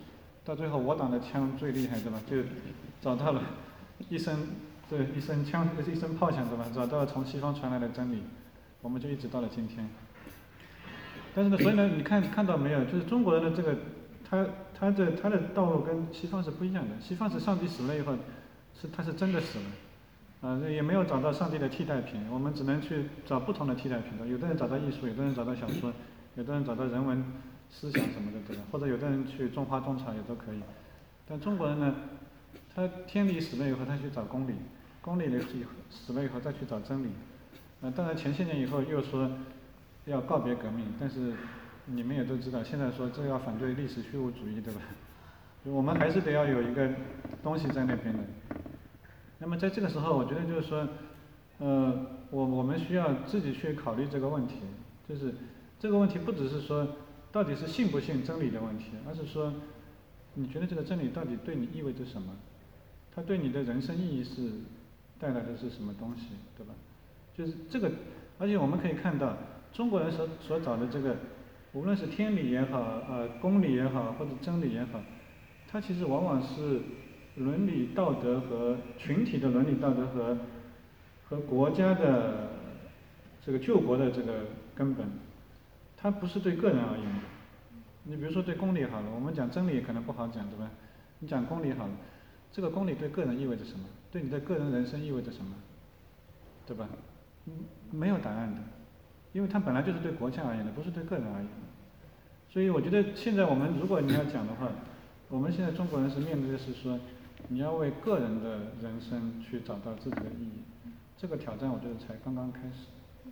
E: 到最后我党的枪最厉害，对吧？就找到了一声这一声枪一声炮响，对吧？找到了从西方传来的真理，我们就一直到了今天。但是呢，所以呢，你看看到没有？就是中国人的这个，他他的他的道路跟西方是不一样的。西方是上帝死了以后，是他是真的死了，啊、呃，也没有找到上帝的替代品，我们只能去找不同的替代品的。有的人找到艺术，有的人找到小说，有的人找到人文思想什么的，对吧？或者有的人去种花种草也都可以。但中国人呢，他天理死了以后，他去找公理，公理了死了以后再去找真理。呃，当然前些年以后又说要告别革命，但是你们也都知道，现在说这要反对历史虚无主义，对吧？我们还是得要有一个东西在那边的。那么在这个时候，我觉得就是说，呃，我我们需要自己去考虑这个问题，就是这个问题不只是说到底是信不信真理的问题，而是说你觉得这个真理到底对你意味着什么？它对你的人生意义是带来的是什么东西，对吧？就是这个，而且我们可以看到，中国人所所找的这个，无论是天理也好，呃，公理也好，或者真理也好，它其实往往是伦理道德和群体的伦理道德和和国家的这个救国的这个根本，它不是对个人而言的。你比如说对公理好了，我们讲真理可能不好讲，对吧？你讲公理好了，这个公理对个人意味着什么？对你的个人人生意味着什么？对吧？嗯，没有答案的，因为它本来就是对国家而言的，不是对个人而言的。所以我觉得现在我们如果你要讲的话，我们现在中国人是面对的是说，你要为个人的人生去找到自己的意义，这个挑战我觉得才刚刚开始。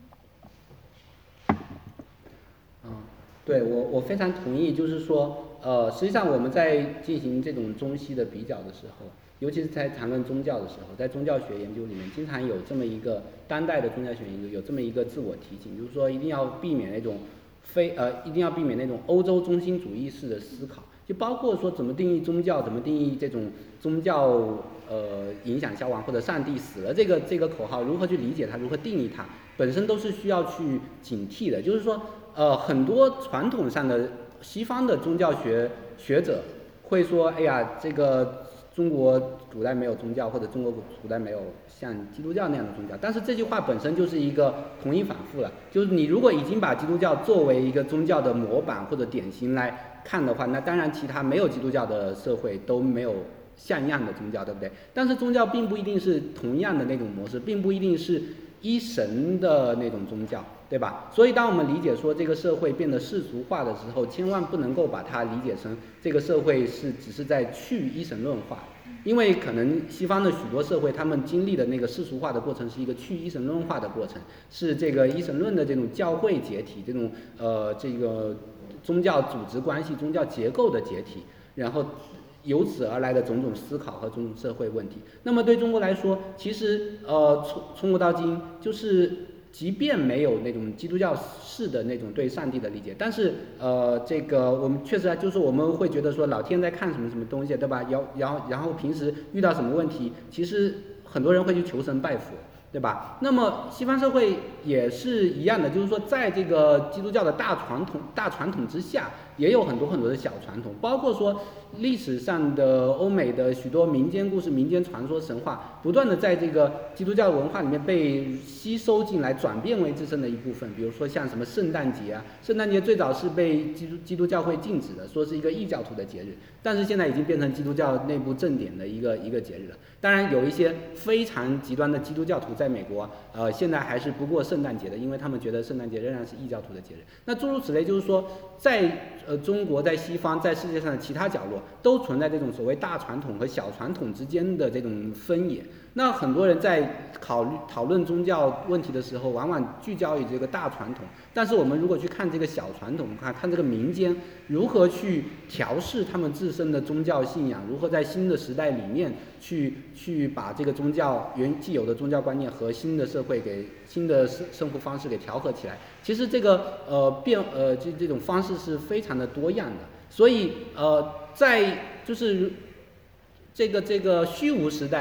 F: 嗯，对，我我非常同意，就是说，呃，实际上我们在进行这种中西的比较的时候，尤其是在谈论宗教的时候，在宗教学研究里面，经常有这么一个当代的宗教学研究有这么一个自我提醒，就是说一定要避免那种非呃一定要避免那种欧洲中心主义式的思考，就包括说怎么定义宗教，怎么定义这种宗教呃影响消亡或者上帝死了这个这个口号，如何去理解它，如何定义它，本身都是需要去警惕的。就是说，呃，很多传统上的西方的宗教学学者会说，哎呀，这个中国古代没有宗教，或者中国古代没有像基督教那样的宗教，但是这句话本身就是一个同音反复了。就是你如果已经把基督教作为一个宗教的模板或者典型来看的话，那当然其他没有基督教的社会都没有像样的宗教，对不对？但是宗教并不一定是同样的那种模式，并不一定是一神的那种宗教，对吧？所以当我们理解说这个社会变得世俗化的时候，千万不能够把它理解成这个社会是只是在去一神论化，因为可能西方的许多社会他们经历的那个世俗化的过程是一个去一神论化的过程，是这个一神论的这种教会解体，这种呃这个宗教组织关系、宗教结构的解体，然后由此而来的种种思考和种种社会问题。那么对中国来说，其实呃从从古到今，就是即便没有那种基督教式的那种对上帝的理解，但是呃这个我们确实啊，就是我们会觉得说老天在看什么什么东西，对吧？然然后然后平时遇到什么问题，其实很多人会去求神拜佛，对吧？那么西方社会也是一样的，就是说在这个基督教的大传统大传统之下，也有很多很多的小传统，包括说历史上的欧美的许多民间故事、民间传说、神话，不断的在这个基督教文化里面被吸收进来，转变为自身的一部分。比如说像什么圣诞节啊，圣诞节最早是被基督基督教会禁止的，说是一个异教徒的节日，但是现在已经变成基督教内部正典的一个一个节日了。当然有一些非常极端的基督教徒在美国，呃，现在还是不过圣诞节的，因为他们觉得圣诞节仍然是异教徒的节日。那诸如此类，就是说在呃中国、在西方、在世界上的其他角落，都存在这种所谓大传统和小传统之间的这种分野。那很多人在考虑讨论宗教问题的时候，往往聚焦于这个大传统，但是我们如果去看这个小传统，看看这个民间如何去调试他们自身的宗教信仰，如何在新的时代里面去去把这个宗教原既有的宗教观念和新的社会给新的生生活方式给调和起来。其实这个呃变呃这这种方式是非常的多样的，所以呃在就是这个这个虚无时代。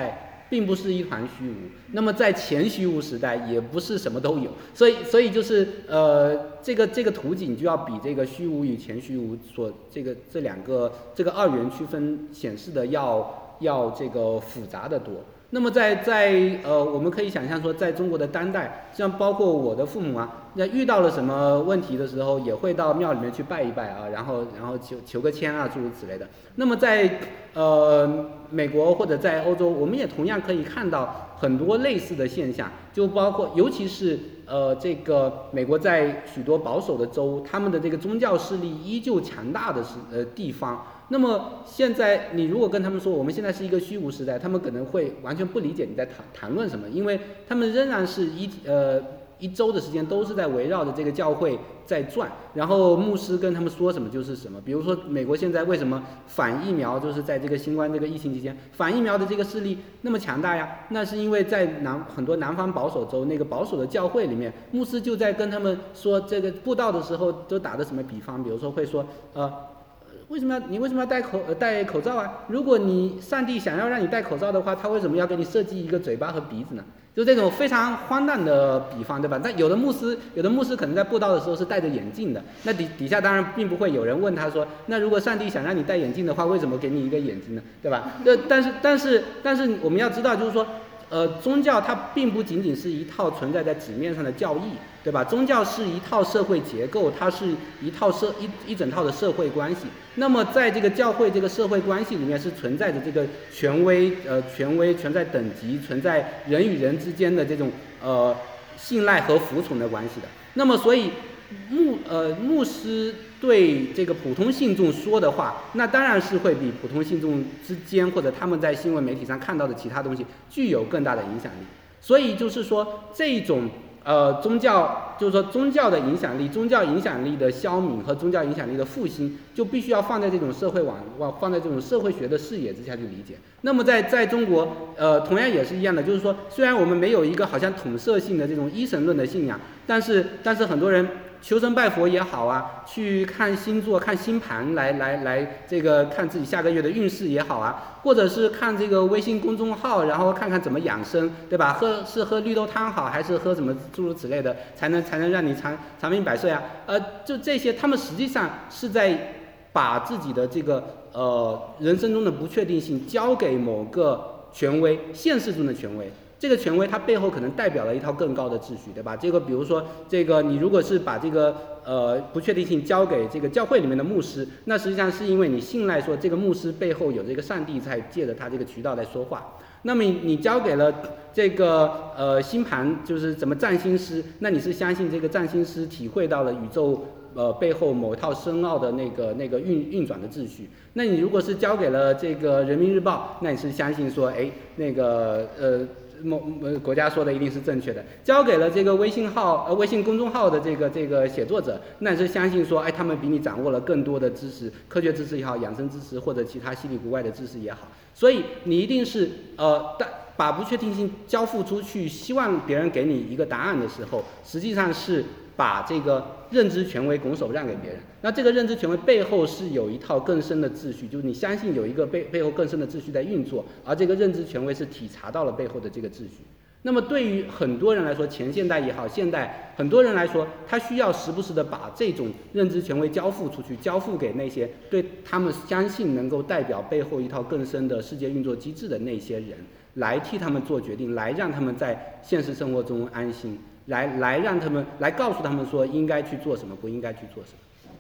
F: 并不是一团虚无。那么在前虚无时代，也不是什么都有。所以，所以就是呃，这个这个图景就要比这个虚无与前虚无所这个这两个这个二元区分显示的要要这个复杂的多。那么在在呃，我们可以想象说，在中国的当代，像包括我的父母啊，那遇到了什么问题的时候，也会到庙里面去拜一拜啊，然后然后求求个签啊，诸如此类的。那么在呃美国或者在欧洲，我们也同样可以看到很多类似的现象，就包括尤其是呃这个美国在许多保守的州，他们的这个宗教势力依旧强大的是呃地方。那么现在你如果跟他们说我们现在是一个虚无时代，他们可能会完全不理解你在谈谈论什么，因为他们仍然是一呃一周的时间都是在围绕着这个教会在转，然后牧师跟他们说什么就是什么。比如说美国现在为什么反疫苗，就是在这个新冠这个疫情期间，反疫苗的这个势力那么强大呀？那是因为在南很多南方保守州那个保守的教会里面，牧师就在跟他们说这个布道的时候都打的什么比方，比如说会说呃。为什么要你为什么要戴口呃戴口罩啊？如果你上帝想要让你戴口罩的话，他为什么要给你设计一个嘴巴和鼻子呢？就这种非常荒诞的比方，对吧？但有的牧师有的牧师可能在布道的时候是戴着眼镜的，那底底下当然并不会有人问他说，那如果上帝想让你戴眼镜的话，为什么给你一个眼睛呢？对吧？这但是但是但是我们要知道，就是说。呃，宗教它并不仅仅是一套存在在纸面上的教义，对吧？宗教是一套社会结构，它是一套社一一整套的社会关系。那么在这个教会这个社会关系里面，是存在着这个权威，呃，权威存在等级，存在人与人之间的这种呃信赖和服从的关系的。那么所以牧呃牧师对这个普通信众说的话，那当然是会比普通信众之间或者他们在新闻媒体上看到的其他东西具有更大的影响力。所以就是说这种呃宗教，就是说宗教的影响力，宗教影响力的消泯和宗教影响力的复兴，就必须要放在这种社会网网放在这种社会学的视野之下去理解。那么在在中国，呃，同样也是一样的，就是说虽然我们没有一个好像统摄性的这种一神论的信仰，但是但是很多人。求神拜佛也好啊，去看星座、看星盘来来来，这个看自己下个月的运势也好啊，或者是看这个微信公众号，然后看看怎么养生，对吧？喝是喝绿豆汤好，还是喝什么诸如此类的，才能才能让你长长命百岁啊？呃，就这些，他们实际上是在把自己的这个呃人生中的不确定性交给某个权威，现实中的权威。这个权威它背后可能代表了一套更高的秩序，对吧？这个比如说，这个你如果是把这个呃不确定性交给这个教会里面的牧师，那实际上是因为你信赖说这个牧师背后有这个上帝在借着他这个渠道来说话。那么你交给了这个呃星盘，就是怎么占星师，那你是相信这个占星师体会到了宇宙呃背后某套深奥的那个那个运运转的秩序。那你如果是交给了这个人民日报，那你是相信说，哎，那个呃。某呃国家说的一定是正确的，交给了这个微信号呃微信公众号的这个这个写作者，那是相信说，哎，他们比你掌握了更多的知识，科学知识也好，养生知识或者其他稀里古怪的知识也好，所以你一定是呃把不确定性交付出去，希望别人给你一个答案的时候，实际上是把这个认知权威拱手让给别人。那这个认知权威背后是有一套更深的秩序，就是你相信有一个背背后更深的秩序在运作，而这个认知权威是体察到了背后的这个秩序。那么对于很多人来说，前现代也好，现代很多人来说，他需要时不时的把这种认知权威交付出去，交付给那些对他们相信能够代表背后一套更深的世界运作机制的那些人，来替他们做决定，来让他们在现实生活中安心，来来让他们来告诉他们说应该去做什么，不应该去做什么。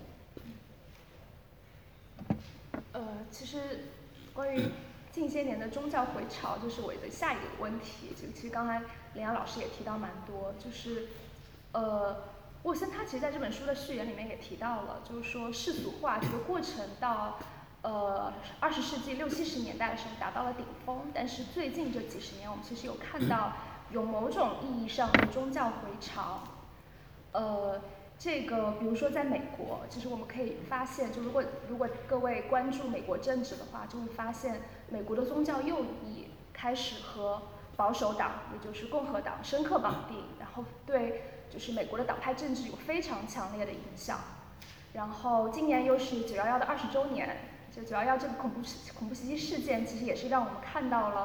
D: 呃，其实关于近些年的宗教回潮，就是我的下一个问题。就其实刚才林阳老师也提到蛮多，就是呃，沃森他其实在这本书的序言里面也提到了，就是说世俗化这个过程到呃二十世纪六七十年代的时候达到了顶峰，但是最近这几十年，我们其实有看到有某种意义上的宗教回潮，呃。这个，比如说在美国，其实我们可以发现，就如果如果各位关注美国政治的话，就会发现美国的宗教右翼开始和保守党，也就是共和党深刻绑定，然后对就是美国的党派政治有非常强烈的影响。然后今年又是九幺幺的二十周年，就九幺幺这个恐怖恐怖袭击事件，其实也是让我们看到了，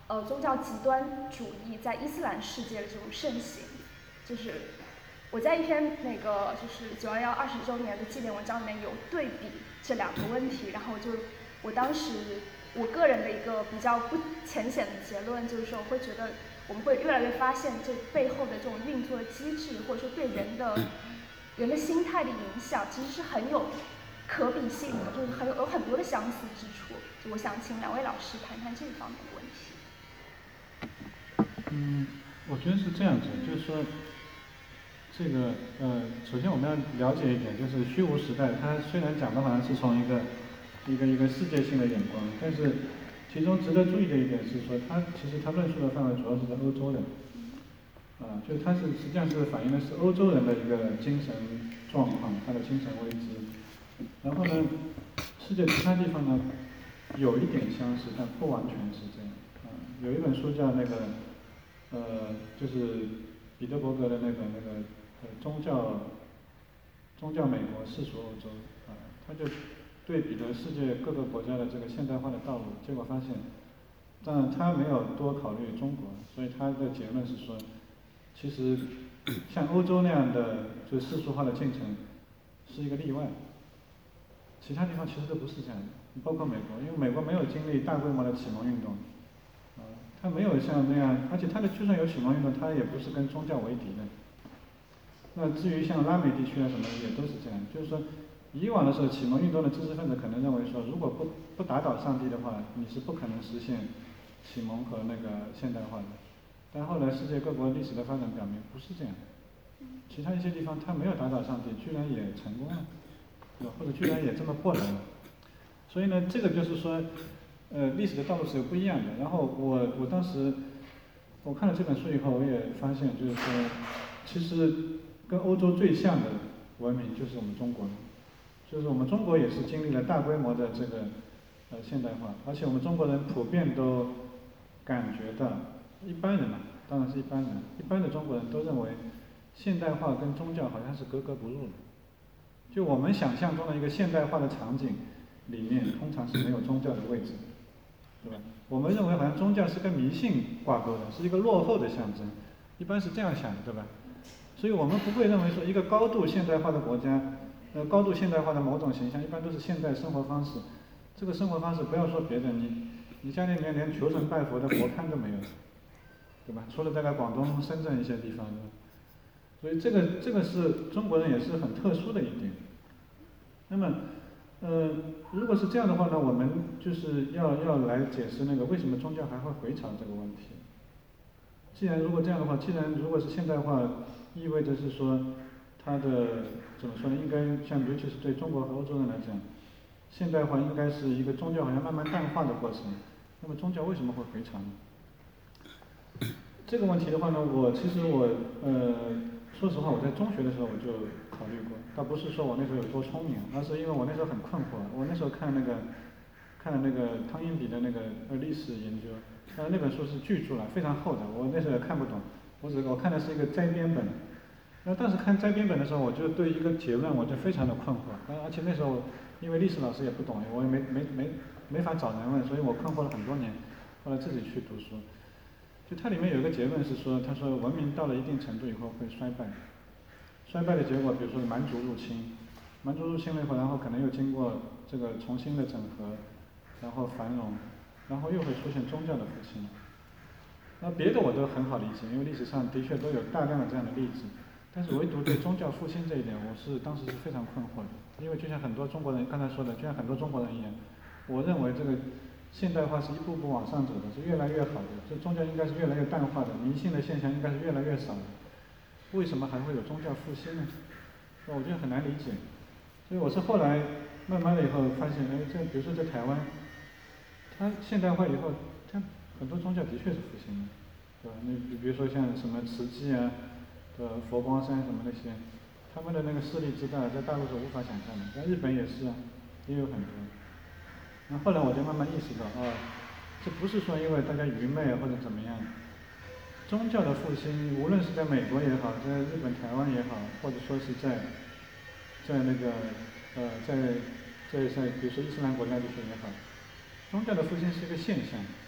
D: 呃宗教极端主义在伊斯兰世界的这种盛行。就是我在一篇那个就是九二幺二十周年的纪念文章里面有对比这两个问题，然后就我当时我个人的一个比较不浅显的结论就是说，我会觉得我们会越来越发现这背后的这种运作的机制，或者说对人的人的心态的影响，其实是很有可比性的，就是很有有很多的相似之处。就我想请两位老师谈谈这方面的问题。
E: 嗯，我觉得是这样子，就是说，这个呃，首先我们要了解一点，就是虚无时代，它虽然讲的好像是从一个一个一个世界性的眼光，但是其中值得注意的一点是说，它其实它论述的范围主要是在欧洲的，啊，就是它是实际上是反映的是欧洲人的一个精神状况，他的精神危机。然后呢，世界其他地方呢有一点相似，但不完全是这样。啊，有一本书叫那个呃，就是彼得伯格的那本那个呃宗教宗教美国世俗欧洲啊，他就对比了世界各个国家的这个现代化的道路，结果发现，当然他没有多考虑中国，所以他的结论是说，其实像欧洲那样的就世俗化的进程是一个例外，其他地方其实都不是这样的，包括美国，因为美国没有经历大规模的启蒙运动，啊，它没有像那样，而且它的就算有启蒙运动，它也不是跟宗教为敌的。那至于像拉美地区啊什么的，也都是这样，就是说，以往的时候启蒙运动的知识分子可能认为说，如果不不打倒上帝的话，你是不可能实现启蒙和那个现代化的。但后来世界各国历史的发展表明不是这样，其他一些地方它没有打倒上帝，居然也成功了，对吧？或者居然也这么过来了。所以呢，这个就是说，呃，历史的道路是有不一样的。然后我我当时我看了这本书以后，我也发现就是说，其实跟欧洲最像的文明就是我们中国，就是我们中国也是经历了大规模的这个呃现代化，而且我们中国人普遍都感觉到，一般人嘛，当然是一般人，一般的中国人都认为现代化跟宗教好像是格格不入的。就我们想象中的一个现代化的场景里面，通常是没有宗教的位置的，对吧？我们认为好像宗教是跟迷信挂钩的，是一个落后的象征，一般是这样想的，对吧？所以我们不会认为说一个高度现代化的国家，呃，高度现代化的某种形象，一般都是现代生活方式。这个生活方式不要说别的，你你家里面连求神拜佛的佛龛都没有，对吧？除了大概广东、深圳一些地方，所以这个这个是中国人也是很特殊的一点。那么，呃，如果是这样的话呢，我们就是要要来解释那个为什么宗教还会回潮这个问题。既然如果这样的话，既然如果是现代化，意味着是说，它的怎么说呢？应该像尤其是对中国和欧洲人来讲，现代化应该是一个宗教好像慢慢淡化的过程。那么宗教为什么会回潮呢？这个问题的话呢，我其实我呃，说实话，我在中学的时候我就考虑过，倒不是说我那时候有多聪明，而是因为我那时候很困惑。我那时候看那个看了那个汤因比的那个呃历史研究，但是那本书是巨著了，非常厚的，我那时候也看不懂，我只我看的是一个摘编本。那当时看摘编本的时候，我就对一个结论我就非常的困惑，而且那时候因为历史老师也不懂，我也没没没没法找人问，所以我困惑了很多年，后来自己去读书。就它里面有一个结论是说，他说文明到了一定程度以后会衰败，衰败的结果，比如说蛮族入侵，蛮族入侵了以后，然后可能又经过这个重新的整合，然后繁荣，然后又会出现宗教的复兴。那别的我都很好理解，因为历史上的确都有大量的这样的例子，但是唯独对宗教复兴这一点，我是当时是非常困惑的，因为就像很多中国人刚才说的，就像很多中国人一样，我认为这个现代化是一步步往上走的，是越来越好的，这宗教应该是越来越淡化的，迷信的现象应该是越来越少的，为什么还会有宗教复兴呢？我觉得很难理解。所以我是后来慢慢的以后发现，哎，这比如说在台湾，它现代化以后，它很多宗教的确是复兴了，对吧？你比如说像什么慈济啊，呃佛光山什么那些，他们的那个势力之大，在大陆是无法想象的，在日本也是啊，也有很多。那后来我就慢慢意识到，哦，这不是说因为大家愚昧或者怎么样，宗教的复兴，无论是在美国也好，在日本、台湾也好，或者说是在在那个呃在在在比如说伊斯兰国家地区也好，宗教的复兴是一个现象，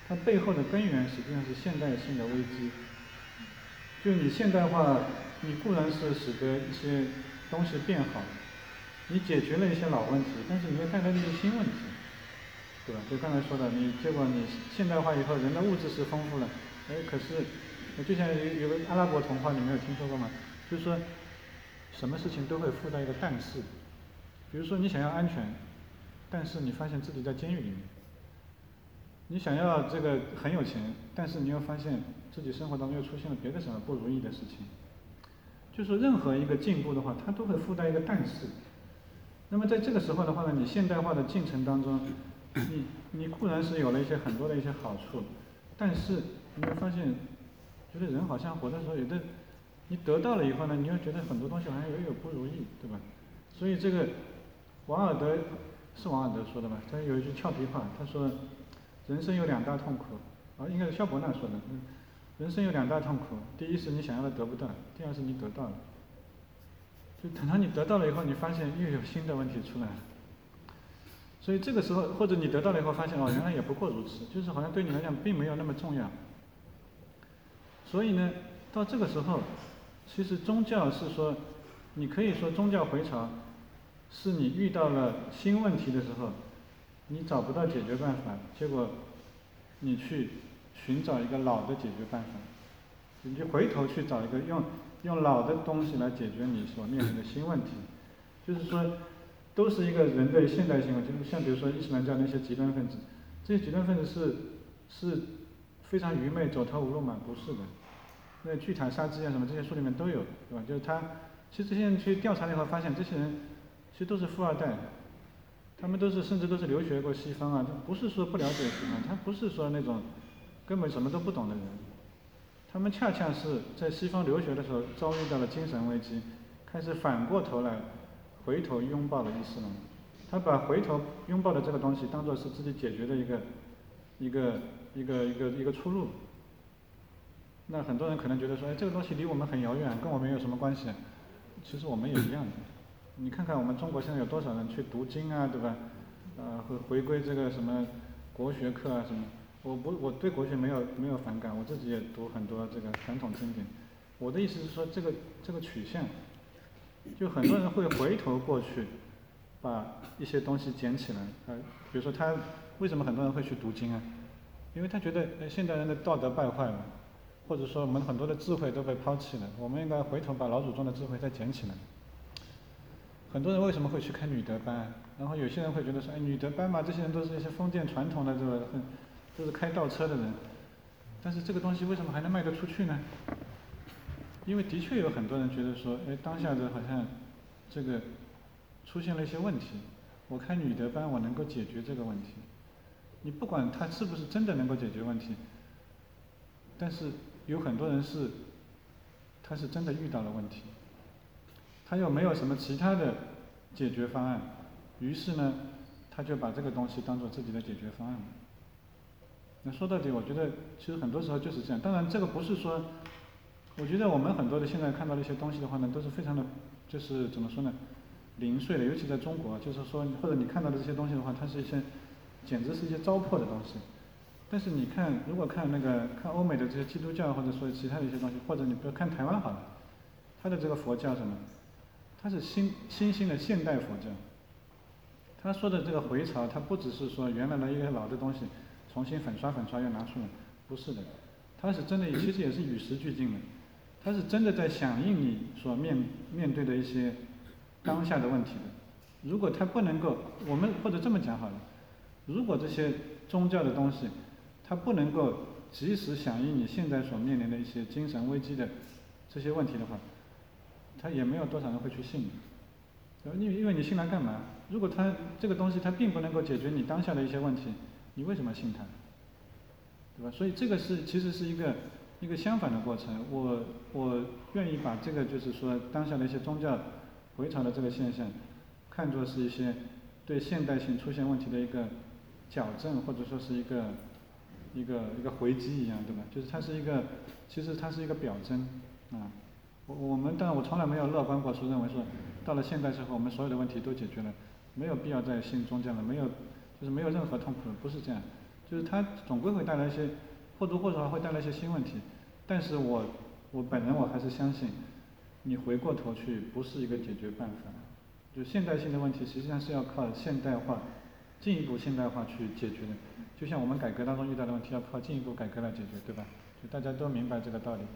E: 它背后的根源实际上是现代性的危机。就你现代化，你固然是使得一些东西变好，你解决了一些老问题，但是你又带来了一些新问题，对吧？就刚才说的，你结果你现代化以后，人的物质是丰富了，哎，可是就像有有个阿拉伯童话，你没有听说过吗？就是说，什么事情都会附带一个但是，比如说你想要安全，但是你发现自己在监狱里面；你想要这个很有钱，但是你又发现自己生活当中又出现了别的什么不如意的事情。就是说任何一个进步的话，它都会附带一个但是。那么在这个时候的话呢，你现代化的进程当中，你你固然是有了一些很多的一些好处，但是你会发现，觉得人好像活的时候有的，你得到了以后呢，你又觉得很多东西好像也有不如意，对吧？所以这个王尔德是王尔德说的吧？他有一句俏皮话，他说：“人生有两大痛苦，啊，应该是萧伯纳说的。嗯，人生有两大痛苦，第一是你想要的得不到，第二是你得到了。就等到你得到了以后，你发现又有新的问题出来了。所以这个时候，或者你得到了以后发现哦，原来也不过如此，就是好像对你来讲并没有那么重要。所以呢，到这个时候，其实宗教是说，你可以说宗教回潮，是你遇到了新问题的时候，你找不到解决办法，结果你去寻找一个老的解决办法，你就回头去找一个用用老的东西来解决你所面临的新问题。就是说，都是一个人类现代性问题，像比如说伊斯兰教那些极端分子，这些极端分子是是非常愚昧、走投无路嘛？不是的。那巨塔杀机啊什么这些书里面都有，对吧？就是他，其实这些人去调查了以后发现，这些人其实都是富二代，他们都是甚至都是留学过西方啊，不是说不了解西方，他不是说那种根本什么都不懂的人，他们恰恰是在西方留学的时候遭遇到了精神危机，开始反过头来回头拥抱了伊斯兰，他把回头拥抱的这个东西当作是自己解决的一个一个一个一个一个出路。那很多人可能觉得说，哎，这个东西离我们很遥远，跟我们有什么关系？其实我们也一样的。你看看我们中国现在有多少人去读经啊，对吧？呃，回回归这个什么国学课啊什么。我不，我对国学没有没有反感，我自己也读很多这个传统经典。我的意思是说，这个这个取向，就很多人会回头过去，把一些东西捡起来。呃，比如说他为什么很多人会去读经啊？因为他觉得，哎，现代人的道德败坏了。或者说我们很多的智慧都被抛弃了，我们应该回头把老祖宗的智慧再捡起来。很多人为什么会去开女德班？然后有些人会觉得说，哎，女德班嘛，这些人都是一些封建传统的这个，都是开倒车的人。但是这个东西为什么还能卖得出去呢？因为的确有很多人觉得说，哎，当下的好像这个出现了一些问题，我开女德班我能够解决这个问题。你不管他是不是真的能够解决问题，但是有很多人是，他是真的遇到了问题，他又没有什么其他的解决方案，于是呢，他就把这个东西当做自己的解决方案。那说到底，我觉得其实很多时候就是这样。当然，这个不是说，我觉得我们很多的现在看到的一些东西的话呢，都是非常的，就是怎么说呢，零碎的，尤其在中国，就是说，或者你看到的这些东西的话，它是一些，简直是一些糟粕的东西。但是你看，如果看那个看欧美的这些基督教，或者说其他的一些东西，或者你比如看台湾好了，它的这个佛教什么，它是新新兴的现代佛教。他说的这个回潮，它不只是说原来的一个老的东西重新粉刷粉刷又拿出来，不是的，它是真的，其实也是与时俱进的，它是真的在响应你所面面对的一些当下的问题的。如果它不能够，我们或者这么讲好了，如果这些宗教的东西，它不能够及时响应你现在所面临的一些精神危机的这些问题的话，它也没有多少人会去信你。因为因为你信它干嘛？如果它这个东西它并不能够解决你当下的一些问题，你为什么信它？对吧？所以这个是其实是一个一个相反的过程。我我愿意把这个就是说当下的一些宗教回潮的这个现象，看作是一些对现代性出现问题的一个矫正，或者说是一个一个一个回击一样，对吧？就是它是一个，其实它是一个表征啊。我我们当然我从来没有乐观过，说认为说到了现代社会，我们所有的问题都解决了，没有必要再信宗教了，没有就是没有任何痛苦了，不是这样。 就是它总归会带来一些或多或少会带来一些新问题。但是我我本人我还是相信，你回过头去不是一个解决办法。就现代性的问题实际上是要靠现代化、进一步现代化去解决的。就像我们改革当中遇到的问题，要靠进一步改革来解决，对吧？就大家都明白这个道理。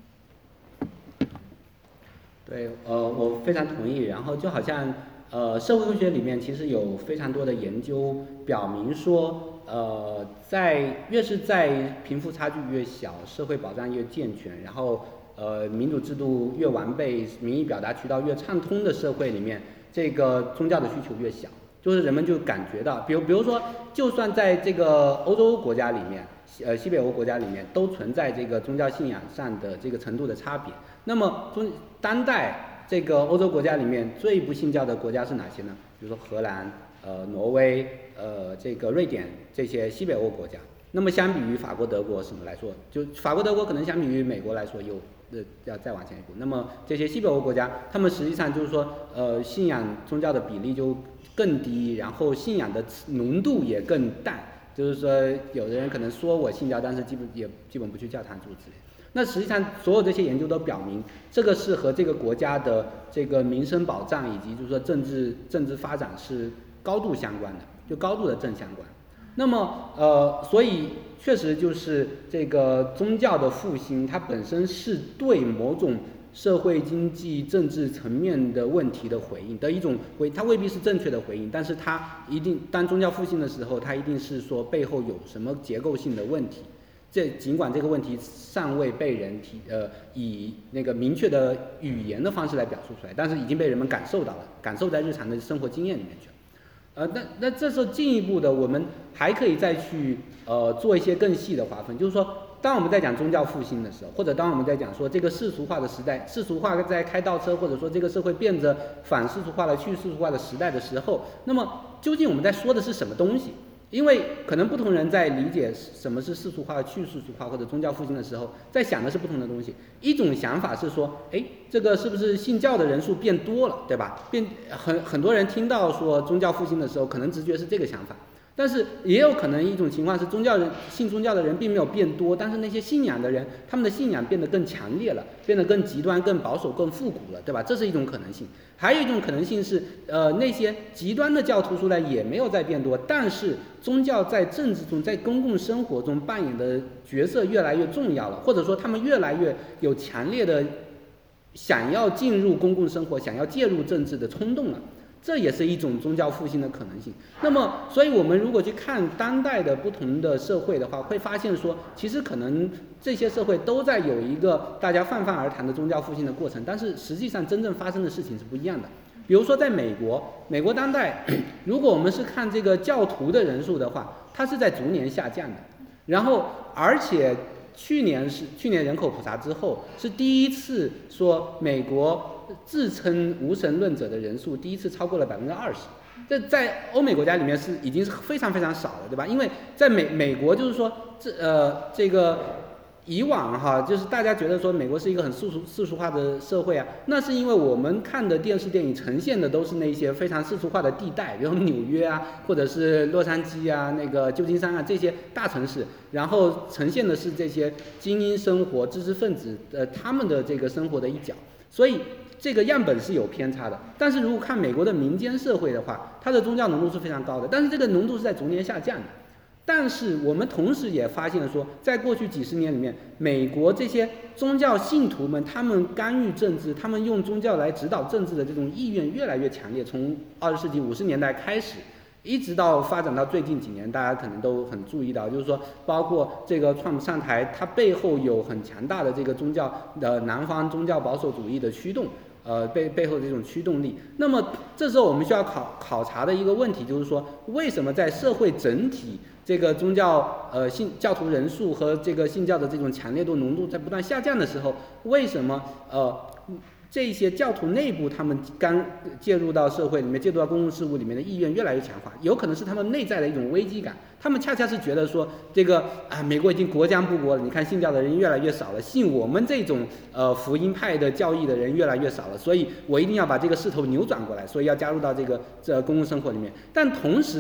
F: 对，呃，我非常同意。然后就好像，呃，社会科学里面其实有非常多的研究表明说，呃，在越是在贫富差距越小、社会保障越健全，然后呃民主制度越完备、民意表达渠道越畅通的社会里面，这个宗教的需求越小。就是人们就感觉到，比如比如说，就算在这个欧洲国家里面，呃西北欧国家里面，都存在这个宗教信仰上的这个程度的差别。那么中当代这个欧洲国家里面最不信教的国家是哪些呢？比如说荷兰、呃挪威、呃这个瑞典这些西北欧国家。那么相比于法国、德国什么来说，就法国、德国可能相比于美国来说有呃要再往前一步。那么这些西北欧国家，他们实际上就是说，呃信仰宗教的比例就更低，然后信仰的浓度也更淡。就是说，有的人可能说我信教，但是基本也基本不去教堂诸如此类。那实际上，所有这些研究都表明，这个是和这个国家的这个民生保障以及就是说政治政治发展是高度相关的，就高度的正相关。那么，呃，所以确实就是这个宗教的复兴，它本身是对某种社会、经济、政治层面的问题的回应的一种回，它未必是正确的回应，但是它一定当宗教复兴的时候，它一定是说背后有什么结构性的问题。这尽管这个问题尚未被人提呃以那个明确的语言的方式来表述出来，但是已经被人们感受到了，感受在日常的生活经验里面去了。呃，那那这时候进一步的，我们还可以再去呃做一些更细的划分，就是说，当我们在讲宗教复兴的时候，或者当我们在讲说这个世俗化的时代，世俗化在开倒车，或者说这个社会变着反世俗化的去世俗化的时代的时候，那么究竟我们在说的是什么东西？因为可能不同人在理解什么是世俗化、去世俗化或者宗教复兴的时候，在想的是不同的东西。一种想法是说，哎，这个是不是信教的人数变多了，对吧？变很很多人听到说宗教复兴的时候，可能直觉是这个想法。但是也有可能一种情况是，宗教人信宗教的人并没有变多，但是那些信仰的人，他们的信仰变得更强烈了，变得更极端、更保守、更复古了，对吧？这是一种可能性。还有一种可能性是，呃，那些极端的教徒数量也没有再变多，但是宗教在政治中、在公共生活中扮演的角色越来越重要了，或者说他们越来越有强烈的想要进入公共生活、想要介入政治的冲动了。这也是一种宗教复兴的可能性。那么，所以我们如果去看当代的不同的社会的话，会发现说，其实可能这些社会都在有一个大家泛泛而谈的宗教复兴的过程，但是实际上真正发生的事情是不一样的。比如说在美国，美国当代，如果我们是看这个教徒的人数的话，它是在逐年下降的。然后，而且去年是去年人口普查之后，是第一次说美国自称无神论者的人数第一次超过了百分之二十，这在欧美国家里面是已经是非常非常少了，对吧？因为在美美国就是说这呃这个以往哈，就是大家觉得说美国是一个很世俗世俗化的社会啊，那是因为我们看的电视电影呈现的都是那些非常世俗化的地带，比如纽约啊，或者是洛杉矶啊、那个旧金山啊这些大城市，然后呈现的是这些精英生活、知识分子呃他们的这个生活的一角，所以这个样本是有偏差的。但是如果看美国的民间社会的话，它的宗教浓度是非常高的，但是这个浓度是在逐年下降的。但是我们同时也发现了说，在过去几十年里面，美国这些宗教信徒们，他们干预政治，他们用宗教来指导政治的这种意愿越来越强烈。从二十世纪五十年代开始，一直到发展到最近几年，大家可能都很注意到，就是说，包括这个川普上台，它背后有很强大的这个宗教的南方宗教保守主义的驱动。呃，背背后的这种驱动力。那么这时候我们需要考考察的一个问题就是说，为什么在社会整体这个宗教呃信教徒人数和这个信教的这种强烈度浓度在不断下降的时候，为什么呃这些教徒内部他们干介入到社会里面、介入到公共事务里面的意愿越来越强化？有可能是他们内在的一种危机感，他们恰恰是觉得说，这个啊，美国已经国将不国了，你看信教的人越来越少了，信我们这种呃福音派的教义的人越来越少了，所以我一定要把这个势头扭转过来，所以要加入到这个这公共生活里面。但同时，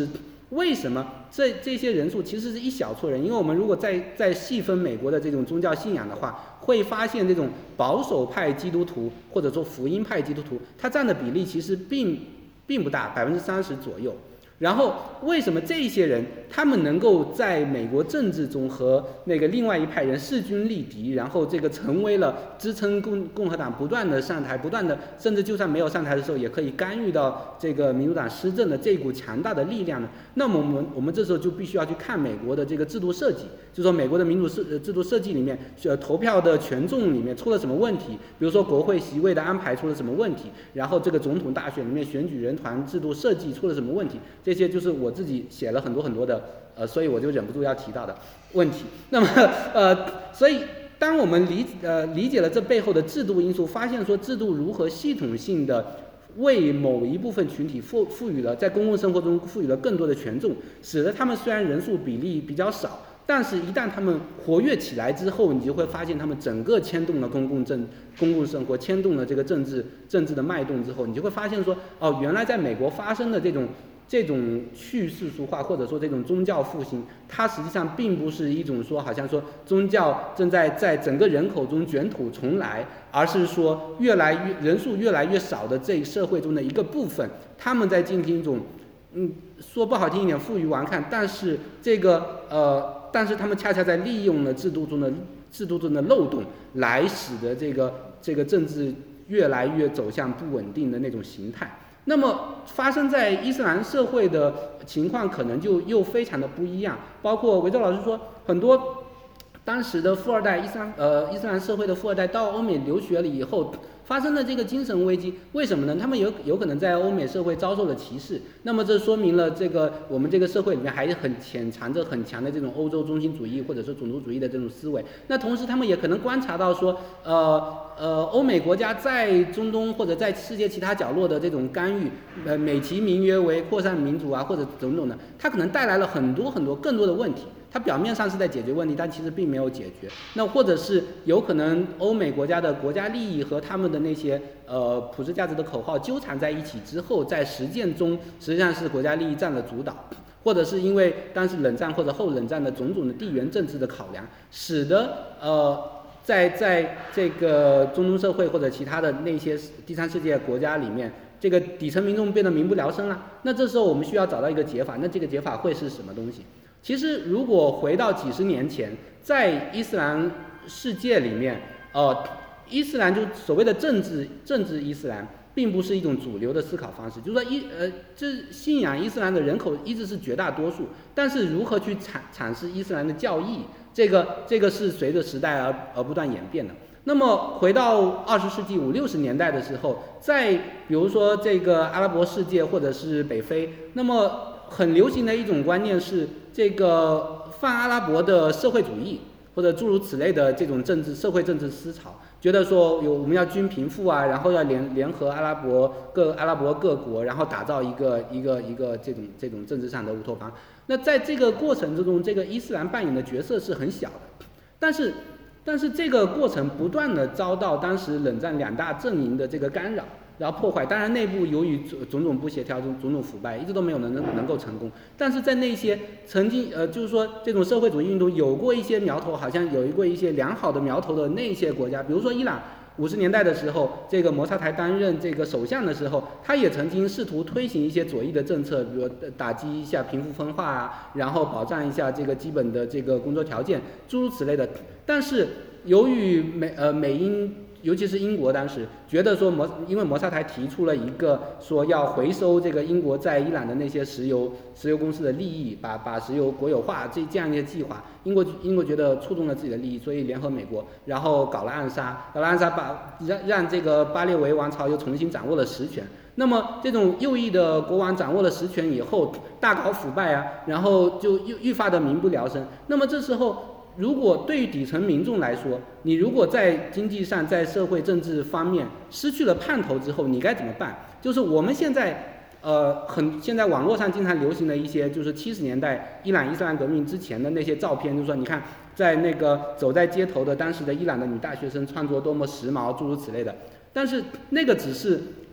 F: 为什么这这些人数其实是一小撮人？因为我们如果再再细分美国的这种宗教信仰的话，会发现这种保守派基督徒或者说福音派基督徒，它占的比例其实并并不大，百分之三十左右。然后为什么这些人他们能够在美国政治中和那个另外一派人势均力敌，然后这个成为了支撑共共和党不断的上台，不断的甚至就算没有上台的时候也可以干预到这个民主党施政的这股强大的力量呢？那么我们我们这时候就必须要去看美国的这个制度设计，就是说美国的民主制制度设计里面，呃投票的权重里面出了什么问题，比如说国会席位的安排出了什么问题，然后这个总统大选里面选举人团制度设计出了什么问题。这些就是我自己写了很多很多的，呃，所以我就忍不住要提到的问题。那么，呃，所以当我们理呃理解了这背后的制度因素，发现说制度如何系统性的为某一部分群体赋赋予了在公共生活中赋予了更多的权重，使得他们虽然人数比例比较少，但是一旦他们活跃起来之后，你就会发现他们整个牵动了公共政公共生活，牵动了这个政治政治的脉动之后，你就会发现说，哦，原来在美国发生的这种这种去世俗化或者说这种宗教复兴，它实际上并不是一种说好像说宗教正在在整个人口中卷土重来，而是说越来越人数越来越少的这社会中的一个部分，他们在进行一种嗯说不好听一点负隅顽抗，但是这个呃但是他们恰恰在利用了制度中的制度中的漏洞，来使得这个这个政治越来越走向不稳定的那种形态。那么发生在伊斯兰社会的情况可能就又非常的不一样，包括维州老师说，很多当时的富二代伊斯兰呃伊斯兰社会的富二代到欧美留学了以后，发生了这个精神危机，为什么呢？他们有有可能在欧美社会遭受了歧视，那么这说明了这个我们这个社会里面还是很潜藏着很强的这种欧洲中心主义或者说种族主义的这种思维。那同时他们也可能观察到说，呃呃，欧美国家在中东或者在世界其他角落的这种干预，呃，美其名曰为扩散民主啊，或者种种的，它可能带来了很多很多更多的问题。它表面上是在解决问题，但其实并没有解决。那或者是有可能欧美国家的国家利益和他们的那些呃普世价值的口号纠缠在一起之后，在实践中实际上是国家利益占了主导，或者是因为当时冷战或者后冷战的种种的地缘政治的考量，使得呃在在这个中东社会或者其他的那些第三世界国家里面，这个底层民众变得民不聊生了。那这时候我们需要找到一个解法，那这个解法会是什么东西？其实如果回到几十年前，在伊斯兰世界里面，呃，伊斯兰就所谓的政治政治伊斯兰，并不是一种主流的思考方式。就是说伊呃，这信仰伊斯兰的人口一直是绝大多数，但是如何去阐阐释伊斯兰的教义，这个这个是随着时代而而不断演变的。那么回到二十世纪五六十年代的时候，在比如说这个阿拉伯世界或者是北非，那么很流行的一种观念是这个泛阿拉伯的社会主义或者诸如此类的这种政治社会政治思潮，觉得说有我们要均贫富啊，然后要联联合阿拉伯各阿拉伯各国，然后打造一个一个一个这种这种政治上的乌托邦。那在这个过程之中，这个伊斯兰扮演的角色是很小的，但是但是这个过程不断的遭到当时冷战两大阵营的这个干扰，然后破坏。当然内部由于种种不协调、种种腐败，一直都没有能能够成功。但是在那些曾经呃，就是说这种社会主义运动有过一些苗头，好像有过一些良好的苗头的那些国家，比如说伊朗。五十年代的时候，这个摩萨台担任这个首相的时候，他也曾经试图推行一些左翼的政策，比如打击一下贫富分化啊，然后保障一下这个基本的这个工作条件，诸如此类的。但是由于美呃美英，尤其是英国当时觉得说摩，因为摩萨台提出了一个说要回收这个英国在伊朗的那些石油石油公司的利益，把把石油国有化这这样一些计划，英国英国觉得触动了自己的利益，所以联合美国，然后搞了暗杀，搞了暗杀把让让这个巴列维王朝又重新掌握了实权。那么这种右翼的国王掌握了实权以后，大搞腐败啊，然后就愈愈发的民不聊生。那么这时候，如果对于底层民众来说，你如果在经济上、在社会政治方面失去了盼头之后，你该怎么办？就是我们现在，呃，很现在网络上经常流行的一些，就是七十年代伊朗伊斯兰革命之前的那些照片，就是说，你看，在那个走在街头的当时的伊朗的女大学生穿着多么时髦，诸如此类的。但是那个只是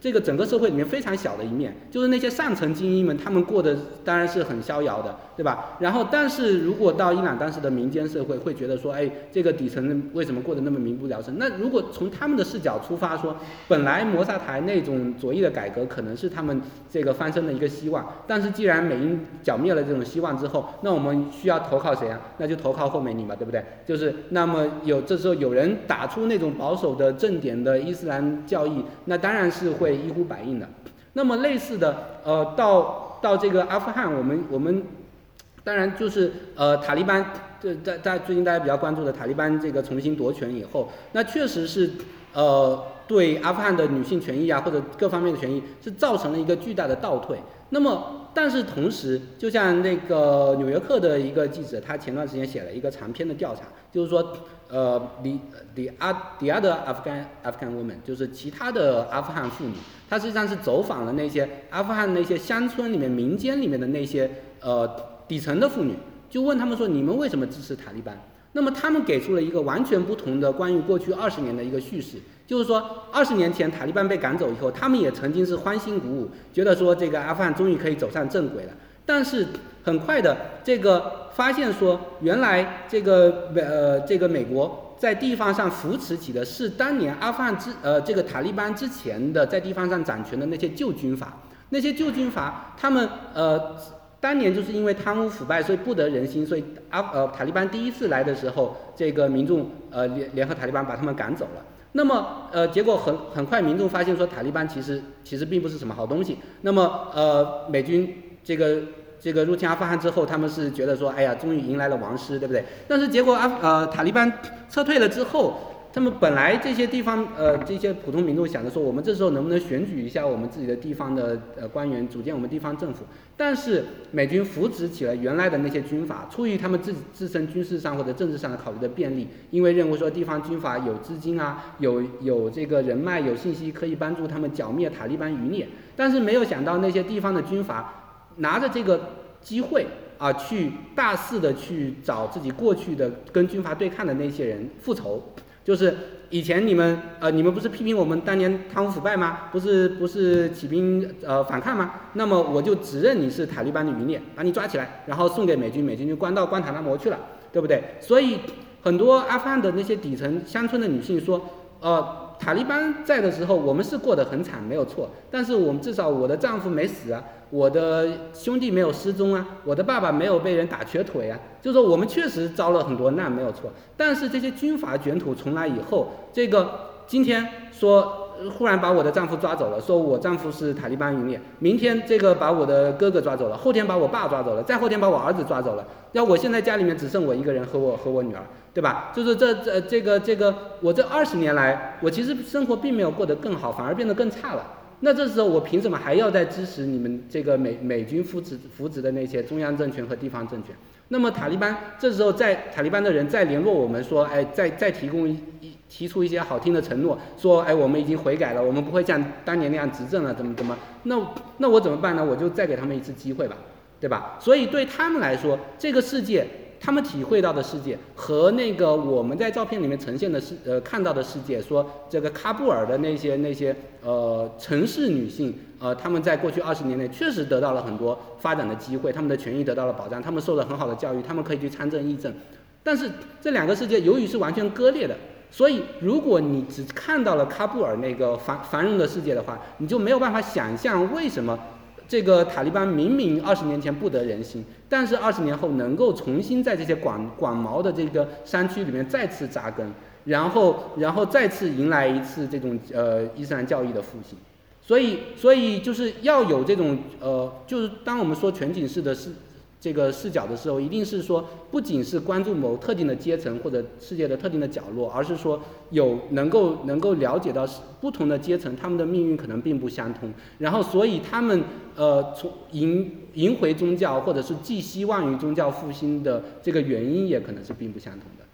F: 这个整个社会里面非常小的一面，就是那些上层精英们，他们过得当然是很逍遥的，对吧？然后，但是如果到伊朗当时的民间社会，会觉得说，哎，这个底层为什么过得那么民不聊生？那如果从他们的视角出发说，本来摩萨台那种左翼的改革可能是他们这个翻身的一个希望，但是既然美英剿灭了这种希望之后，那我们需要投靠谁啊？那就投靠霍梅尼嘛，对不对？就是那么有这时候有人打出那种保守的正点的伊斯兰教义，那当然是会一呼百应的。那么类似的，呃，到到这个阿富汗，我们我们当然就是呃塔利班，这在在最近大家比较关注的塔利班这个重新夺权以后，那确实是呃对阿富汗的女性权益啊或者各方面的权益是造成了一个巨大的倒退。那么但是同时，就像那个纽约客的一个记者，他前段时间写了一个长篇的调查，就是说，呃，the the the other Afghan Afghan women， 就是其他的阿富汗妇女，她实际上是走访了那些阿富汗那些乡村里面、民间里面的那些呃底层的妇女，就问他们说，你们为什么支持塔利班？那么他们给出了一个完全不同的关于过去二十年的一个叙事，就是说二十年前塔利班被赶走以后，他们也曾经是欢欣鼓舞，觉得说这个阿富汗终于可以走上正轨了。但是很快的，这个发现说，原来这个呃这个美国在地方上扶持起的是当年阿富汗之呃这个塔利班之前的在地方上掌权的那些旧军阀，那些旧军阀他们呃。当年就是因为贪污腐败，所以不得人心，所以阿呃塔利班第一次来的时候，这个民众呃联联合塔利班把他们赶走了。那么呃结果很很快民众发现说塔利班其实其实并不是什么好东西。那么呃美军这个这个入侵阿富汗之后，他们是觉得说，哎呀，终于迎来了王师，对不对？但是结果阿呃塔利班撤退了之后。他们本来这些地方，呃，这些普通民众想着说，我们这时候能不能选举一下我们自己的地方的呃官员，组建我们地方政府？但是美军扶植起了原来的那些军阀，出于他们自己自身军事上或者政治上的考虑的便利，因为认为说地方军阀有资金啊，有有这个人脉，有信息可以帮助他们剿灭塔利班余孽。但是没有想到那些地方的军阀拿着这个机会啊，去大肆的去找自己过去的跟军阀对抗的那些人复仇。就是以前你们呃你们不是批评我们当年贪污腐败吗？不是不是起兵呃反抗吗？那么我就指认你是塔利班的余孽，把你抓起来，然后送给美军，美军就关到关塔那摩去了，对不对？所以很多阿富汗的那些底层乡村的女性说，呃塔利班在的时候我们是过得很惨没有错，但是我们至少我的丈夫没死啊，我的兄弟没有失踪啊，我的爸爸没有被人打瘸腿啊，就是说我们确实遭了很多难没有错。但是这些军阀卷土重来以后，这个今天说忽然把我的丈夫抓走了，说我丈夫是塔利班余孽，明天这个把我的哥哥抓走了，后天把我爸抓走了，再后天把我儿子抓走了，要我现在家里面只剩我一个人和我和我女儿，对吧？就是这这这个这个我这二十年来，我其实生活并没有过得更好，反而变得更差了。那这时候我凭什么还要再支持你们这个美美军扶持扶植的那些中央政权和地方政权？那么塔利班这时候在塔利班的人再联络我们说，哎，再再提供一提出一些好听的承诺，说，哎，我们已经悔改了，我们不会像当年那样执政了，怎么怎么？那那我怎么办呢？我就再给他们一次机会吧，对吧？所以对他们来说，这个世界。他们体会到的世界和那个我们在照片里面呈现的世呃看到的世界，说这个喀布尔的那些那些呃城市女性呃他们在过去二十年内确实得到了很多发展的机会，他们的权益得到了保障，他们受了很好的教育，他们可以去参政议政。但是这两个世界由于是完全割裂的，所以如果你只看到了喀布尔那个繁繁荣的世界的话，你就没有办法想象为什么。这个塔利班明明二十年前不得人心，但是二十年后能够重新在这些广广袤的这个山区里面再次扎根，然后然后再次迎来一次这种呃伊斯兰教义的复兴。所以所以就是要有这种呃，就是当我们说全景式的视这个视角的时候，一定是说不仅是关注某特定的阶层或者世界的特定的角落，而是说有能够能够了解到不同的阶层他们的命运可能并不相同，然后所以他们呃从迎迎回宗教或者是寄希望于宗教复兴的这个原因也可能是并不相同的。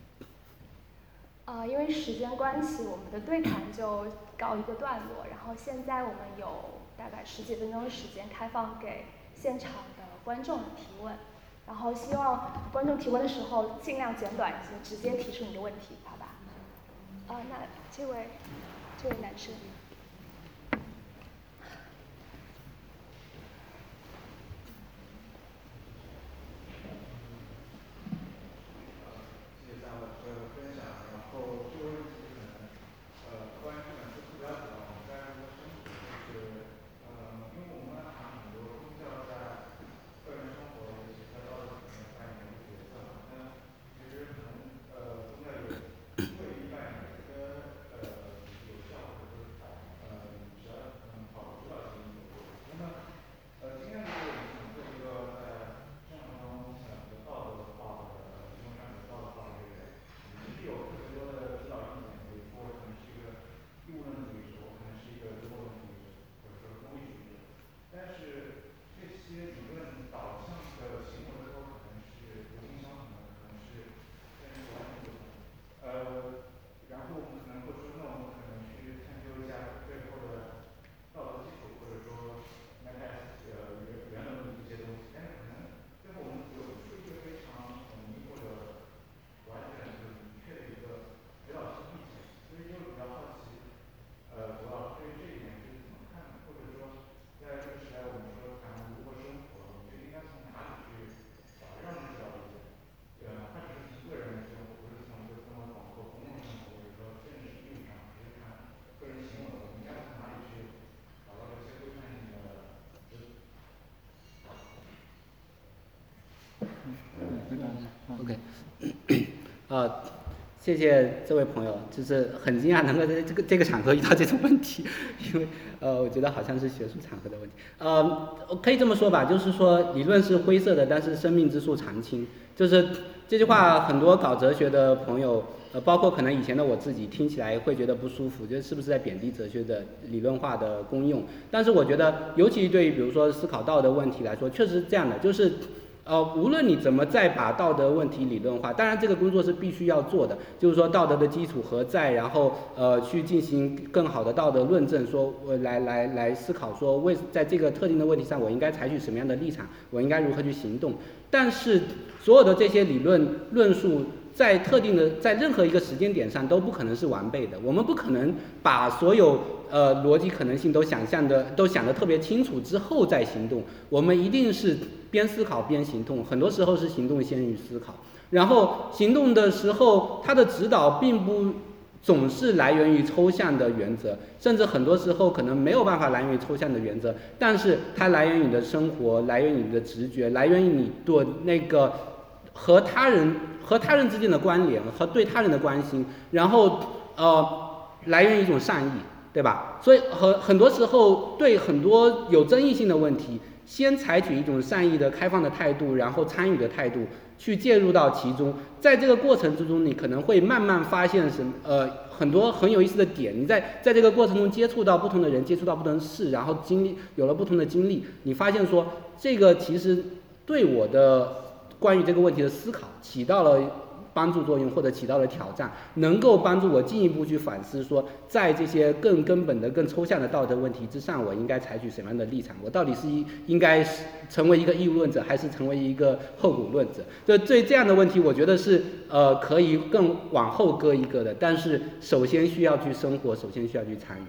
D: 呃，因为时间关系，我们的对谈就告一个段落。然后现在我们有大概十几分钟的时间开放给现场的观众提问，然后希望观众提问的时候尽量简短一些，直接提出你的问题，好吧？呃，那这位这位男生。
F: OK， 呃，谢谢这位朋友，就是很惊讶能够在这个这个场合遇到这种问题，因为呃，我觉得好像是学术场合的问题。呃，可以这么说吧，就是说理论是灰色的，但是生命之树常青。就是这句话，很多搞哲学的朋友，呃，包括可能以前的我自己，听起来会觉得不舒服，觉得是不是在贬低哲学的理论化的功用？但是我觉得，尤其对于比如说思考道德问题来说，确实是这样的，就是。呃，无论你怎么再把道德问题理论化，当然这个工作是必须要做的，就是说道德的基础何在，然后呃去进行更好的道德论证，说呃来来来思考说为在这个特定的问题上我应该采取什么样的立场，我应该如何去行动。但是所有的这些理论论述在特定的在任何一个时间点上都不可能是完备的，我们不可能把所有呃逻辑可能性都想象的都想得特别清楚之后再行动，我们一定是边思考边行动，很多时候是行动先于思考，然后行动的时候它的指导并不总是来源于抽象的原则，甚至很多时候可能没有办法来源于抽象的原则，但是它来源于你的生活，来源于你的直觉，来源于你对那个和他人和他人之间的关联和对他人的关心，然后呃来源于一种善意，对吧？所以很很多时候对很多有争议性的问题，先采取一种善意的开放的态度，然后参与的态度去介入到其中，在这个过程之中你可能会慢慢发现什么呃很多很有意思的点，你在在这个过程中接触到不同的人，接触到不同的事，然后经历有了不同的经历，你发现说这个其实对我的关于这个问题的思考起到了帮助作用，或者起到了挑战，能够帮助我进一步去反思说，在这些更根本的更抽象的道德问题之上，我应该采取什么样的立场，我到底是应该成为一个义务论者，还是成为一个后果论者。就对这样的问题我觉得是呃可以更往后搁一搁的，但是首先需要去生活，首先需要去参与。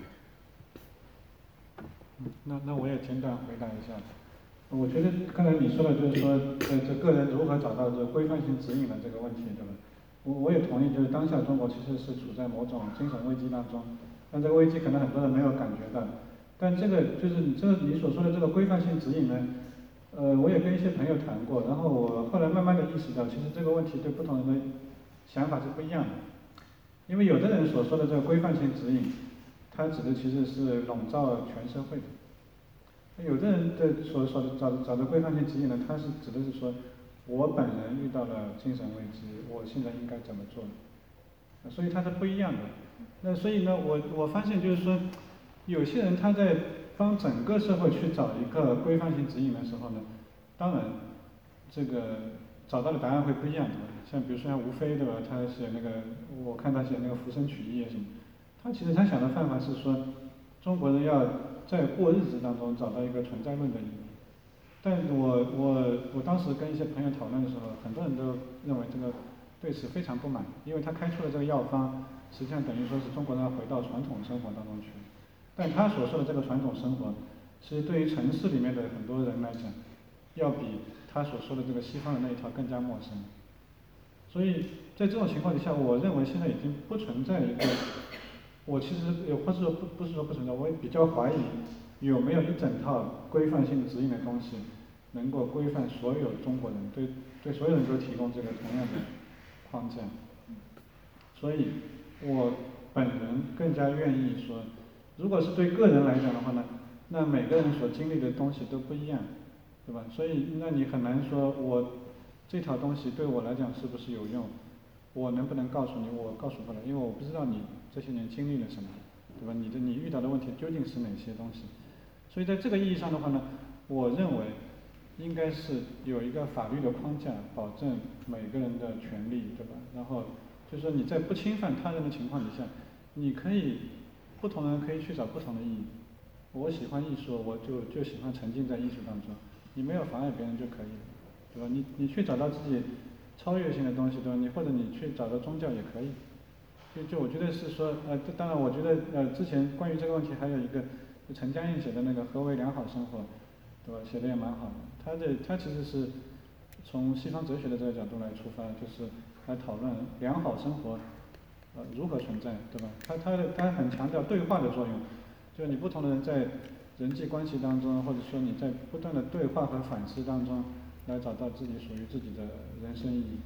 E: 那那我也简短回答一下。我觉得刚才你说的就是说，呃，这个人如何找到这规范性指引的这个问题，对吧？我我也同意，就是当下中国其实是处在某种精神危机当中，但这个危机可能很多人没有感觉到。但这个就是你这你所说的这个规范性指引呢，呃，我也跟一些朋友谈过，然后我后来慢慢的意识到，其实这个问题对不同人的想法是不一样的。因为有的人所说的这个规范性指引，它指的其实是笼罩全社会的。有的人的所所找找的规范性指引呢，它是指的是说，我本人遇到了精神危机，我现在应该怎么做？所以它是不一样的。那所以呢，我我发现就是说，有些人他在帮整个社会去找一个规范性指引的时候呢，当然这个找到的答案会不一样的。像比如说像吴飞对吧，他写那个，我看他写那个《浮生取义》什么，他其实他想的办法是说，中国人要在过日子当中找到一个存在论的意义。但我我我当时跟一些朋友讨论的时候，很多人都认为这个对此非常不满，因为他开出的这个药方，实际上等于说是中国人要回到传统生活当中去。但他所说的这个传统生活，其实对于城市里面的很多人来讲，要比他所说的这个西方的那一套更加陌生。所以在这种情况底下，我认为现在已经不存在一个，我其实也不是说不不是说不存在，我也比较怀疑有没有一整套规范性指引的东西，能够规范所有中国人，对对所有人都提供这个同样的框架。所以我本人更加愿意说，如果是对个人来讲的话呢，那每个人所经历的东西都不一样，对吧？所以那你很难说我这套东西对我来讲是不是有用，我能不能告诉你，我告诉不了，因为我不知道你这些年经历了什么，对吧？你的你遇到的问题究竟是哪些东西？所以在这个意义上的话呢，我认为应该是有一个法律的框架，保证每个人的权利，对吧？然后就是说你在不侵犯他人的情况底下，你可以不同人可以去找不同的意义。我喜欢艺术，我就就喜欢沉浸在艺术当中，你没有妨碍别人就可以了，对吧？你你去找到自己超越性的东西，对吧？你或者你去找到宗教也可以。就就我觉得是说，呃，当然我觉得呃之前关于这个问题还有一个陈嘉映写的那个《何为良好生活》，对吧？写的也蛮好的。他的他其实是从西方哲学的这个角度来出发，就是来讨论良好生活呃如何存在，对吧？他他的他很强调对话的作用，就是你不同的人在人际关系当中，或者说你在不断的对话和反思当中，来找到自己属于自己的人生意义。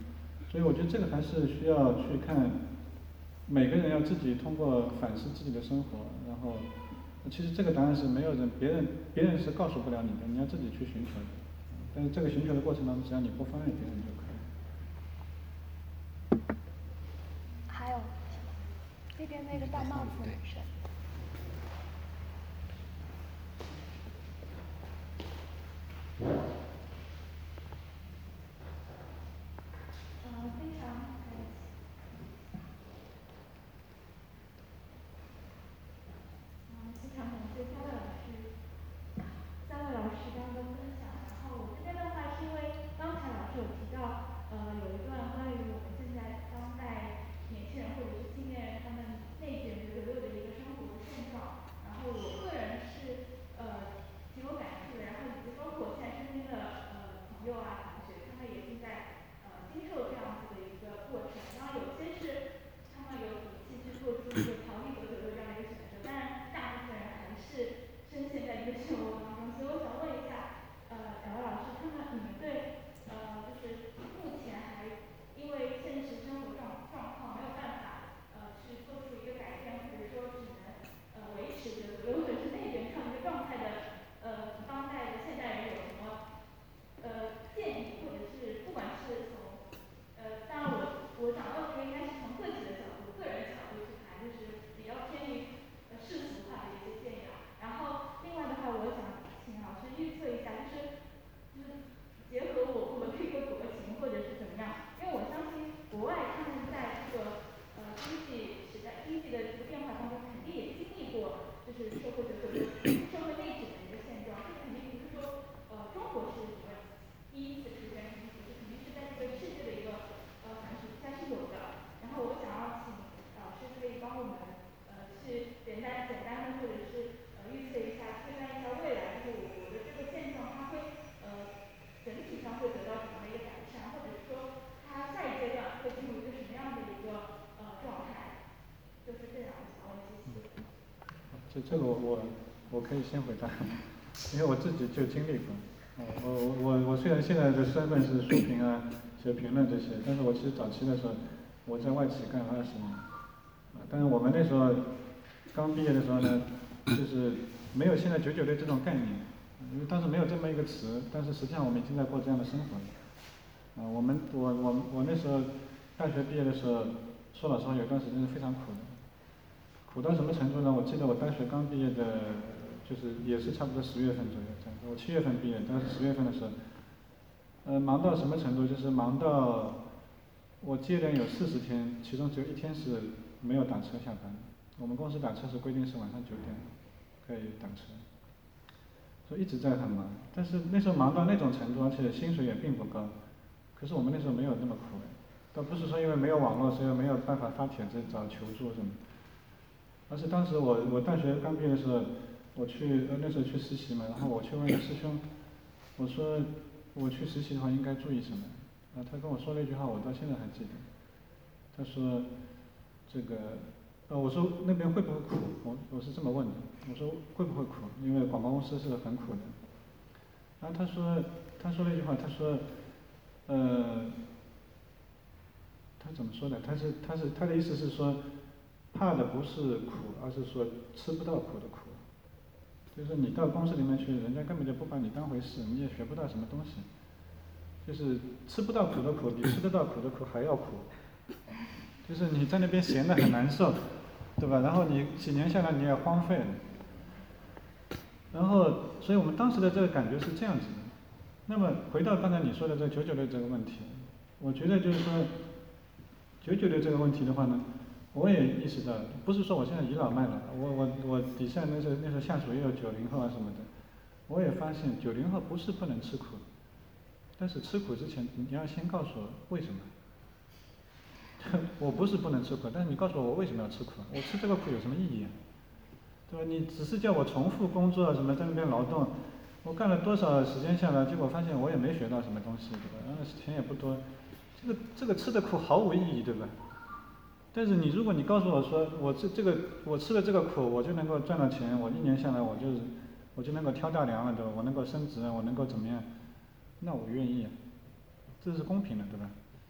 E: 所以我觉得这个还是需要去看，每个人要自己通过反思自己的生活，然后其实这个答案是没有人别人别人是告诉不了你的，你要自己去寻求的。但是这个寻求的过程当中，只要你不妨碍别人就可以。
D: 还有那边那个戴帽子的女生。
G: 呃，非常感谢。嗯，非常感谢三位老师，三位老师刚刚分享。然后我这边的话，是因为刚才老师有提到，呃，有一段关于我们现在当代年轻人或者是青年人他们内卷九九六的一个生活的现状。然后我个人是呃挺有感触的，然后以及包括我现在身边的呃朋友啊同学，他们也正在呃经受这样子的一个过程。然后有些是他们有底气去做出一个逃离九九六这样一个选择，但是大部分人还是深陷在这个漩涡当中。所以我想问一下，呃，两位老师，他们你们对呃就是目前还因为现实生活状状况没有办法呃去做出一个改变，或者说只能呃维持着九九六或者是内卷这样一个状态的呃当代的现代人有什么呃建议，或者是不管是从呃当然我我讲到这个应该是从个体的角度、个人角度去谈，就是比较偏于呃世俗化的一些建议啊。然后另外的话，我想请老师预测一下，就是就是结合我国的一个国情或者是怎么样，因为我相信国外他们在这个呃经济时代、经济的这个变化当中，肯定也经历过就是社会的这个社会内卷的一个现状，这肯定不是说呃中国是什么第一次出现，这肯定是在这个世界的一个呃反属下是有的。然后我想要请老师可以帮我们呃去简单简单的或者是呃预测一下、推断一下未来，就是我国的这个现状，它会呃整体上会得到什么样的一个改善，或者说它下一阶段会进入一个什么样的一个呃状态？就是这两个想问，谢谢。
E: 这这个我我我可以先回答，因为我自己就经历过。哦，我我我虽然现在的身份是书评啊、写评论这些，但是我其实早期的时候，我在外企干了二十年。啊，但是我们那时候刚毕业的时候呢，就是没有现在九九六这种概念，因为当时没有这么一个词，但是实际上我们已经在过这样的生活了。啊，我们我我我那时候大学毕业的时候，说老实话，有一段时间是非常苦的。苦到什么程度呢？我记得我大学刚毕业的，就是也是差不多十月份左右这样。我七月份毕业，但是十月份的时候，呃，忙到什么程度？就是忙到我接连有四十天，其中只有一天是没有打车下班。我们公司打车是规定是晚上九点可以打车，所以一直在很忙。但是那时候忙到那种程度，而且薪水也并不高。可是我们那时候没有那么苦，倒不是说因为没有网络，所以没有办法发帖子找求助什么。而是当时我我大学刚毕业的时候，我去呃那时候去实习嘛，然后我去问师兄，我说我去实习的话应该注意什么？啊，他跟我说了一句话，我到现在还记得。他说这个呃我说那边会不会苦？我我是这么问的，我说会不会苦？因为广告公司是很苦的。然后他说他说了一句话，他说呃他怎么说的？他是他是他的意思是说。怕的不是苦，而是说吃不到苦的苦。就是你到公司里面去，人家根本就不把你当回事，你也学不到什么东西。就是吃不到苦的苦，比吃得到苦的苦还要苦。就是你在那边闲得很难受，对吧？然后你几年下来你也荒废了。然后，所以我们当时的这个感觉是这样子的。那么回到刚才你说的这九九六这个问题，我觉得就是说，九九六这个问题的话呢。我也意识到，不是说我现在倚老卖老，我我我底下那时候那时候下属也有九零后啊什么的，我也发现九零后不是不能吃苦，但是吃苦之前你要先告诉我为什么。我不是不能吃苦，但是你告诉我我为什么要吃苦？我吃这个苦有什么意义啊？对吧？你只是叫我重复工作什么在那边劳动，我干了多少时间下来，结果发现我也没学到什么东西，对吧？然后钱也不多，这个这个吃的苦毫无意义，对吧？但是你如果你告诉我说我这这个我吃了这个苦我就能够赚到钱，我一年下来我就我就能够挑大梁了，对吧？我能够升职，我能够怎么样？那我愿意，这是公平的，对吧？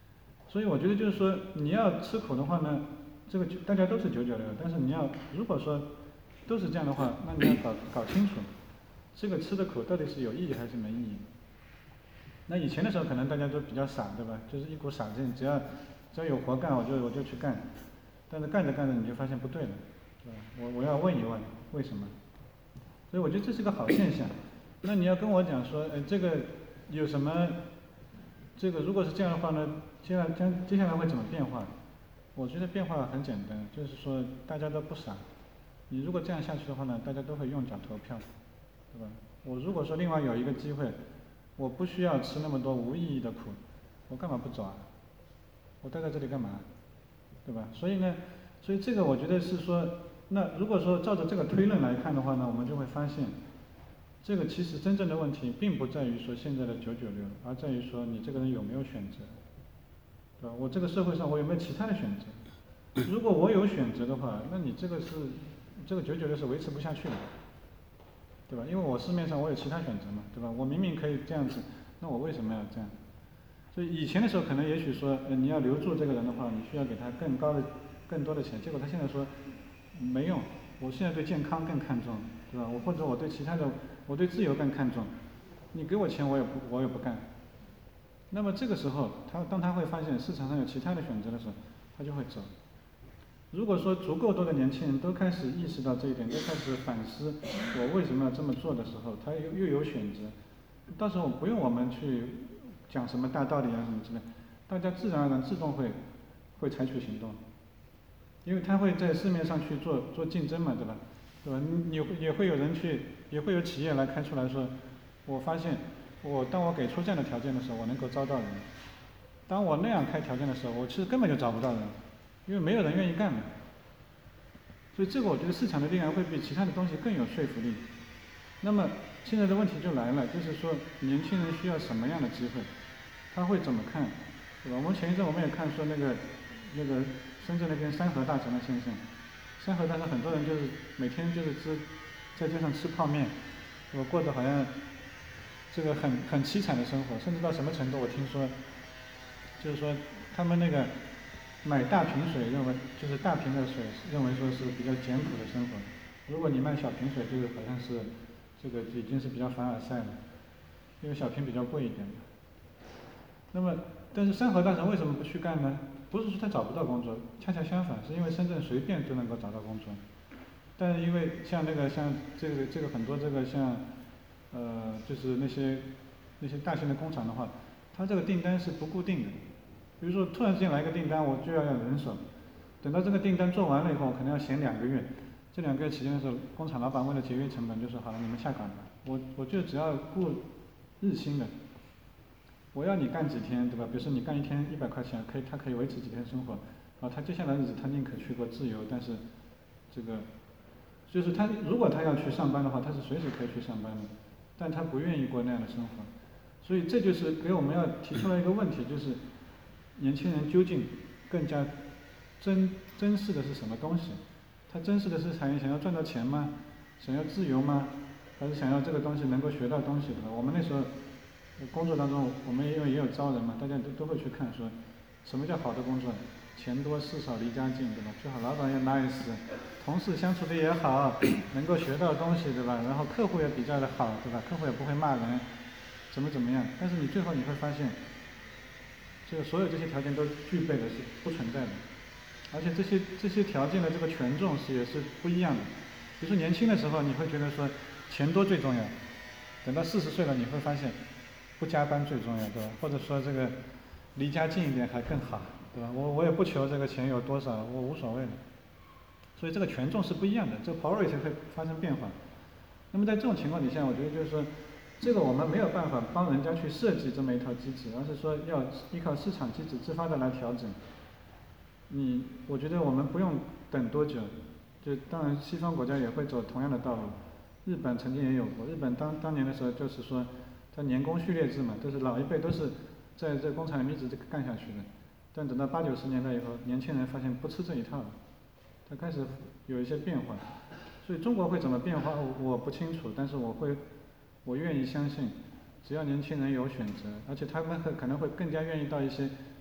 E: 所以我觉得就是说，你要吃苦的话呢，这个大家都是九九六，但是你要如果说都是这样的话，那你要搞搞清楚，这个吃的苦到底是有意义还是没意义。那以前的时候可能大家都比较傻，对吧？就是一股傻劲，只要只要有活干，我就我就去干。但是干着干着你就发现不对了，对吧？我我要问一问为什么？所以我觉得这是个好现象。那你要跟我讲说，呃，这个有什么？这个如果是这样的话呢，接下来将接下来会怎么变化？我觉得变化很简单，就是说大家都不傻。你如果这样下去的话呢，大家都会用脚投票，对吧？我如果说另外有一个机会，我不需要吃那么多无意义的苦，我干嘛不走啊？我待在这里干嘛？对吧？所以呢，所以这个我觉得是说，那如果说照着这个推论来看的话呢，我们就会发现，这个其实真正的问题并不在于说现在的九九六，而在于说你这个人有没有选择，对吧？我这个社会上我有没有其他的选择？如果我有选择的话，那你这个是这个九九六是维持不下去的，对吧？因为我市面上我有其他选择嘛，对吧？我明明可以这样子，那我为什么要这样？所以以前的时候可能也许说，呃，你要留住这个人的话，你需要给他更高的、更多的钱。结果他现在说没用，我现在对健康更看重，对吧？我或者我对其他的，我对自由更看重。你给我钱我也不我也不干。那么这个时候，他当他会发现市场上有其他的选择的时候，他就会走。如果说足够多的年轻人都开始意识到这一点，都开始反思我为什么要这么做的时候，他又又有选择。到时候不用我们去讲什么大道理啊什么之类，大家自然而然自动会会采取行动，因为他会在市面上去做做竞争嘛，对吧？对吧？你也也会有人去，也会有企业来开出来说，我发现我当我给出这样的条件的时候，我能够招到人；当我那样开条件的时候，我其实根本就找不到人，因为没有人愿意干嘛。所以这个我觉得市场的力量会比其他的东西更有说服力。那么现在的问题就来了，就是说年轻人需要什么样的机会，他会怎么看，对吧？我们前一阵我们也看说那个那个深圳那边三和大城的现象，三和大城很多人就是每天就是吃在街上吃泡面，我过得好像这个很很凄惨的生活，甚至到什么程度我听说，就是说他们那个买大瓶水认为就是大瓶的水认为说是比较简朴的生活，如果你卖小瓶水就是好像是这个已经是比较凡尔赛了，因为小瓶比较贵一点。那么但是三和大城为什么不去干呢？不是说他找不到工作，恰恰相反，是因为深圳随便都能够找到工作。但是因为像那个像这个这个很多这个像呃就是那些那些大型的工厂的话，它这个订单是不固定的。比如说突然之间来一个订单，我就要要人手，等到这个订单做完了以后，可能要闲两个月。这两个月期间的时候，工厂老板为了节约成本，就说好了，你们下岗吧，我我就只要雇日薪的，我要你干几天，对吧？比如说你干一天一百块钱，可以他可以维持几天生活，啊，他接下来日子他宁可去过自由，但是这个就是他如果他要去上班的话，他是随时可以去上班的，但他不愿意过那样的生活，所以这就是给我们要提出来一个问题，就是年轻人究竟更加珍珍视的是什么东西？他珍视的是想想要赚到钱吗？想要自由吗？还是想要这个东西能够学到东西的？我们那时候工作当中，我们因为也有招人嘛，大家都都会去看说，什么叫好的工作？钱多事少离家近，对吧？最好老板也 nice， 同事相处的也好，能够学到东西，对吧？然后客户也比较的好，对吧？客户也不会骂人，怎么怎么样？但是你最后你会发现，这个所有这些条件都具备的是不存在的。而且这些这些条件的这个权重是也是不一样的。比如说年轻的时候，你会觉得说钱多最重要，等到四十岁了，你会发现不加班最重要，对吧？或者说这个离家近一点还更好，对吧？我我也不求这个钱有多少，我无所谓的。所以这个权重是不一样的，这个 priority 会发生变化。那么在这种情况底下，我觉得就是说，这个我们没有办法帮人家去设计这么一套机制，而是说要依靠市场机制自发的来调整。你，我觉得我们不用等多久，就当然西方国家也会走同样的道路。日本曾经也有过，日本当当年的时候就是说，它年功序列制嘛，都是老一辈都是在这工厂里面一直干下去的。但等到八九十年代以后，年轻人发现不吃这一套了，他开始有一些变化。所以中国会怎么变化，我不清楚，但是我会，我愿意相信，只要年轻人有选择，而且他们可能会更加愿意到一些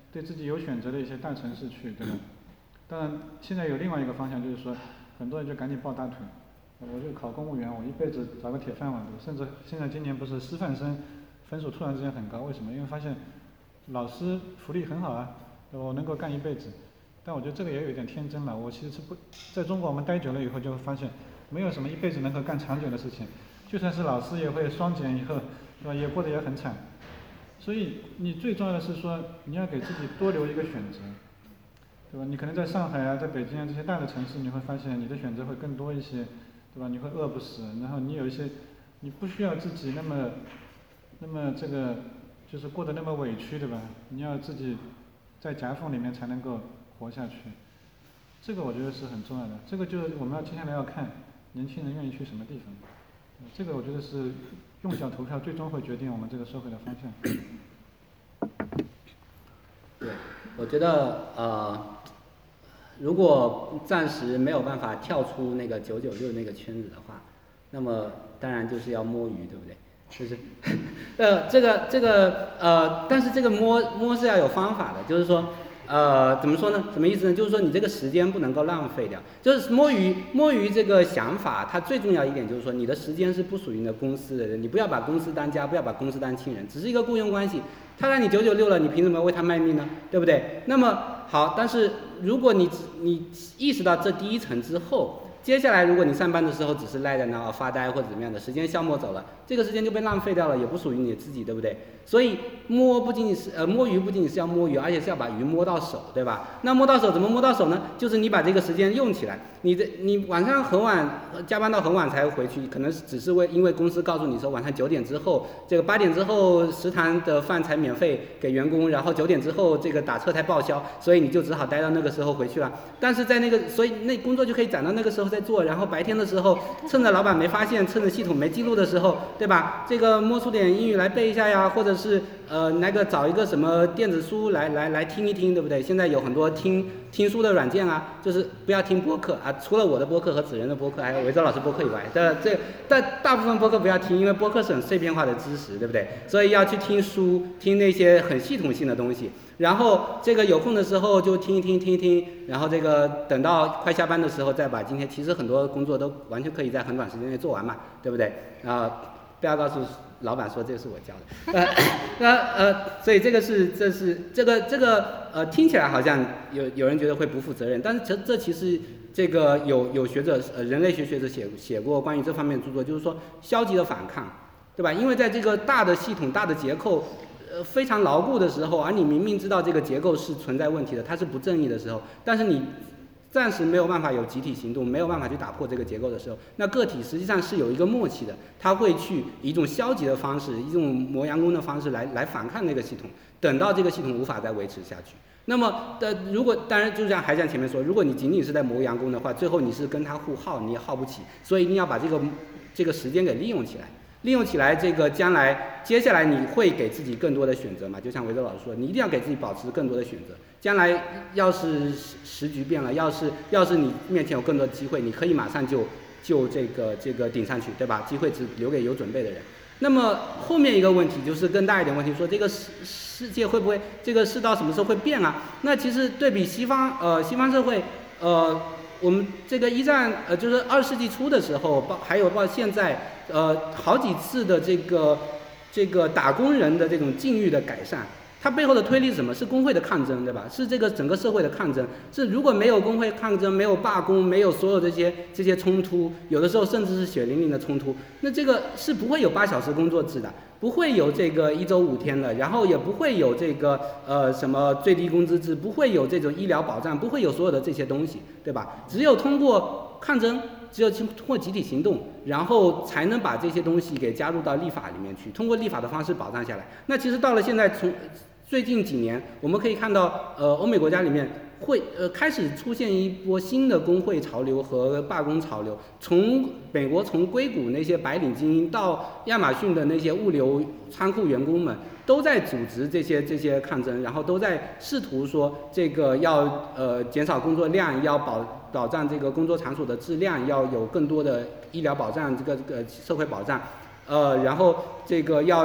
E: 对自己有选择的一些大城市去，对吧？当然，现在有另外一个方向，就是说，很多人就赶紧抱大腿，我就考公务员，我一辈子找个铁饭碗，甚至现在今年不是师范生分数突然之间很高，为什么？因为发现老师福利很好啊，我能够干一辈子。但我觉得这个也有一点天真了，我其实是不，在中国我们待久了以后就会发现，没有什么一辈子能够干长久的事情，就算是老师也会双减以后，是吧？也过得也很惨。所以你最重要的是说，你要给自己多留一个选择，对吧？你可能在上海啊，在北京啊这些大的城市，你会发现你的选择会更多一些，对吧？你会饿不死，然后你有一些，你不需要自己那么，那么这个就是过得那么委屈，对吧？你要自己在夹缝里面才能够活下去，这个我觉得是很重要的。这个就是我们要接下来要看年轻人愿意去什么地方，这个我觉得是用脚投票最终会决定我们这个社会的方向。
F: 对，我觉得呃，如果暂时没有办法跳出那个九九六那个圈子的话，那么当然就是要摸鱼，对不对？就是，呃，这个这个呃，但是这个摸摸是要有方法的，就是说。呃，怎么说呢？什么意思呢？就是说你这个时间不能够浪费掉。就是摸鱼，摸鱼这个想法，它最重要一点就是说，你的时间是不属于你的公司的人，你不要把公司当家，不要把公司当亲人，只是一个雇佣关系。他让你九九六了，你凭什么为他卖命呢？对不对？那么好，但是如果你你意识到这第一层之后，接下来如果你上班的时候只是赖在那发呆或者怎么样的，时间消磨走了，这个时间就被浪费掉了，也不属于你自己，对不对？所以摸不仅仅是呃摸鱼，不仅仅是要摸鱼，而且是要把鱼摸到手，对吧？那摸到手怎么摸到手呢？就是你把这个时间用起来，你的你晚上很晚加班到很晚才回去，可能只是为因为公司告诉你说晚上九点之后，这个八点之后食堂的饭才免费给员工，然后九点之后这个打车才报销，所以你就只好待到那个时候回去了。但是在那个所以那工作就可以攒到那个时候再做，然后白天的时候趁着老板没发现，趁着系统没记录的时候，对吧？这个摸出点英语来背一下呀，或者是呃那个找一个什么电子书来来来听一听，对不对？现在有很多听听书的软件啊，就是不要听播客啊，除了我的播客和子仁的播客，还有维州老师播客以外的这但大部分播客不要听，因为播客是很碎片化的知识，对不对？所以要去听书，听那些很系统性的东西。然后这个有空的时候就听一听听一听，然后这个等到快下班的时候再把今天其实很多工作都完全可以在很短时间内做完嘛，对不对？啊、呃，不要告诉老板说这是我教的，呃，那呃，所以这个是这是这个这个呃听起来好像有有人觉得会不负责任，但是这这其实这个有有学者呃人类学学者写写过关于这方面的著作，就是说消极的反抗，对吧？因为在这个大的系统大的结构。呃，非常牢固的时候，而你明明知道这个结构是存在问题的，它是不正义的时候，但是你暂时没有办法有集体行动，没有办法去打破这个结构的时候，那个体实际上是有一个默契的，他会去以一种消极的方式，一种磨洋工的方式来来反抗那个系统，等到这个系统无法再维持下去。那么的，如果当然就像还像前面说，如果你仅仅是在磨洋工的话，最后你是跟他互耗，你也耗不起，所以一定要把这个这个时间给利用起来。利用起来，这个将来接下来你会给自己更多的选择嘛？就像维州老师说，你一定要给自己保持更多的选择。将来要是时局变了，要是要是你面前有更多的机会，你可以马上就就这个这个顶上去，对吧？机会只留给有准备的人。那么后面一个问题就是更大一点问题，说这个世世界会不会这个世道什么时候会变啊？那其实对比西方呃西方社会呃。我们这个一战，呃，就是二十世纪初的时候，包还有到现在，呃，好几次的这个这个打工人的这种境遇的改善，它背后的推力是什么？是工会的抗争，对吧？是这个整个社会的抗争。是如果没有工会抗争，没有罢工，没有所有这些这些冲突，有的时候甚至是血淋淋的冲突，那这个是不会有八小时工作制的。不会有这个一周五天的，然后也不会有这个呃什么最低工资制，不会有这种医疗保障，不会有所有的这些东西，对吧？只有通过抗争，只有通过集体行动，然后才能把这些东西给加入到立法里面去，通过立法的方式保障下来。那其实到了现在，从最近几年，我们可以看到，呃，欧美国家里面会呃开始出现一波新的工会潮流和罢工潮流。从美国从硅谷那些白领精英到亚马逊的那些物流仓库员工们，都在组织这些这些抗争，然后都在试图说这个要呃减少工作量，要保保障这个工作场所的质量，要有更多的医疗保障，这个这个社会保障，呃，然后这个要。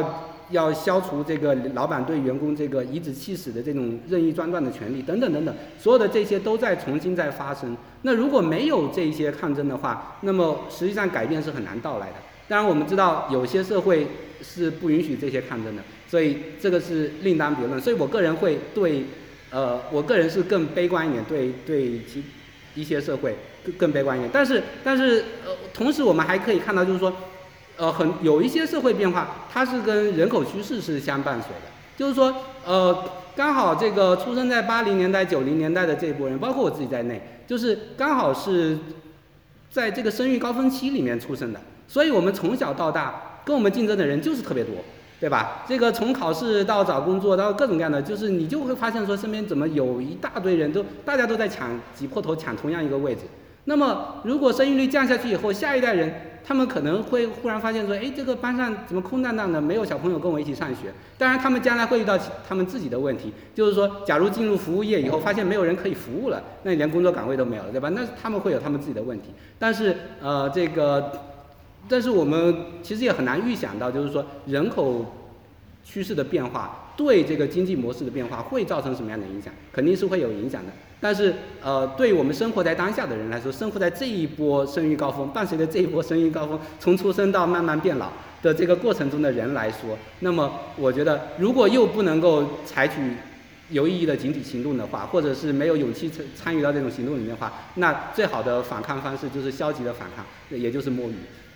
F: 要消除这个老板对员工这个颐指气使的这种任意专断的权利等等等等，所有的这些都在重新在发生。那如果没有这些抗争的话，那么实际上改变是很难到来的。当然我们知道有些社会是不允许这些抗争的，所以这个是另当别论。所以我个人会对，呃，我个人是更悲观一点，对对其一些社会更更悲观一点。但是但是呃，同时我们还可以看到，就是说，呃，很有一些社会变化，它是跟人口趋势是相伴随的。就是说，呃，刚好这个出生在八零年代、九零年代的这一波人，包括我自己在内，就是刚好是在这个生育高峰期里面出生的。所以我们从小到大跟我们竞争的人就是特别多，对吧？这个从考试到找工作到各种各样的，就是你就会发现说身边怎么有一大堆人都大家都在抢，挤破头抢同样一个位置。那么如果生育率降下去以后，下一代人他们可能会忽然发现说，哎，这个班上怎么空荡荡的，没有小朋友跟我一起上学。当然他们将来会遇到他们自己的问题，就是说假如进入服务业以后发现没有人可以服务了，那你连工作岗位都没有了，对吧？那他们会有他们自己的问题。但是呃这个但是我们其实也很难预想到，就是说人口趋势的变化对这个经济模式的变化会造成什么样的影响，肯定是会有影响的。但是呃，对我们生活在当下的人来说，生活在这一波生育高峰，伴随着这一波生育高峰从出生到慢慢变老的这个过程中的人来说，那么我觉得如果又不能够采取有意义的集体行动的话，或者是没有勇气参与到这种行动里面的话，那最好的反抗方式就是消极的反抗，也就是摸鱼。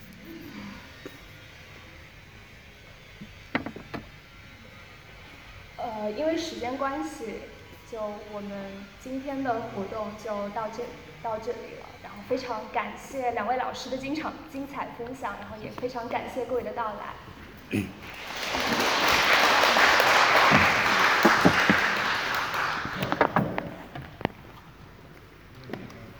D: 呃，因为时间关系，就我们今天的活动就到这到这里了。然后非常感谢两位老师的经常精彩分享，然后也非常感谢各位的到来。